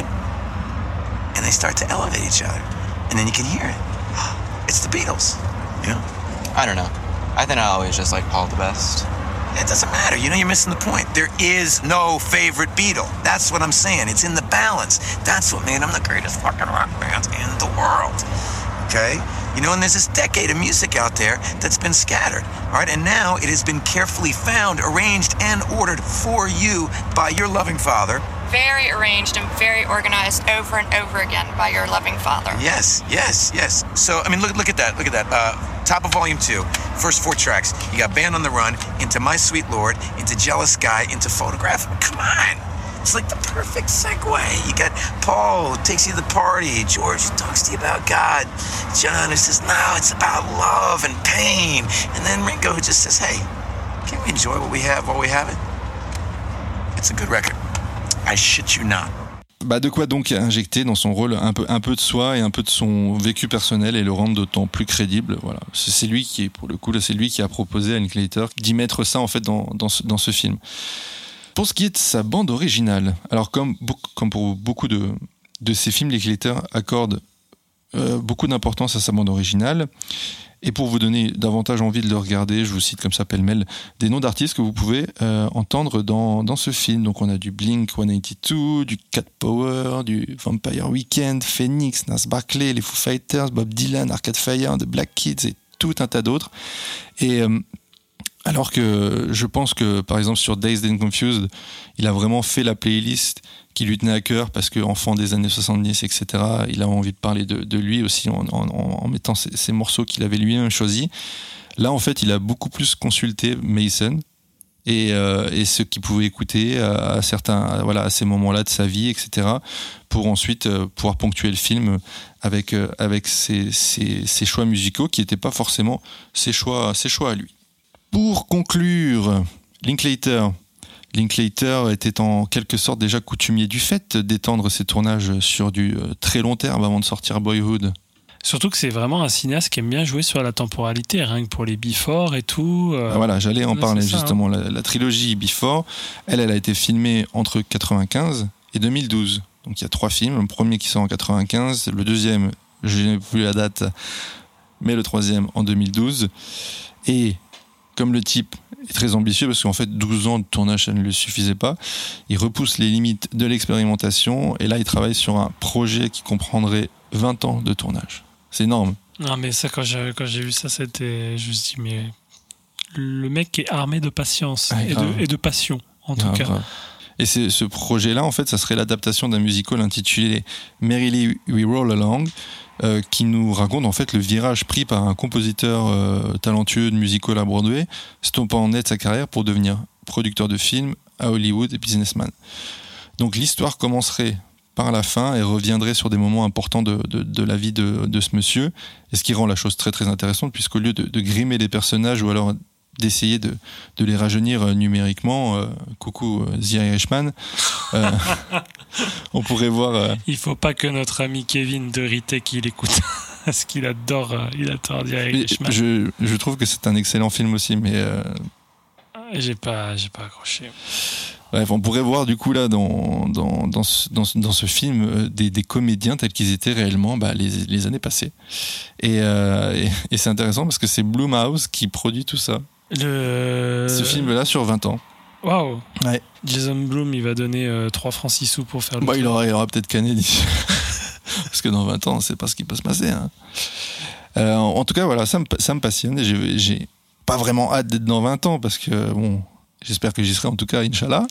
And they start to elevate each other. And then you can hear it. It's the Beatles, you know? I don't know. I think I always just like Paul the best. It doesn't matter. You know, you're missing the point. There is no favorite Beatle. That's what I'm saying. It's in the balance. That's what made them the greatest fucking rock bands in the world. Okay? You know, and there's this decade of music out there that's been scattered, all right? And now it has been carefully found, arranged, and ordered for you by your loving father. Very arranged and very organized over and over again by your loving father. Yes. So, I mean, look at that. Top of volume 2, first 4 tracks. You got Band on the Run, into My Sweet Lord, into Jealous Guy, into Photograph. Come on. It's like the perfect segue. You got Paul, who takes you to the party. George, who talks to you about God. John, who says, no, it's about love and pain. And then Ringo, who just says, hey, can't we enjoy what we have while we have it? It's a good record. I shit you not. De quoi donc injecter dans son rôle un peu de soi et un peu de son vécu personnel et le rendre d'autant plus crédible. Voilà. C'est lui qui est, pour le coup, là, c'est lui qui a proposé à Linklater d'y mettre ça en fait dans ce film. Pour ce qui est de sa bande originale, alors comme pour beaucoup de ces films, Linklater accorde beaucoup d'importance à sa bande originale. Et pour vous donner davantage envie de le regarder, je vous cite comme ça pêle-mêle des noms d'artistes que vous pouvez entendre dans ce film. Donc on a du Blink-182, du Cat Power, du Vampire Weekend, Phoenix, Nas Barkley, les Foo Fighters, Bob Dylan, Arcade Fire, The Black Kids et tout un tas d'autres. Et alors que je pense que, par exemple, sur Dazed and Confused, il a vraiment fait la playlist qui lui tenait à cœur parce qu'enfant des années 70, etc., il a envie de parler de lui aussi en mettant ces morceaux qu'il avait lui-même choisis. Là, en fait, il a beaucoup plus consulté Mason et ce qu'il pouvait écouter à ces moments-là de sa vie, etc., pour ensuite pouvoir ponctuer le film avec ses choix musicaux qui n'étaient pas forcément ses choix à lui. Pour conclure, Linklater était en quelque sorte déjà coutumier du fait d'étendre ses tournages sur du très long terme avant de sortir Boyhood. Surtout que c'est vraiment un cinéaste qui aime bien jouer sur la temporalité, rien que pour les Before et tout. Voilà, j'allais en parler justement. La trilogie Before, elle a été filmée entre 1995 et 2012. Donc il y a 3 films. Le premier qui sort en 1995, le deuxième, je n'ai plus la date, mais le troisième en 2012. Et comme le type est très ambitieux, parce qu'en fait 12 ans de tournage ça ne lui suffisait pas, il repousse les limites de l'expérimentation et là il travaille sur un projet qui comprendrait 20 ans de tournage. C'est énorme. Non mais ça, quand j'ai vu ça, c'était, je me suis dit, mais le mec est armé de patience et de passion en tout cas. Grave. Et ce projet-là, en fait, ça serait l'adaptation d'un musical intitulé Merrily We Roll Along, qui nous raconte en fait le virage pris par un compositeur talentueux de musical à Broadway, stoppant net sa carrière pour devenir producteur de films à Hollywood et businessman. Donc l'histoire commencerait par la fin et reviendrait sur des moments importants de la vie de ce monsieur, et ce qui rend la chose très très intéressante, puisqu'au lieu de grimer les personnages ou alors d'essayer de les rajeunir numériquement, coucou The Irishman, on pourrait voir... Il faut pas que notre ami Kevin de Ritech il écoute, parce qu'il adore The Irishman. Je trouve que c'est un excellent film aussi, mais... J'ai pas accroché. Bref, on pourrait voir du coup là dans ce film des comédiens tels qu'ils étaient réellement les années passées. Et c'est intéressant parce que c'est Blumhouse qui produit tout ça. Ce film-là sur 20 ans. Waouh. Ouais. Jason Blum, il va donner 3 francs 6 sous pour faire le il aura peut-être canné d'ici. Parce que dans 20 ans, on ne sait pas ce qui peut se passer. Hein. En tout cas, voilà, ça me passionne. Et j'ai pas vraiment hâte d'être dans 20 ans parce que, bon, j'espère que j'y serai en tout cas, Inch'Allah.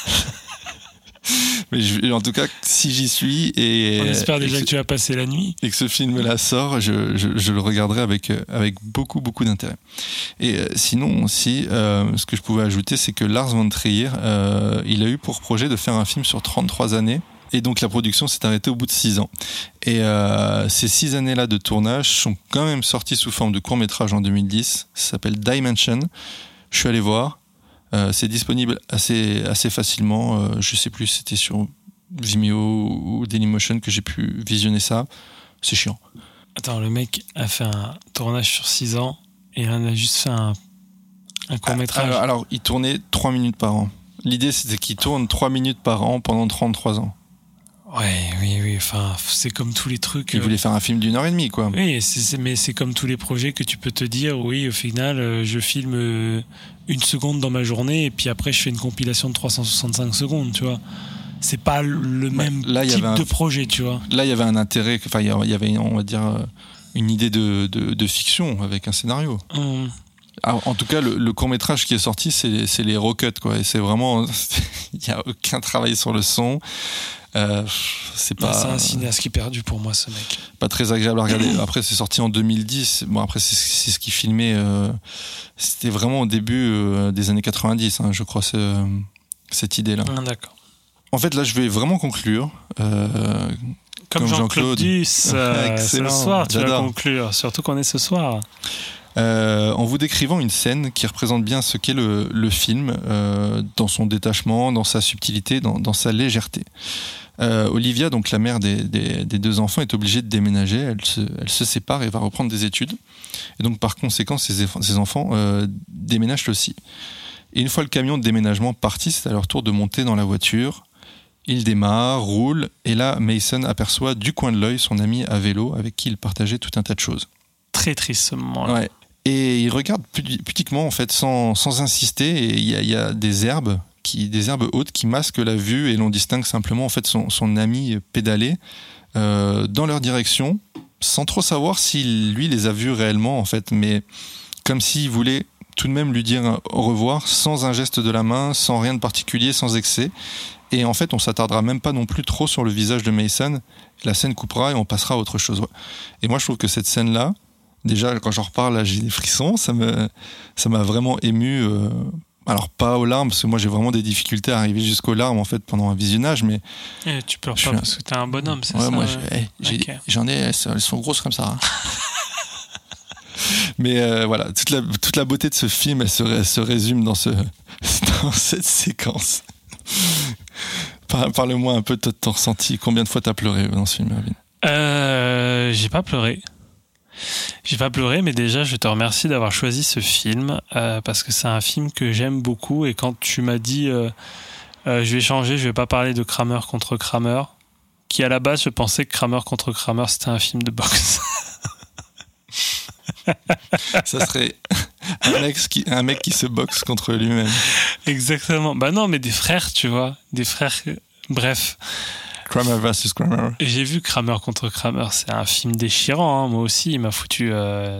Mais en tout cas, si j'y suis on espère déjà que tu vas passer la nuit et que ce film-là sort, je le regarderai avec beaucoup d'intérêt. Et sinon aussi, ce que je pouvais ajouter, c'est que Lars von Trier, il a eu pour projet de faire un film sur 33 années. Et donc la production s'est arrêtée au bout de 6 ans. Et ces 6 années-là de tournage sont quand même sorties sous forme de court-métrage en 2010. Ça s'appelle Dimension. Je suis allé voir. C'est disponible assez facilement. Je sais plus si c'était sur Vimeo ou Dailymotion que j'ai pu visionner ça. C'est chiant. Attends, le mec a fait un tournage sur 6 ans et il en a juste fait un court-métrage. Alors, il tournait 3 minutes par an. L'idée, c'était qu'il tourne 3 minutes par an pendant 33 ans. Oui. Enfin, c'est comme tous les trucs. Il voulait faire un film d'1h30, quoi. Oui, mais c'est comme tous les projets que tu peux te dire, oui, au final, je filme 1 seconde dans ma journée et puis après, je fais une compilation de 365 secondes, tu vois. C'est pas le même type de projet, tu vois. Là, il y avait un intérêt, enfin, il y avait, on va dire, une idée de fiction avec un scénario. Alors, en tout cas, le court-métrage qui est sorti, c'est les rockets, quoi. Et c'est vraiment, il n'y a aucun travail sur le son. C'est un cinéaste qui est perdu pour moi, ce mec. Pas très agréable à regarder. Après, c'est sorti en 2010. Bon, après, c'est ce qu'il filmait. C'était vraiment au début des années 90, hein, je crois, cette idée-là. D'accord. En fait, là, je vais vraiment conclure. Comme Jean-Claude Duss, c'est le soir, tu vas conclure. Surtout qu'on est ce soir. En vous décrivant une scène qui représente bien ce qu'est le film, dans son détachement, dans sa subtilité, dans sa légèreté. Olivia, donc la mère des 2 enfants, est obligée de déménager. Elle se sépare et va reprendre des études. Et donc par conséquent, ses enfants déménagent aussi. Et une fois le camion de déménagement parti, c'est à leur tour de monter dans la voiture. Ils démarrent, roulent, et là, Mason aperçoit du coin de l'œil son ami à vélo avec qui il partageait tout un tas de choses. Très triste ce moment-là. Ouais. Et il regarde pudiquement, en fait, sans insister, et il y a des herbes hautes qui masquent la vue, et l'on distingue simplement en fait son ami pédaler dans leur direction, sans trop savoir s'il lui les a vus réellement, en fait, mais comme s'il voulait tout de même lui dire au revoir, sans un geste de la main, sans rien de particulier, sans excès. Et en fait, on s'attardera même pas non plus trop sur le visage de Mason. La scène coupera et on passera à autre chose. Et moi, je trouve que cette scène-là, déjà, quand j'en reparle, là, j'ai des frissons. Ça m'a vraiment ému. Alors, pas aux larmes, parce que moi, j'ai vraiment des difficultés à arriver jusqu'aux larmes, en fait, pendant un visionnage. Mais tu pleures pas parce que t'es un bonhomme, c'est ça? Moi, j'en ai, elles sont grosses comme ça. Hein. Mais voilà, toute la beauté de ce film, elle se résume dans cette séquence. Parle-moi un peu de ton ressenti. Combien de fois t'as pleuré dans ce film, Erwin? J'ai pas pleuré. Mais déjà, je te remercie d'avoir choisi ce film parce que c'est un film que j'aime beaucoup. Et quand tu m'as dit je vais changer, je vais pas parler de Kramer contre Kramer, qui à la base, je pensais que Kramer contre Kramer, c'était un film de boxe. Ça serait un mec qui se boxe contre lui-même. Exactement. Bah non, mais des frères, tu vois. Des frères. Bref. Kramer versus Kramer. J'ai vu Kramer contre Kramer. C'est un film déchirant. Hein. Moi aussi, il m'a foutu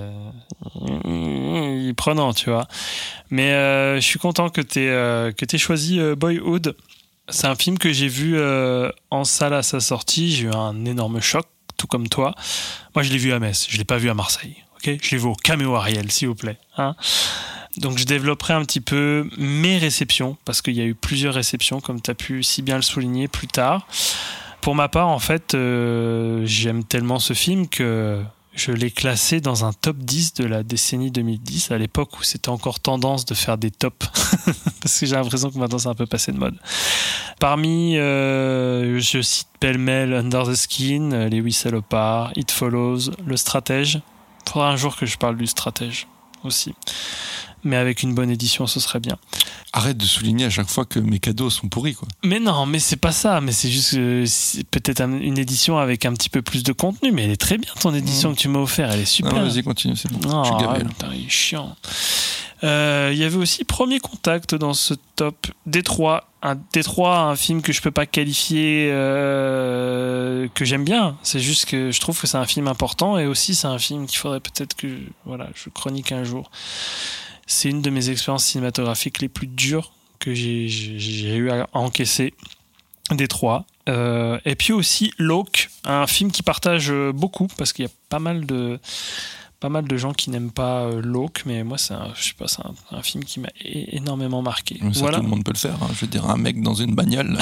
prenant, tu vois. Mais je suis content que t'aies choisi Boyhood. C'est un film que j'ai vu en salle à sa sortie. J'ai eu un énorme choc, tout comme toi. Moi, je l'ai vu à Metz. Je l'ai pas vu à Marseille. Okay, je l'ai vu au Caméo Ariel, s'il vous plaît. Hein. Donc je développerai un petit peu mes réceptions, parce qu'il y a eu plusieurs réceptions, comme tu as pu si bien le souligner plus tard. Pour ma part, en fait, j'aime tellement ce film que je l'ai classé dans un top 10 de la décennie 2010, à l'époque où c'était encore tendance de faire des tops, parce que j'ai l'impression que maintenant c'est un peu passé de mode. Parmi, je cite pêle-mêle Under the Skin, Les 8 salopards, It Follows, Le Stratège. Il faudra un jour que je parle du Stratège aussi. mais avec une bonne édition, ce serait bien. Arrête de souligner à chaque fois que mes cadeaux sont pourris, quoi. Mais non, mais c'est pas ça. Mais c'est juste que c'est peut-être une édition avec un petit peu plus de contenu. Mais elle est très bien, ton édition que tu m'as offert. Elle est super. Non, vas-y, continue, c'est bon. Oh, je suis gavé. putain, il est chiant. Il y avait aussi Premier Contact dans ce top. Détroit, un film que je peux pas qualifier que j'aime bien. C'est juste que je trouve que c'est un film important et aussi c'est un film qu'il faudrait peut-être que je chronique un jour. C'est une de mes expériences cinématographiques les plus dures que j'ai eu à encaisser. Détroit. Et puis aussi Locke, un film qui partage beaucoup parce qu'il y a pas mal de gens qui n'aiment pas Locke, mais moi c'est un film qui m'a énormément marqué. Ça, voilà. Tout le monde peut le faire, hein. Je veux dire, un mec dans une bagnole,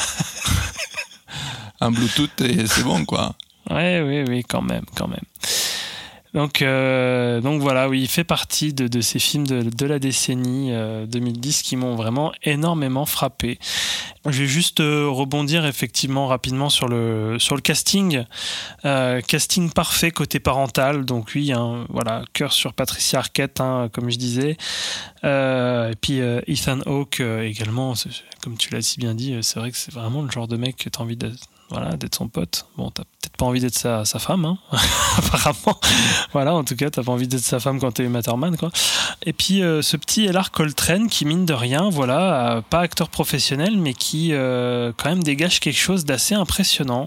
un Bluetooth et c'est bon, quoi. Oui, quand même. Donc voilà, oui, il fait partie de ces films de la décennie 2010 qui m'ont vraiment énormément frappé. Je vais juste rebondir effectivement rapidement sur le casting. Casting parfait côté parental, donc oui, cœur sur Patricia Arquette, comme je disais. Et puis Ethan Hawke également, comme tu l'as si bien dit, c'est vrai que c'est vraiment le genre de mec que tu as envie d'être son pote. Bon, t'as peut-être pas envie d'être sa femme, hein, apparemment. Voilà, en tout cas, t'as pas envie d'être sa femme quand t'es Matterman, quoi. Et puis, ce petit Ellar Coltrane qui, mine de rien, pas acteur professionnel, mais qui, quand même, dégage quelque chose d'assez impressionnant,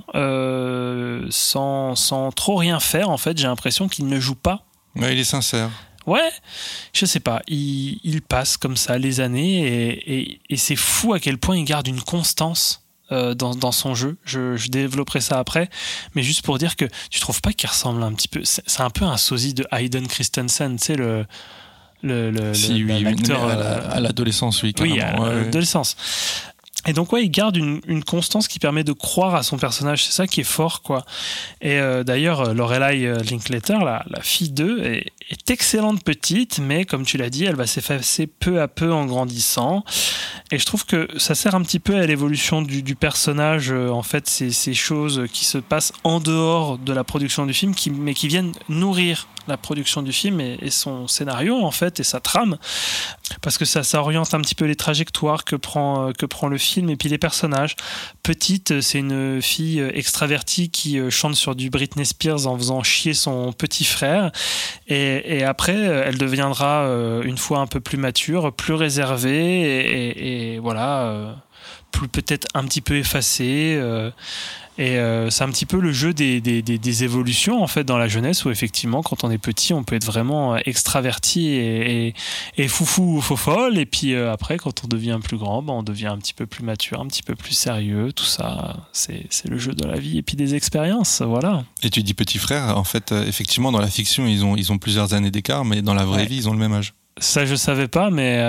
sans trop rien faire, en fait. J'ai l'impression qu'il ne joue pas. Ouais, il est sincère. Ouais, je sais pas, il passe comme ça les années et c'est fou à quel point il garde une constance dans son jeu. Je développerai ça après, mais juste pour dire que tu trouves pas qu'il ressemble un petit peu, c'est un peu un sosie de Hayden Christensen, tu sais, l'acteur à l'adolescence, oui, carrément. Oui, à l'adolescence. Et donc il garde une constance qui permet de croire à son personnage, c'est ça qui est fort, quoi. Et d'ailleurs Lorelai Linklater, la fille d'eux, est excellente petite, mais comme tu l'as dit, elle va s'effacer peu à peu en grandissant. Et je trouve que ça sert un petit peu à l'évolution du personnage. En fait, c'est ces choses qui se passent en dehors de la production du film, mais qui viennent nourrir la production du film et son scénario, en fait, et sa trame, parce que ça oriente un petit peu les trajectoires que prend le film, et puis les personnages. Petite, c'est une fille extravertie qui chante sur du Britney Spears en faisant chier son petit frère, et après elle deviendra une fois un peu plus mature, plus réservée et voilà, plus peut-être un petit peu effacée, et c'est un petit peu le jeu des évolutions, en fait, dans la jeunesse, où effectivement quand on est petit on peut être vraiment extraverti et foufou ou faux-folle, et puis après quand on devient plus grand, on devient un petit peu plus mature, un petit peu plus sérieux. Tout ça, c'est le jeu de la vie et puis des expériences, voilà. Et tu dis petit frère, en fait, effectivement dans la fiction ils ont plusieurs années d'écart, mais dans la vraie vie ils ont le même âge. Ça je savais pas, mais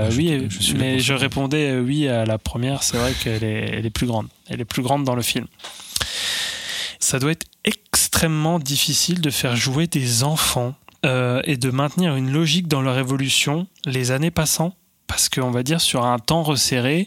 je répondais oui à la première. C'est vrai qu'elle est plus grande. Elle est plus grande dans le film. Ça doit être extrêmement difficile de faire jouer des enfants et de maintenir une logique dans leur évolution les années passant, parce qu'on va dire sur un temps resserré.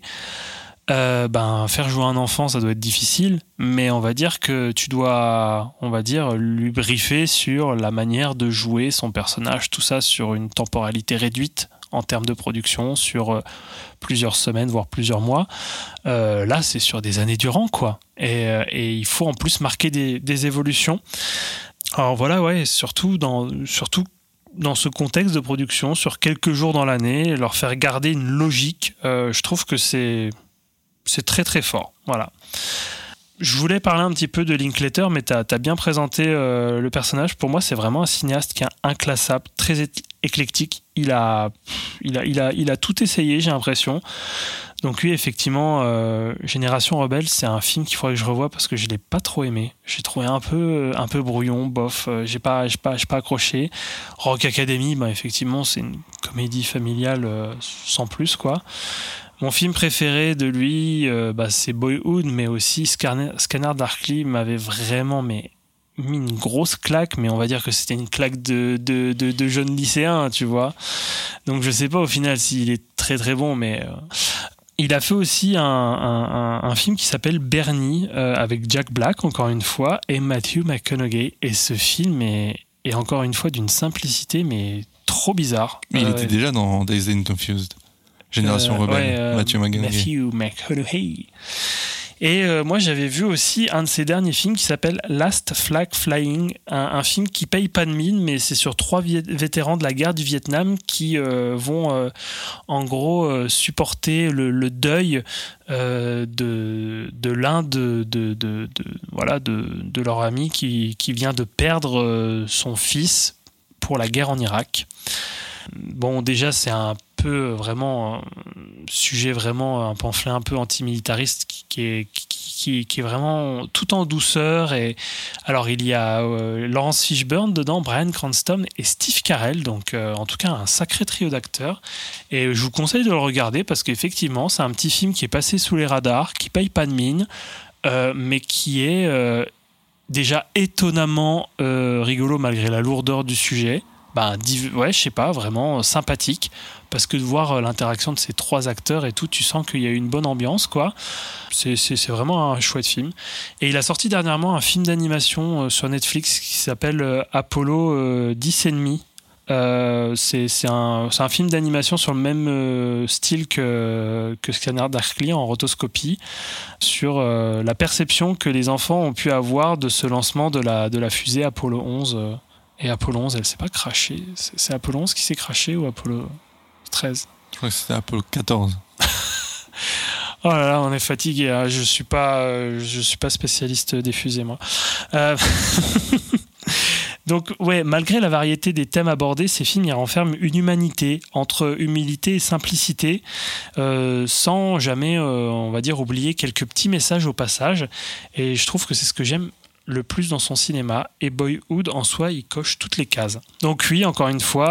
Faire jouer un enfant, ça doit être difficile, mais on va dire que tu dois, lui briefer sur la manière de jouer son personnage, tout ça sur une temporalité réduite en termes de production, sur plusieurs semaines, voire plusieurs mois. Là, c'est sur des années durant, quoi. Et il faut en plus marquer des évolutions. Alors voilà, ouais, surtout dans ce contexte de production, sur quelques jours dans l'année, leur faire garder une logique, je trouve que c'est très très fort, voilà. Je voulais parler un petit peu de Linklater, mais t'as bien présenté le personnage. Pour moi, c'est vraiment un cinéaste qui est inclassable, très éclectique. Il a tout essayé, j'ai l'impression. Donc lui, effectivement, Génération Rebelle, c'est un film qu'il faudrait que je revoie parce que je l'ai pas trop aimé. J'ai trouvé un peu brouillon, bof. J'ai pas accroché. Rock Academy, effectivement, c'est une comédie familiale sans plus, quoi. Mon film préféré de lui, c'est Boyhood, mais aussi Scanner Darkly m'avait vraiment mis une grosse claque, mais on va dire que c'était une claque de jeune lycéen, tu vois. Donc je sais pas au final s'il est très très bon, mais il a fait aussi un film qui s'appelle Bernie, avec Jack Black encore une fois et Matthew McConaughey, et ce film est encore une fois d'une simplicité mais trop bizarre. Mais il était déjà dans Dazed and Confused. Génération Rebelle, Matthew McConaughey. Et moi, j'avais vu aussi un de ses derniers films qui s'appelle Last Flag Flying, un film qui paye pas de mine, mais c'est sur 3 vétérans de la guerre du Vietnam qui vont en gros supporter le deuil de l'un de leur ami qui vient de perdre son fils pour la guerre en Irak. Bon, déjà, c'est un peu vraiment un sujet, vraiment un pamphlet un peu antimilitariste qui est vraiment tout en douceur. Et alors, il y a Laurence Fishburne dedans, Bryan Cranston et Steve Carell, donc en tout cas un sacré trio d'acteurs. Et je vous conseille de le regarder parce qu'effectivement, c'est un petit film qui est passé sous les radars, qui paye pas de mine, mais qui est déjà étonnamment rigolo malgré la lourdeur du sujet. Je sais pas, vraiment sympathique, parce que de voir l'interaction de ces 3 acteurs et tout, tu sens qu'il y a une bonne ambiance, quoi. C'est vraiment un chouette film. Et il a sorti dernièrement un film d'animation sur Netflix qui s'appelle Apollo 10,5. C'est un film d'animation sur le même style que Scanner Darkly en rotoscopie, sur la perception que les enfants ont pu avoir de ce lancement de la fusée Apollo 11. Et Apollo 11, elle s'est pas crashée. C'est Apollo 11 qui s'est crashé ou Apollo 13 ? Je crois que c'était Apollo 14. Oh là là, on est fatigué. Hein. Je suis pas spécialiste des fusées, moi. Donc, ouais, malgré la variété des thèmes abordés, ces films y renferment une humanité entre humilité et simplicité, sans jamais, on va dire, oublier quelques petits messages au passage. Et je trouve que c'est ce que j'aime le plus dans son cinéma, et Boyhood en soi il coche toutes les cases. Donc oui, encore une fois,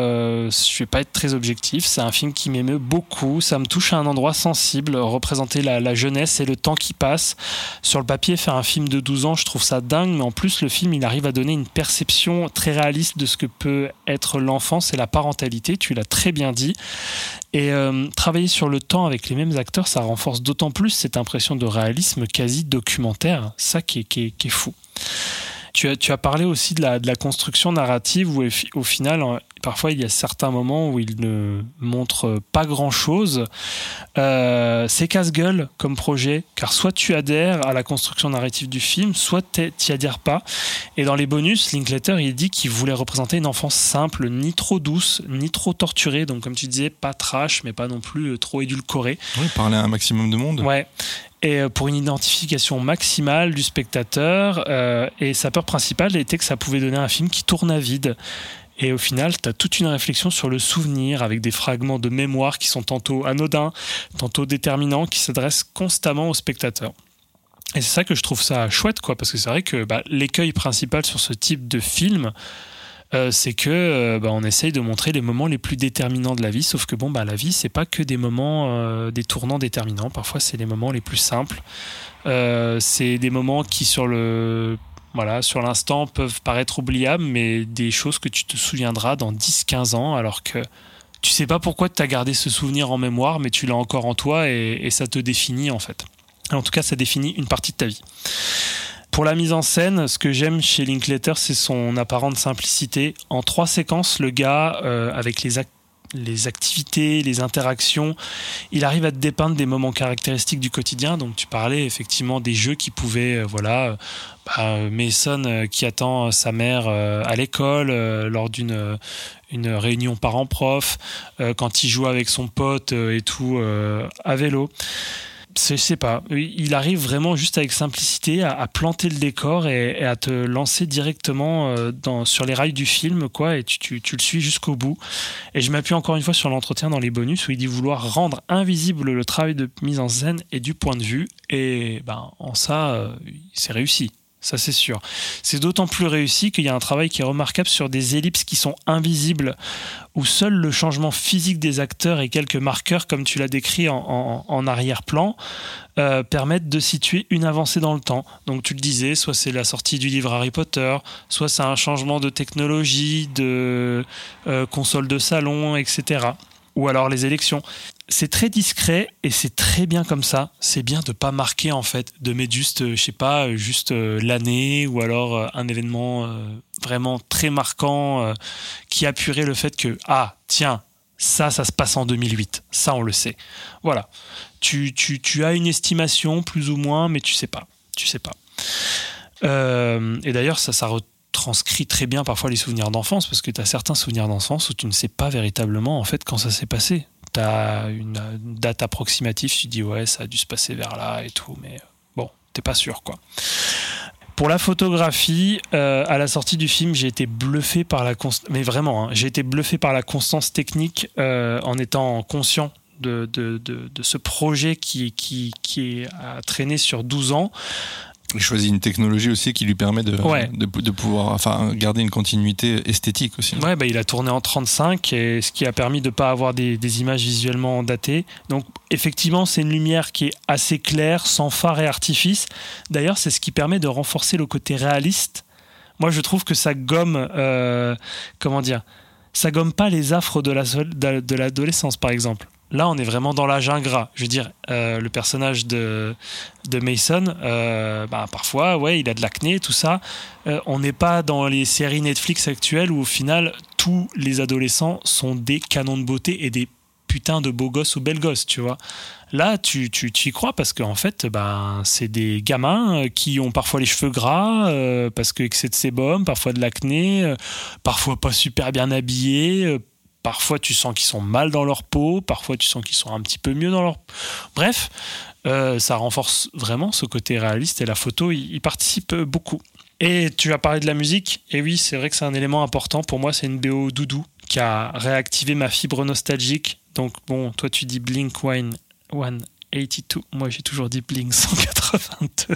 je vais pas être très objectif, c'est un film qui m'émeut beaucoup, ça me touche à un endroit sensible, représenter la jeunesse et le temps qui passe. Sur le papier, faire un film de 12 ans, je trouve ça dingue, mais en plus le film il arrive à donner une perception très réaliste de ce que peut être l'enfance et la parentalité, tu l'as très bien dit. Et travailler sur le temps avec les mêmes acteurs, ça renforce d'autant plus cette impression de réalisme quasi documentaire, ça qui est fou. Tu as parlé aussi de la construction narrative où au final, parfois il y a certains moments où il ne montre pas grand-chose. C'est casse-gueule comme projet, car soit tu adhères à la construction narrative du film, soit t'y adhères pas. Et dans les bonus, Linklater il dit qu'il voulait représenter une enfance simple, ni trop douce, ni trop torturée. Donc comme tu disais, pas trash, mais pas non plus trop édulcorée. Oui, parler à un maximum de monde. Ouais. Et pour une identification maximale du spectateur. Et sa peur principale était que ça pouvait donner un film qui tourne à vide. Et au final, tu as toute une réflexion sur le souvenir avec des fragments de mémoire qui sont tantôt anodins, tantôt déterminants, qui s'adressent constamment au spectateur. Et c'est ça que je trouve ça chouette, quoi, parce que c'est vrai que l'écueil principal sur ce type de film, c'est que on essaye de montrer les moments les plus déterminants de la vie, sauf que la vie c'est pas que des moments, des tournants déterminants, parfois c'est les moments les plus simples, c'est des moments qui sur l'instant peuvent paraître oubliables, mais des choses que tu te souviendras dans 10-15 ans, alors que tu sais pas pourquoi tu as gardé ce souvenir en mémoire, mais tu l'as encore en toi et ça te définit en fait. En tout cas, ça définit une partie de ta vie. Pour la mise en scène, ce que j'aime chez Linklater, c'est son apparente simplicité. En 3 séquences, le gars, avec les activités, les interactions, il arrive à te dépeindre des moments caractéristiques du quotidien. Donc tu parlais effectivement des jeux qui pouvaient, Mason qui attend sa mère à l'école lors d'une réunion parents-prof, quand il joue avec son pote et tout à vélo. Je sais pas, il arrive vraiment juste avec simplicité à planter le décor et à te lancer directement sur les rails du film, quoi, et tu le suis jusqu'au bout. Et je m'appuie encore une fois sur l'entretien dans les bonus où il dit vouloir rendre invisible le travail de mise en scène et du point de vue, et en ça, c'est réussi. Ça c'est sûr. C'est d'autant plus réussi qu'il y a un travail qui est remarquable sur des ellipses qui sont invisibles, où seul le changement physique des acteurs et quelques marqueurs, comme tu l'as décrit en arrière-plan, permettent de situer une avancée dans le temps. Donc tu le disais, soit c'est la sortie du livre Harry Potter, soit c'est un changement de technologie, de console de salon, etc. ou alors les élections. C'est très discret et c'est très bien comme ça. C'est bien de pas marquer en fait, de mettre juste, je sais pas, juste l'année ou alors un événement vraiment très marquant qui appuierait le fait que tiens, ça se passe en 2008. Ça, on le sait. Voilà. Tu as une estimation plus ou moins, mais tu sais pas. Et d'ailleurs, ça retranscrit très bien parfois les souvenirs d'enfance, parce que tu as certains souvenirs d'enfance où tu ne sais pas véritablement en fait quand ça s'est passé. Tu as une date approximative, tu dis ouais, ça a dû se passer vers là et tout, mais bon, t'es pas sûr quoi. Pour la photographie, à la sortie du film, j'ai été bluffé par mais vraiment, j'ai été bluffé par la constance technique en étant conscient de ce projet qui a traîné sur 12 ans. Il choisit une technologie aussi qui lui permet de pouvoir garder une continuité esthétique aussi. Ouais, il a tourné en 35, et ce qui a permis de ne pas avoir des images visuellement datées. Donc effectivement, c'est une lumière qui est assez claire, sans phare et artifice. D'ailleurs, c'est ce qui permet de renforcer le côté réaliste. Moi, je trouve que ça gomme... ça gomme pas les affres de l'adolescence, par exemple. Là, on est vraiment dans l'âge ingrat. Je veux dire, le personnage de Mason, parfois, il a de l'acné, tout ça. On n'est pas dans les séries Netflix actuelles où, au final, tous les adolescents sont des canons de beauté et des putains de beaux gosses ou belles gosses, tu vois. Là, tu y crois parce qu'en fait, c'est des gamins qui ont parfois les cheveux gras, parce que excès de sébum, parfois de l'acné, parfois pas super bien habillés, parfois tu sens qu'ils sont mal dans leur peau, parfois tu sens qu'ils sont un petit peu mieux dans leur... Bref, ça renforce vraiment ce côté réaliste, et la photo y participe beaucoup. Et tu as parlé de la musique, et oui, c'est vrai que c'est un élément important. Pour moi, c'est une BO doudou qui a réactivé ma fibre nostalgique. Donc bon, toi tu dis Blink 182, moi j'ai toujours dit Blink 182.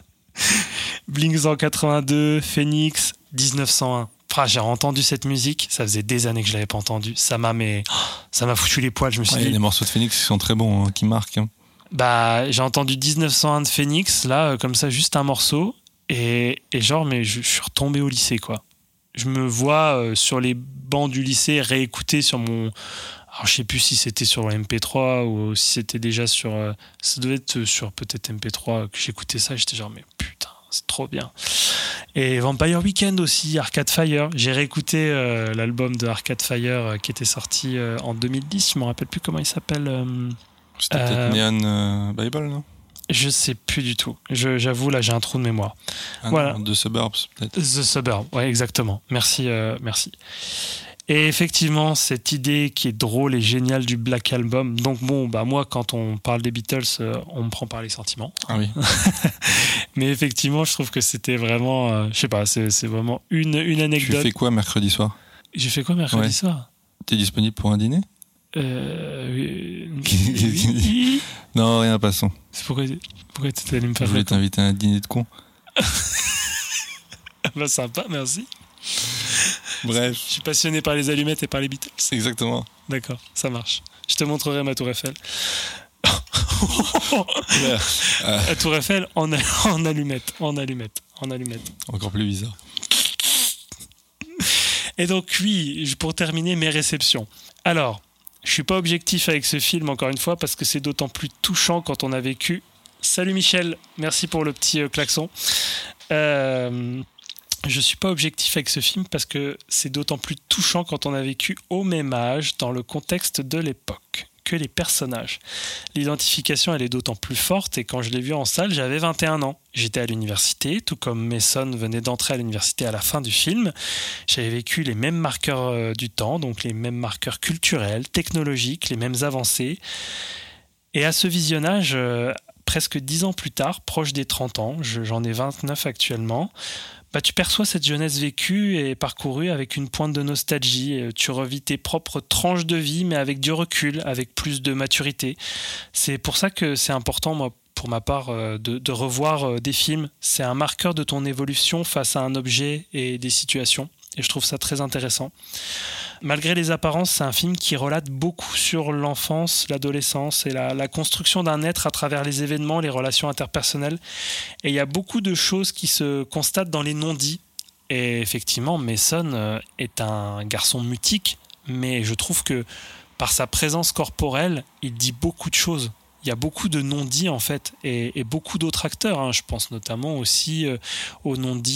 Blink 182, Phoenix, 1901. J'ai entendu cette musique, ça faisait des années que je l'avais pas entendue. Ça m'a foutu les poils. Je me suis dit, il y a des morceaux de Phoenix qui sont très bons, qui marquent. J'ai entendu 1901 de Phoenix, là, comme ça, juste un morceau, et je suis retombé au lycée, quoi. Je me vois sur les bancs du lycée réécouter sur mon... Alors, je sais plus si c'était sur MP3 ou si c'était déjà sur... ça devait être sur peut-être MP3 que j'écoutais ça, j'étais genre, mais putain, c'est trop bien. Et Vampire Weekend aussi, Arcade Fire. J'ai réécouté l'album de Arcade Fire qui était sorti en 2010. Je me rappelle plus comment il s'appelle. C'était peut-être Neon Bible, non ? Je sais plus du tout. J'avoue, là, j'ai un trou de mémoire. Voilà. The Suburbs, peut-être. The Suburbs, ouais, exactement. Merci. Et effectivement, cette idée qui est drôle et géniale du Black Album. Donc bon, moi, quand on parle des Beatles, on me prend par les sentiments. Ah oui. Mais effectivement, je trouve que c'était vraiment, je sais pas, c'est vraiment une anecdote. Tu fais quoi mercredi soir ? J'ai fait quoi mercredi soir ? T'es disponible pour un dîner ? Oui. Non, rien, passons. C'est pourquoi tu allé me faire ça ? Je voulais t'inviter à un dîner de con. Sympa, merci. Bref. Je suis passionné par les allumettes et par les Beatles. Exactement. D'accord, ça marche. Je te montrerai ma tour Eiffel. La tour Eiffel en allumette. Encore plus bizarre. Et donc oui, pour terminer, mes réceptions. Alors, je suis pas objectif avec ce film, encore une fois, parce que c'est d'autant plus touchant quand on a vécu... Salut Michel, merci pour le petit klaxon. Je suis pas objectif avec ce film parce que c'est d'autant plus touchant quand on a vécu au même âge, dans le contexte de l'époque, que les personnages. L'identification, elle est d'autant plus forte, et quand je l'ai vu en salle, j'avais 21 ans. J'étais à l'université, tout comme Mason venait d'entrer à l'université à la fin du film. J'avais vécu les mêmes marqueurs du temps, donc les mêmes marqueurs culturels, technologiques, les mêmes avancées. Et à ce visionnage, presque 10 ans plus tard, proche des 30 ans, j'en ai 29 actuellement, tu perçois cette jeunesse vécue et parcourue avec une pointe de nostalgie. Tu revis tes propres tranches de vie, mais avec du recul, avec plus de maturité. C'est pour ça que c'est important, moi, pour ma part, de revoir des films. C'est un marqueur de ton évolution face à un objet et des situations. Et je trouve ça très intéressant. Malgré les apparences, c'est un film qui relate beaucoup sur l'enfance, l'adolescence et la construction d'un être à travers les événements, les relations interpersonnelles. Et il y a beaucoup de choses qui se constatent dans les non-dits. Et effectivement, Mason est un garçon mutique, mais je trouve que par sa présence corporelle, il dit beaucoup de choses. Il y a beaucoup de non-dits en fait, et beaucoup d'autres acteurs. Hein. Je pense notamment aussi aux non-dits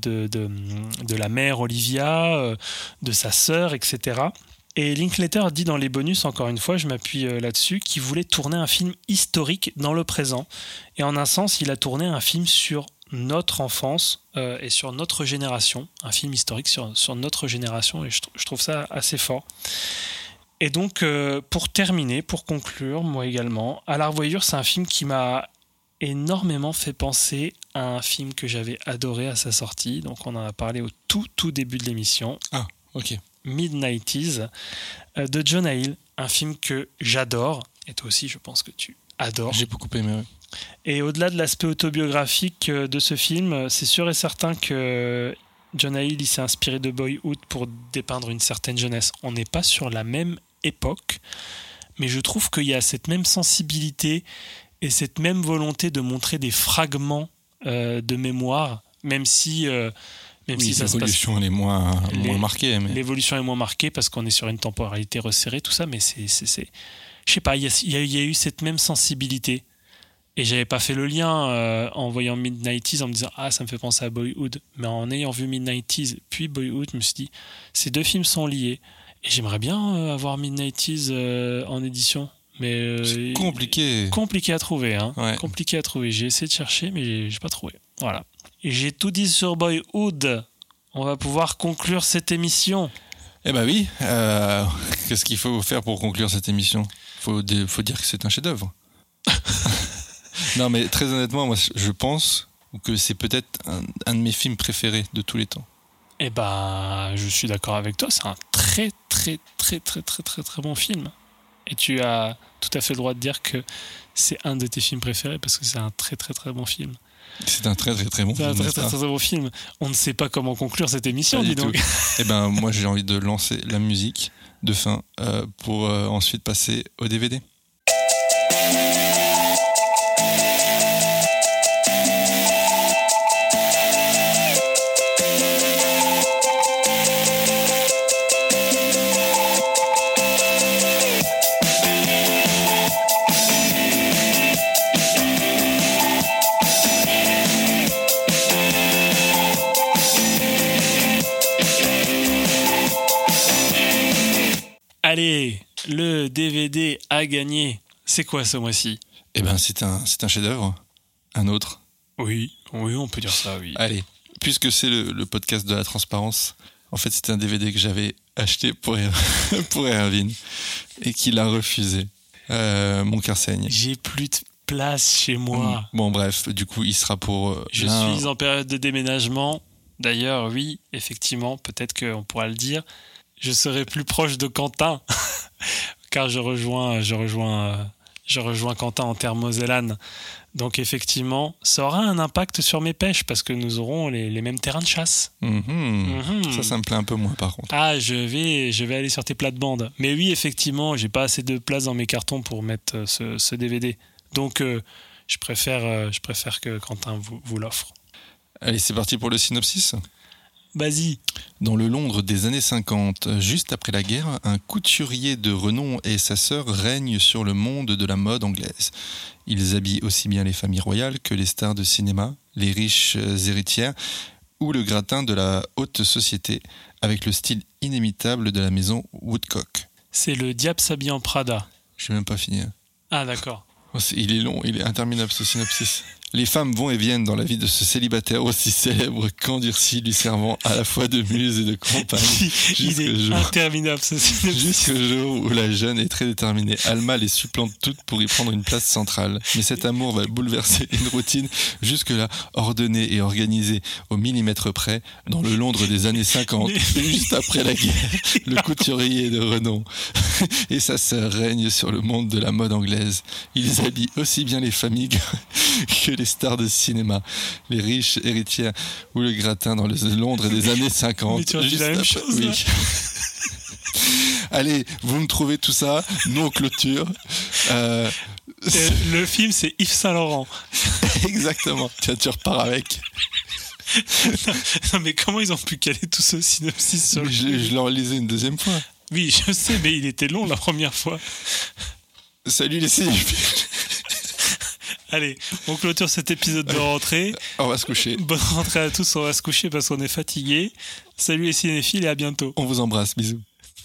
de la mère Olivia, de sa sœur, etc. Et Linklater dit dans les bonus, encore une fois, je m'appuie là-dessus, qu'il voulait tourner un film historique dans le présent. Et en un sens, il a tourné un film sur notre enfance et sur notre génération. Un film historique sur notre génération, et je trouve ça assez fort. Et donc, pour terminer, pour conclure, moi également, À la revoyure, c'est un film qui m'a énormément fait penser à un film que j'avais adoré à sa sortie. Donc, on en a parlé au tout début de l'émission. Ah, ok. Mid-90s, de Jonah Hill, un film que j'adore. Et toi aussi, je pense que tu adores. J'ai beaucoup aimé, ouais. Et au-delà de l'aspect autobiographique de ce film, c'est sûr et certain que Jonah Hill il s'est inspiré de Boyhood pour dépeindre une certaine jeunesse. On n'est pas sur la même époque, mais je trouve qu'il y a cette même sensibilité et cette même volonté de montrer des fragments de mémoire, même si ça se passe... L'évolution elle est moins marquée. Mais... L'évolution est moins marquée parce qu'on est sur une temporalité resserrée, tout ça, mais c'est... Je sais pas, il y a eu cette même sensibilité. Et j'avais pas fait le lien en voyant Mid-90s en me disant ça me fait penser à Boyhood. Mais en ayant vu Mid-90s puis Boyhood, je me suis dit ces deux films sont liés. Et j'aimerais bien avoir Mid-90s en édition. Mais c'est compliqué. Compliqué à trouver. Hein. Ouais. Compliqué à trouver. J'ai essayé de chercher, mais j'ai pas trouvé. Voilà. Et j'ai tout dit sur Boyhood. On va pouvoir conclure cette émission. Eh ben oui. Qu'est-ce qu'il faut faire pour conclure cette émission ? Faut dire que c'est un chef-d'œuvre. Non, mais très honnêtement, moi, je pense que c'est peut-être un de mes films préférés de tous les temps. Eh ben, je suis d'accord avec toi. C'est un très, très, très, très, très, très, très bon film. Et tu as tout à fait le droit de dire que c'est un de tes films préférés parce que c'est un très, très, très bon film. C'est un très, très, très bon film. C'est un très, très, très bon film. On ne sait pas comment conclure cette émission, dis donc. Eh ben, moi, j'ai envie de lancer la musique de fin pour ensuite passer au DVD. Allez, le DVD a gagné. C'est quoi ce mois-ci ? Eh ben, c'est un chef-d'œuvre. Un autre. Oui, on peut dire ça, oui. Allez, puisque c'est le podcast de la transparence, en fait, c'était un DVD que j'avais acheté pour Erwin et qu'il a refusé. Mon cœur saigne. J'ai plus de place chez moi. Bon, bref, du coup, il sera pour... Je suis en période de déménagement. D'ailleurs, oui, effectivement, peut-être qu'on pourra le dire. Je serai plus proche de Quentin, car je rejoins Quentin en terre mosellane. Donc effectivement, ça aura un impact sur mes pêches, parce que nous aurons les mêmes terrains de chasse. Ça me plaît un peu moins par contre. Ah, je vais aller sur tes plates-bandes. Mais oui, effectivement, j'ai pas assez de place dans mes cartons pour mettre ce DVD. Donc je préfère que Quentin vous l'offre. Allez, c'est parti pour le synopsis. Vas-y. Dans le Londres des années 50, juste après la guerre, un couturier de renom et sa sœur règnent sur le monde de la mode anglaise. Ils habillent aussi bien les familles royales que les stars de cinéma, les riches héritières ou le gratin de la haute société, avec le style inimitable de la maison Woodcock. C'est le diable s'habille en Prada. Je n'ai même pas fini. Ah d'accord. Il est long, il est interminable ce synopsis. Les femmes vont et viennent dans la vie de ce célibataire aussi célèbre qu'endurci, lui servant à la fois de muse et de compagne. Il est interminable ce synopsis. Jusqu'au jour où la jeune est très déterminée. Alma les supplante toutes pour y prendre une place centrale. Mais cet amour va bouleverser une routine jusque-là ordonnée et organisée au millimètre près dans le Londres des années 50, juste après la guerre. Le couturier de renom et sa sœur règnent sur le monde de la mode anglaise. Ils habillent aussi bien les familles que les stars de cinéma, les riches héritières ou le gratin dans le Londres des années 50. Mais tu as dit la même chose, oui. Allez, vous me trouvez tout ça, nous on clôture. Le film, c'est Yves Saint-Laurent. Exactement, tu repars avec. Non, mais comment ils ont pu caler tout ce synopsis sur je l'en lisais une deuxième fois. Oui, je sais, mais il était long la première fois. Salut les cinéphiles. Allez, on clôture cet épisode de rentrée. On va se coucher. Bonne rentrée à tous, on va se coucher parce qu'on est fatigués. Salut les cinéphiles et à bientôt. On vous embrasse, bisous.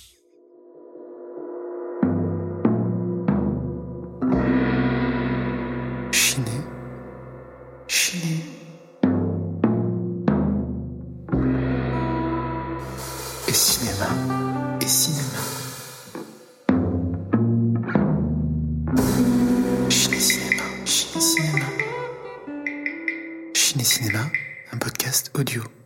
Ciné. Et cinéma. Ciné Cinéma, un podcast audio.